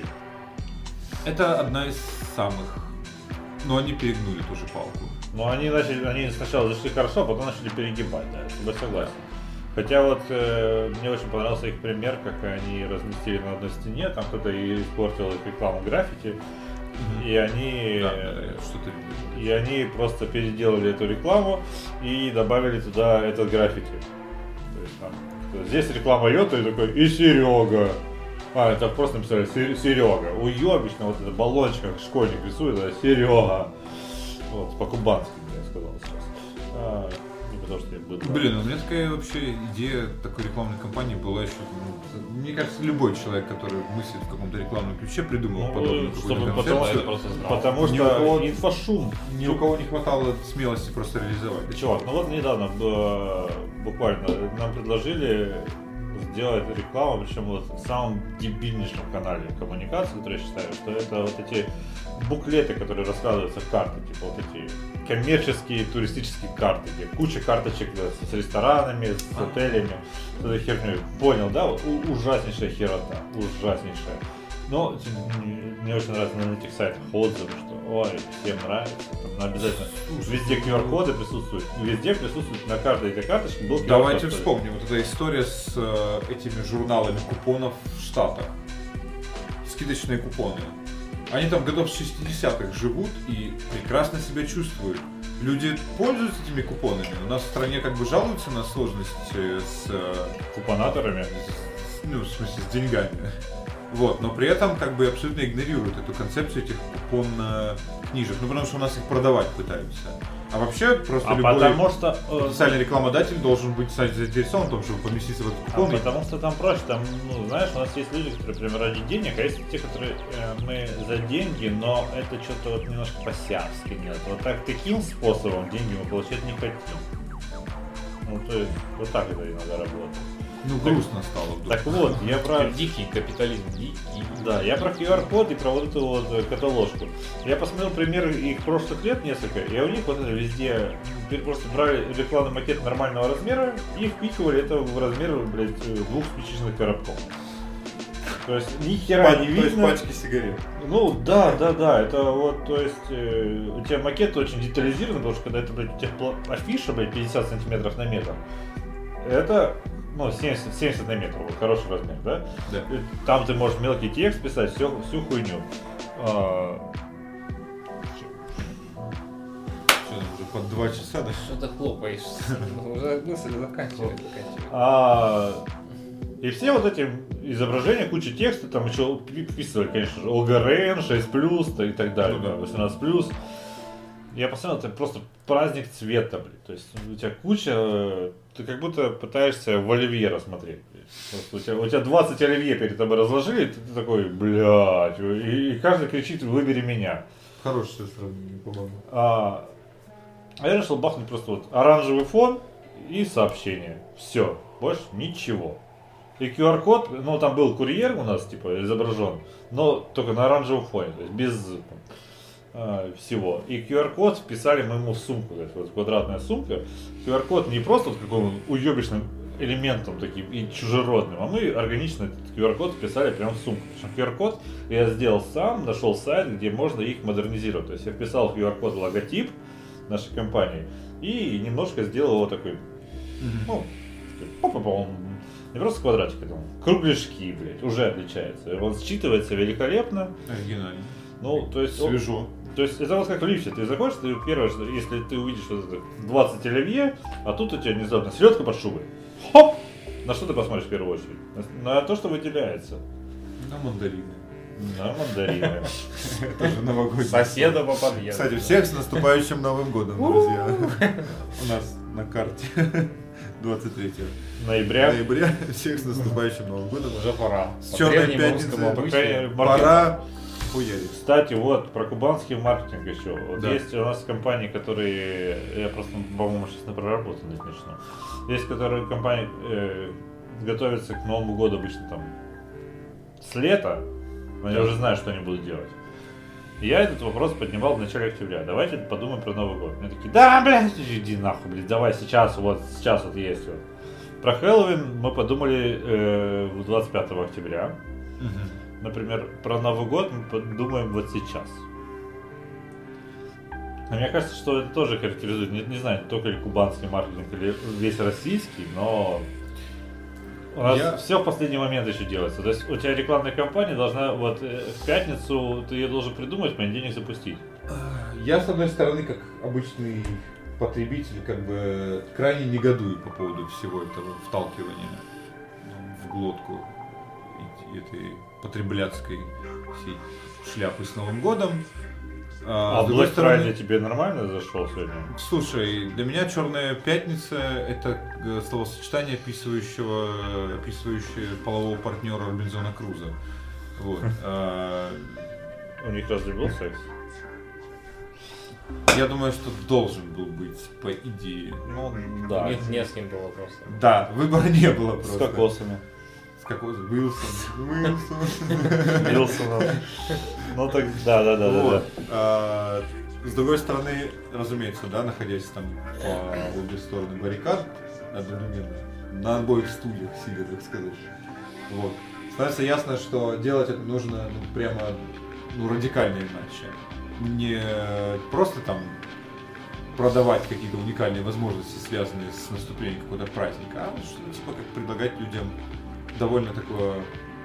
Это одна из самых. Но они перегнули ту же палку. Но они начали, они сначала зашли хорошо, а потом начали перегибать, да, я с тобой согласен. Хотя вот э, мне очень понравился их пример, как они разместили на одной стене, там кто-то испортил их рекламу граффити, mm-hmm. и они да, да, да, что-то... и они просто переделали эту рекламу и добавили туда этот граффити. То есть там здесь реклама Йота и такой и Серега. А, это просто написали Серега. У Ё обычно вот это баллончик, как школьник рисует, это Серега. Вот, по-кубански, я сказал сейчас. А, не потому что я был. Блин, у меня такая вообще идея такой рекламной кампании была еще. Ну, мне кажется, любой человек, который мыслит в каком-то рекламном ключе, придумал ну, подобную какую-то концепцию. Потому, потому что кого, инфошум. Ни у кого не хватало смелости просто реализовать. Да, чувак, ну вот недавно буквально нам предложили сделать рекламу, причем вот в самом дебильнейшем канале коммуникации, который я считаю, что это вот эти буклеты, которые раскладываются в карты, типа вот эти коммерческие туристические карты, где куча карточек с ресторанами, с отелями, с этой херней. Понял, да? Вот ужаснейшая херота, ужаснейшая. Но мне очень нравится на этих сайтах отзывы, что ой, всем нравится, там обязательно везде ку ар-коды присутствуют, везде присутствует на каждой этой карточке был ку ар-код. Давайте вспомним, вот эта история с э, этими журналами купонов в Штатах, скидочные купоны. Они там годов с шестидесятых живут и прекрасно себя чувствуют. Люди пользуются этими купонами. У нас в стране как бы жалуются на сложности с э, купонаторами, с, ну, в смысле, с деньгами. Вот, но при этом как бы абсолютно игнорируют эту концепцию этих купон-книжек, ну потому что у нас их продавать пытаются. А вообще просто а любой потому что, потенциальный рекламодатель должен быть заинтересован в том, чтобы поместиться в этот купон. А потому что там проще, там, ну знаешь, у нас есть люди, которые прям ради денег, а есть те, которые э, мы за деньги, но это что-то вот немножко по-сявски нет. Вот так, таким способом деньги мы получать не хотим. Ну то есть вот так это иногда работает. Ну, грустно стало вдруг. Так вот, я про... Дикий капитализм, дикий. Да, я про ку ар-код и про вот эту вот каталожку. Я посмотрел примеры их прошлых лет несколько, и у них вот это везде просто брали рекламный макет нормального размера и впихивали это в размер, блядь, двух спичечных коробков. То есть ни хера не видно. То есть пачки сигарет. Ну да, да, да, это вот, то есть э, у тебя макет очень детализирован, потому что когда это, блядь, у тебя афиша, блядь, пятьдесят сантиметров на метр, это... Ну, семьдесят, семьдесят на метр, вот хороший размер, да? Да. Там ты можешь мелкий текст писать, всю, всю хуйню. А... Что, уже под два часа, да? Что ты хлопаешь? Уже мысль заканчивает. А... И все вот эти изображения, куча текста, там еще вписывали, конечно же, о гэ эр эн, шесть плюс и так далее, ну, да. восемнадцать плюс. Я посмотрел, это просто праздник цвета, блин. То есть у тебя куча, ты как будто пытаешься в оливье рассмотреть. У тебя, у тебя двадцать оливье перед тобой разложили, ты, ты такой, блядь, и, и каждый кричит, выбери меня. Хорошее сравнение, по-моему. А, А я решил бахнуть просто вот оранжевый фон и сообщение. Все, больше ничего. И ку ар код, ну там был курьер у нас типа изображен, но только на оранжевом фоне, то есть без э, всего. И ку ар код вписали мы ему в сумку, то есть вот квадратная сумка. ку ар код не просто вот каким уебищным элементом таким и чужеродным, а мы органично этот ку ар код вписали прямо в сумку. Причем ку ар код я сделал сам, нашел сайт, где можно их модернизировать. То есть я вписал в ку ар код логотип нашей компании и немножко сделал его такой, mm-hmm. ну, он не просто квадратик, это кругляшки, блядь, уже отличается. Он считывается великолепно. Оригинально. Ну, то есть... Свежо. Он, то есть это вот как в лифте. Ты заходишь, ты первое, что если ты увидишь вот это двадцать оливье, а тут у тебя внезапно селедка под шубой. Хоп! На что ты посмотришь в первую очередь? На, на то, что выделяется. На мандарины. На мандарины. Это же новогодний. Соседа по подъезду. Кстати, всех с наступающим Новым годом, друзья. У нас на карте двадцать третьего Ноября. ноября. Всех с наступающим Новым годом. Уже пора. С По черной древнему русскому пятницей. обычаю. Пора хуярить. Кстати, вот про кубанский маркетинг еще. Вот Да. есть у нас компании, которые, я просто, по-моему, сейчас на проработанных начну. Есть, которые компании э, готовятся к Новому году обычно там с лета, но они Да. уже знают, что они будут делать. И я этот вопрос поднимал в начале октября. Давайте подумаем про Новый год. Мне такие, да, блядь, иди нахуй, блядь, давай сейчас, вот сейчас вот есть вот. Про Хэллоуин мы подумали э, двадцать пятого октября. Например, про Новый год мы подумаем вот сейчас. А мне кажется, что это тоже характеризует, не, не знаю, только ли кубанский маркетинг или весь российский, но у нас Я- все в последний момент еще делается. То есть у тебя рекламная кампания должна вот э, в пятницу ты ее должен придумать, в понедельник запустить. Я, с одной стороны, как обычный потребитель, как бы крайне негодую по поводу всего этого вталкивания в глотку и- этой потребляцкой всей шляпы с Новым годом. А, с другой Black Friday тебе нормально зашел сегодня? Слушай, для меня Черная пятница это э, словосочетание, описывающего, описывающее полового партнера Робинзона Круза. Вот. А, У них разве был секс? Я думаю, что должен был быть, по идее. Ну, У да. них не с кем было просто. Да, выбора не было С просто. кокосами. С кокосом. Уилсон. Уилсон. Вилсоном. Ну так, да, да, да, да, Вот. да. А, С другой стороны, разумеется, да, находясь там по обе стороны баррикад, одновременно, на обоих стульях сидя, так сказать. Вот. Становится ясно, что делать это нужно ну, прямо ну, радикально иначе. Не просто там продавать какие-то уникальные возможности, связанные с наступлением какого-то праздника, а что-то типа как предлагать людям довольно такое,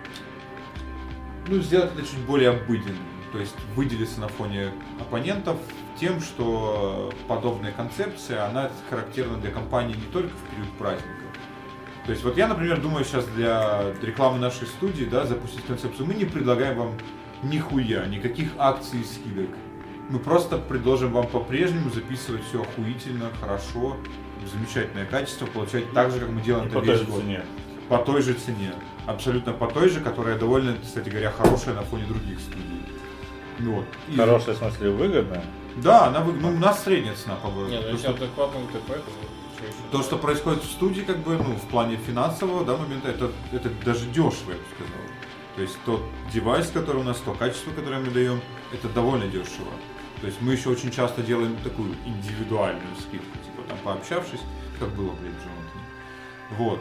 ну, сделать это чуть более обыденным. То есть выделиться на фоне оппонентов тем, что подобная концепция, она характерна для компании не только в период праздников. То есть вот я, например, думаю сейчас для рекламы нашей студии, да, запустить концепцию. Мы не предлагаем вам нихуя, никаких акций и скидок. Мы просто предложим вам по-прежнему записывать все охуительно, хорошо, замечательное качество, получать так же, как мы делаем И это по той весь же год. цене. По той же цене. Абсолютно по той же, которая довольно, кстати говоря, хорошая на фоне других студий. Ну вот. И- Хорошая, в смысле, выгодная. Да, она вы... ну, у нас средняя цена по городу. Не, ну То, если что... адекватный УТП, то что еще? то, что происходит в студии, как бы, ну, в плане финансового, да, момента, это, это даже дешево, я бы сказал. То есть тот девайс, который у нас, то качество, которое мы даем, это довольно дешево. То есть мы еще очень часто делаем такую индивидуальную скидку, типа там пообщавшись, как было, блядь, в Джонатане. Вот.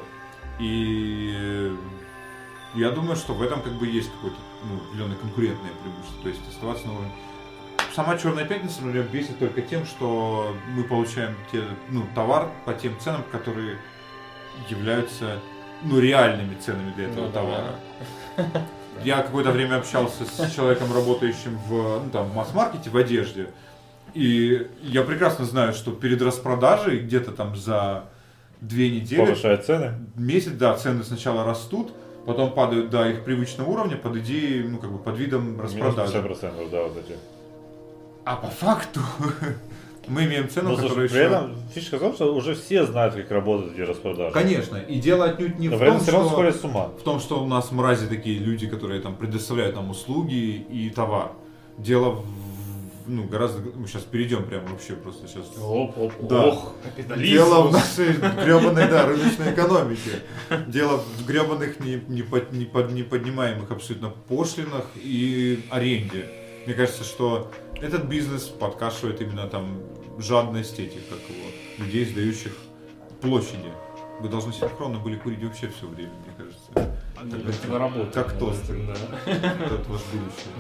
И я думаю, что в этом как бы есть какое-то ну, определенное конкурентное преимущество. То есть оставаться на уровне. Сама Черная пятница, например, бесит только тем, что мы получаем те, ну, товар по тем ценам, которые являются ну, реальными ценами для этого Ну, да. товара. Я какое-то время общался с человеком, работающим в, ну, там, в масс-маркете, в одежде. И я прекрасно знаю, что перед распродажей где-то там за две недели, Повышает цены. месяц, да, цены сначала растут, потом падают до их привычного уровня под идеей, ну, как бы под видом Минус распродажи. пятьдесят процентов, да, вот эти. А по факту мы имеем цену, Ну, слушай, которая при еще... этом фишка в том, что уже все знают, как работают эти распродажи. Конечно, и дело отнюдь не Но в при этом том, все равно что... сходят с ума. в том, что у нас мрази такие люди, которые там предоставляют нам услуги и товар. Дело в, ну, гораздо, мы сейчас перейдем прямо вообще просто сейчас. Оп, оп, Да. ох, капитализм. Дело в нашей гребаной, да, рыночной экономике. Дело в гребаных не, не, под, не, под, не поднимаемых абсолютно пошлинах и аренде. Мне кажется, что этот бизнес подкашивает именно там жадность этих, как его, людей, сдающих площади. Вы должны синхронно были курить вообще все время, мне кажется. На работу. Как тосты. Да. Это ваше будущее.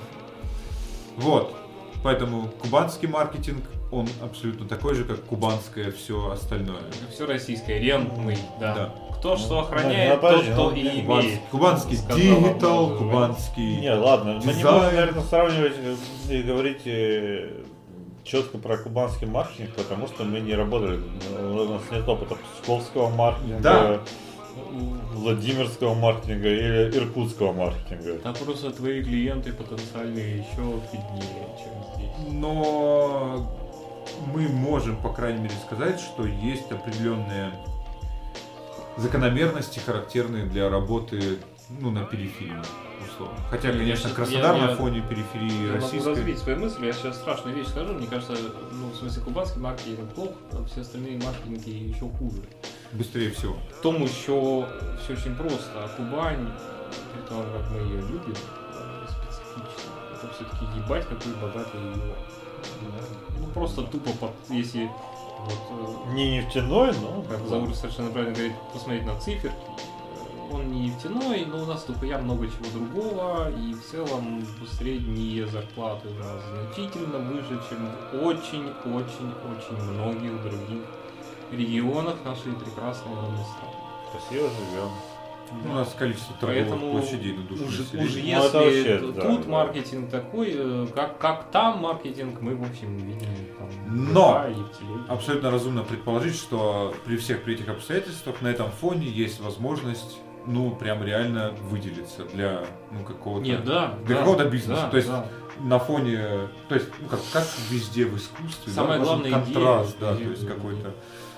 Вот. Поэтому кубанский маркетинг, он абсолютно такой же, как кубанское все остальное. Все российское, рентный, да. Да. Кто что Ну, охраняет, ну, тот, подожди, что ну, и имеет. Кубанский, кубанский Сказала диджитал, Базова. кубанский... Не, ладно, мы не дизайн. можем, наверное, сравнивать и говорить э, четко про кубанский маркетинг, потому что мы не работали, у нас нет опыта псковского маркетинга, Да. владимирского маркетинга или иркутского маркетинга. Там просто твои клиенты потенциальные еще беднее, чем здесь. Но мы можем, по крайней мере, сказать, что есть определенные закономерности, характерные для работы, ну, на периферии, условно. Хотя, Я конечно, щас- Краснодар я- на я- фоне периферии Я могу российской. развить свои мысли, я сейчас страшную вещь скажу, мне кажется, ну, в смысле, кубанский маркетинг плох, а все остальные маркетинги еще хуже. Быстрее всего. В том еще все очень просто, а Кубань, при том, как мы ее любим, э, специфично, это все-таки ебать какой богатый регион. Ну, просто тупо, под, если вот, э, Не нефтяной, но... как Заур совершенно правильно говорит, посмотреть на циферки. Он не нефтяной, но у нас дохуя много чего другого, и в целом средние зарплаты у нас значительно выше, чем в очень-очень-очень многих других регионах нашей прекрасной родной страны. Красиво живем. У нас количество торговых Поэтому площадей на душу уж, населения. уж Ну, если это вообще, т- да, тут да. маркетинг такой, э, как, как там маркетинг, мы в общем видим там Но! ВК и в телеге. Абсолютно разумно предположить, что при всех при этих обстоятельствах на этом фоне есть возможность, ну, прям реально выделиться для, ну, какого-то... Нет, да, для да, какого-то бизнеса. да, то есть да. на фоне, то есть, ну, как, как везде в искусстве, Самое да, важен главное, контраст, идея. да, то есть какой-то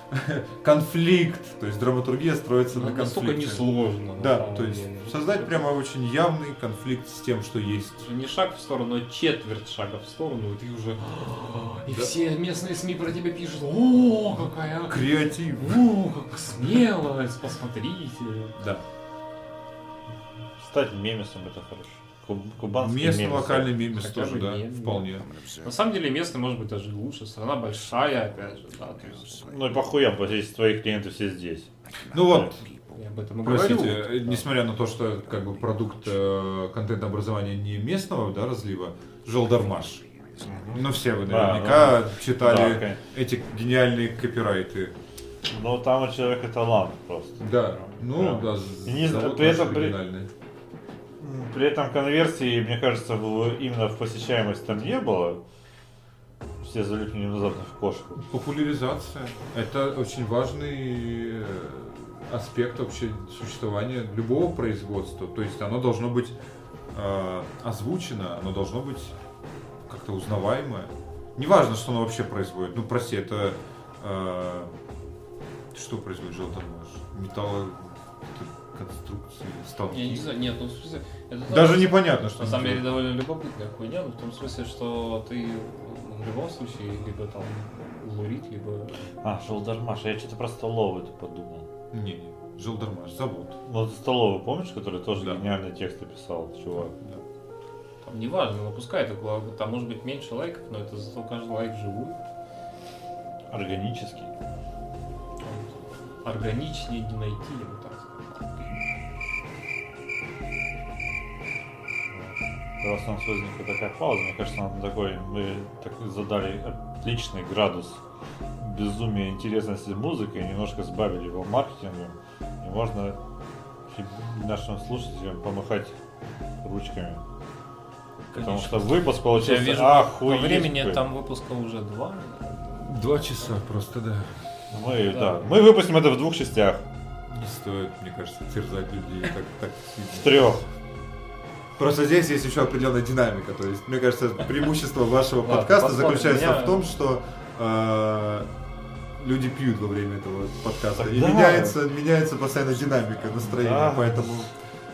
конфликт, то есть драматургия строится Ну, на настолько конфликте. несложно. на Да, самом то есть деле. создать прямо очень явный конфликт с тем, что есть. Не шаг в сторону, а четверть шага в сторону, и ты уже... И Да. все местные СМИ про тебя пишут: о, какая... Креатив. О, как смелость, посмотрите. Да. Стать мемесом это хорошо. Куб- Кубанский Местный мемес. локальный мемес Хотя тоже, бы да, мем, вполне. На самом деле местный может быть даже лучше, страна большая, опять же, да, то есть, Ну и похуям, потому что если твои клиенты все здесь. Ну вот, я об этом и говорю. простите, э, несмотря на то, что как бы продукт э, контент-образования не местного, да, разлива, Жолдармаш. Ну все вы Да, наверняка да, читали конечно. эти гениальные копирайты. Но там у человека талант просто. Да, ну Да. да, И не знаю, завод при наш этом при- оригинальный. При этом конверсии, мне кажется, в- именно в посещаемость там не было. Все залипли внезапно в кошку. Популяризация – это очень важный э, аспект вообще существования любого производства. То есть оно должно быть э, озвучено, оно должно быть как-то узнаваемое. Неважно, что оно вообще производит. Ну, прости, это э, что производит Желтомаш? Металлоконструкции, станки. Я не знаю, нет, ну в смысле, это Даже тоже, непонятно, что на самом они деле довольно любопытная хуйня, но в том смысле, что ты ну, в любом случае либо там лурит, либо... А, Жолдармаш, я что-то про столовую подумал. делают. Не, не, Желтомаш, завод. Ну, это столовую, помнишь, который тоже Да. гениальные тексты писал, чувак? Да. Там неважно, но пускай это, там может быть меньше лайков, но это зато каждый лайк живой. Органический. Органичнее не найти, я бы так сказал. Раз у нас возникла такая пауза, мне кажется, нам такой, мы так задали отличный градус безумия интересности музыки, немножко сбавили его маркетингом, и можно нашим слушателям помахать ручками. Потому Конечно. что выпуск Я получился вижу, по охуеть времени какой. там выпуска уже два. Два часа просто, да. Мы, Да. да. Мы выпустим это в двух частях, Не стоит, мне кажется, терзать людей так, так в сильно. трех. Просто здесь есть еще определенная динамика. То есть, мне кажется, преимущество вашего Ладно, подкаста посмотрим. заключается Я- в том, что э, люди пьют во время этого подкаста. И Да. меняется, меняется постоянно динамика настроения. Да. Поэтому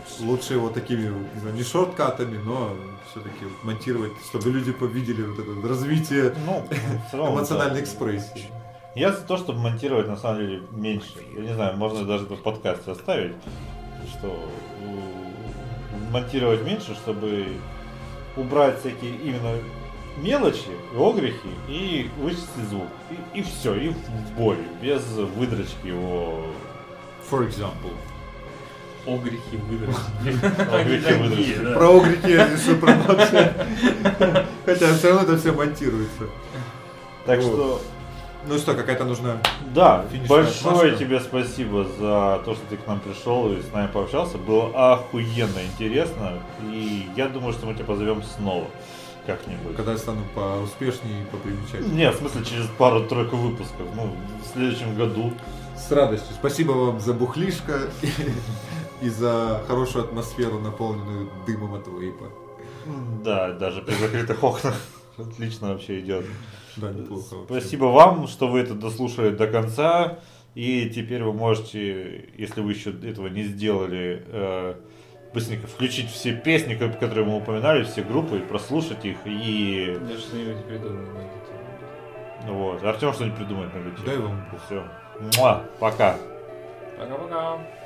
лучше его такими, не знаю, не шорткатами, но все-таки монтировать, чтобы люди повидели вот это развитие Ну, в целом, эмоциональной да. экспрессии. Я за то, чтобы монтировать на самом деле меньше. Я не знаю, можно даже это в подкасте оставить, что э, монтировать меньше, чтобы убрать всякие именно мелочи, огрехи и вычистить звук. И, и все, и в бой, без выдрочки его. For example. Огрехи выдрочки. Огрехи выдрочки. Да. Про огрехи я несу промоцию. Хотя все равно это все монтируется. Так Вот. что, Ну что, какая-то нужна... да, Финишная большое отмашка. тебе спасибо за то, что ты к нам пришел и с нами пообщался. Было охуенно интересно. И я думаю, что мы тебя позовем снова как-нибудь. Когда я стану поуспешнее и попримечательнее. Не, в смысле, через пару-тройку выпусков. Ну, в следующем году. С радостью. Спасибо вам за бухлишко и за хорошую атмосферу, наполненную дымом от вейпа. Да, даже при закрытых окнах отлично вообще идет. Да, неплохо вообще. Спасибо вам, что вы это дослушали до конца. И теперь вы можете, если вы еще этого не сделали, э, быстренько включить все песни, которые мы упоминали, все группы, прослушать их и... Даже что-нибудь придумаем на эту тему. Вот. Артем что-нибудь придумает на эту тему. Дай вам бог. Все. Муа, пока. Пока-пока.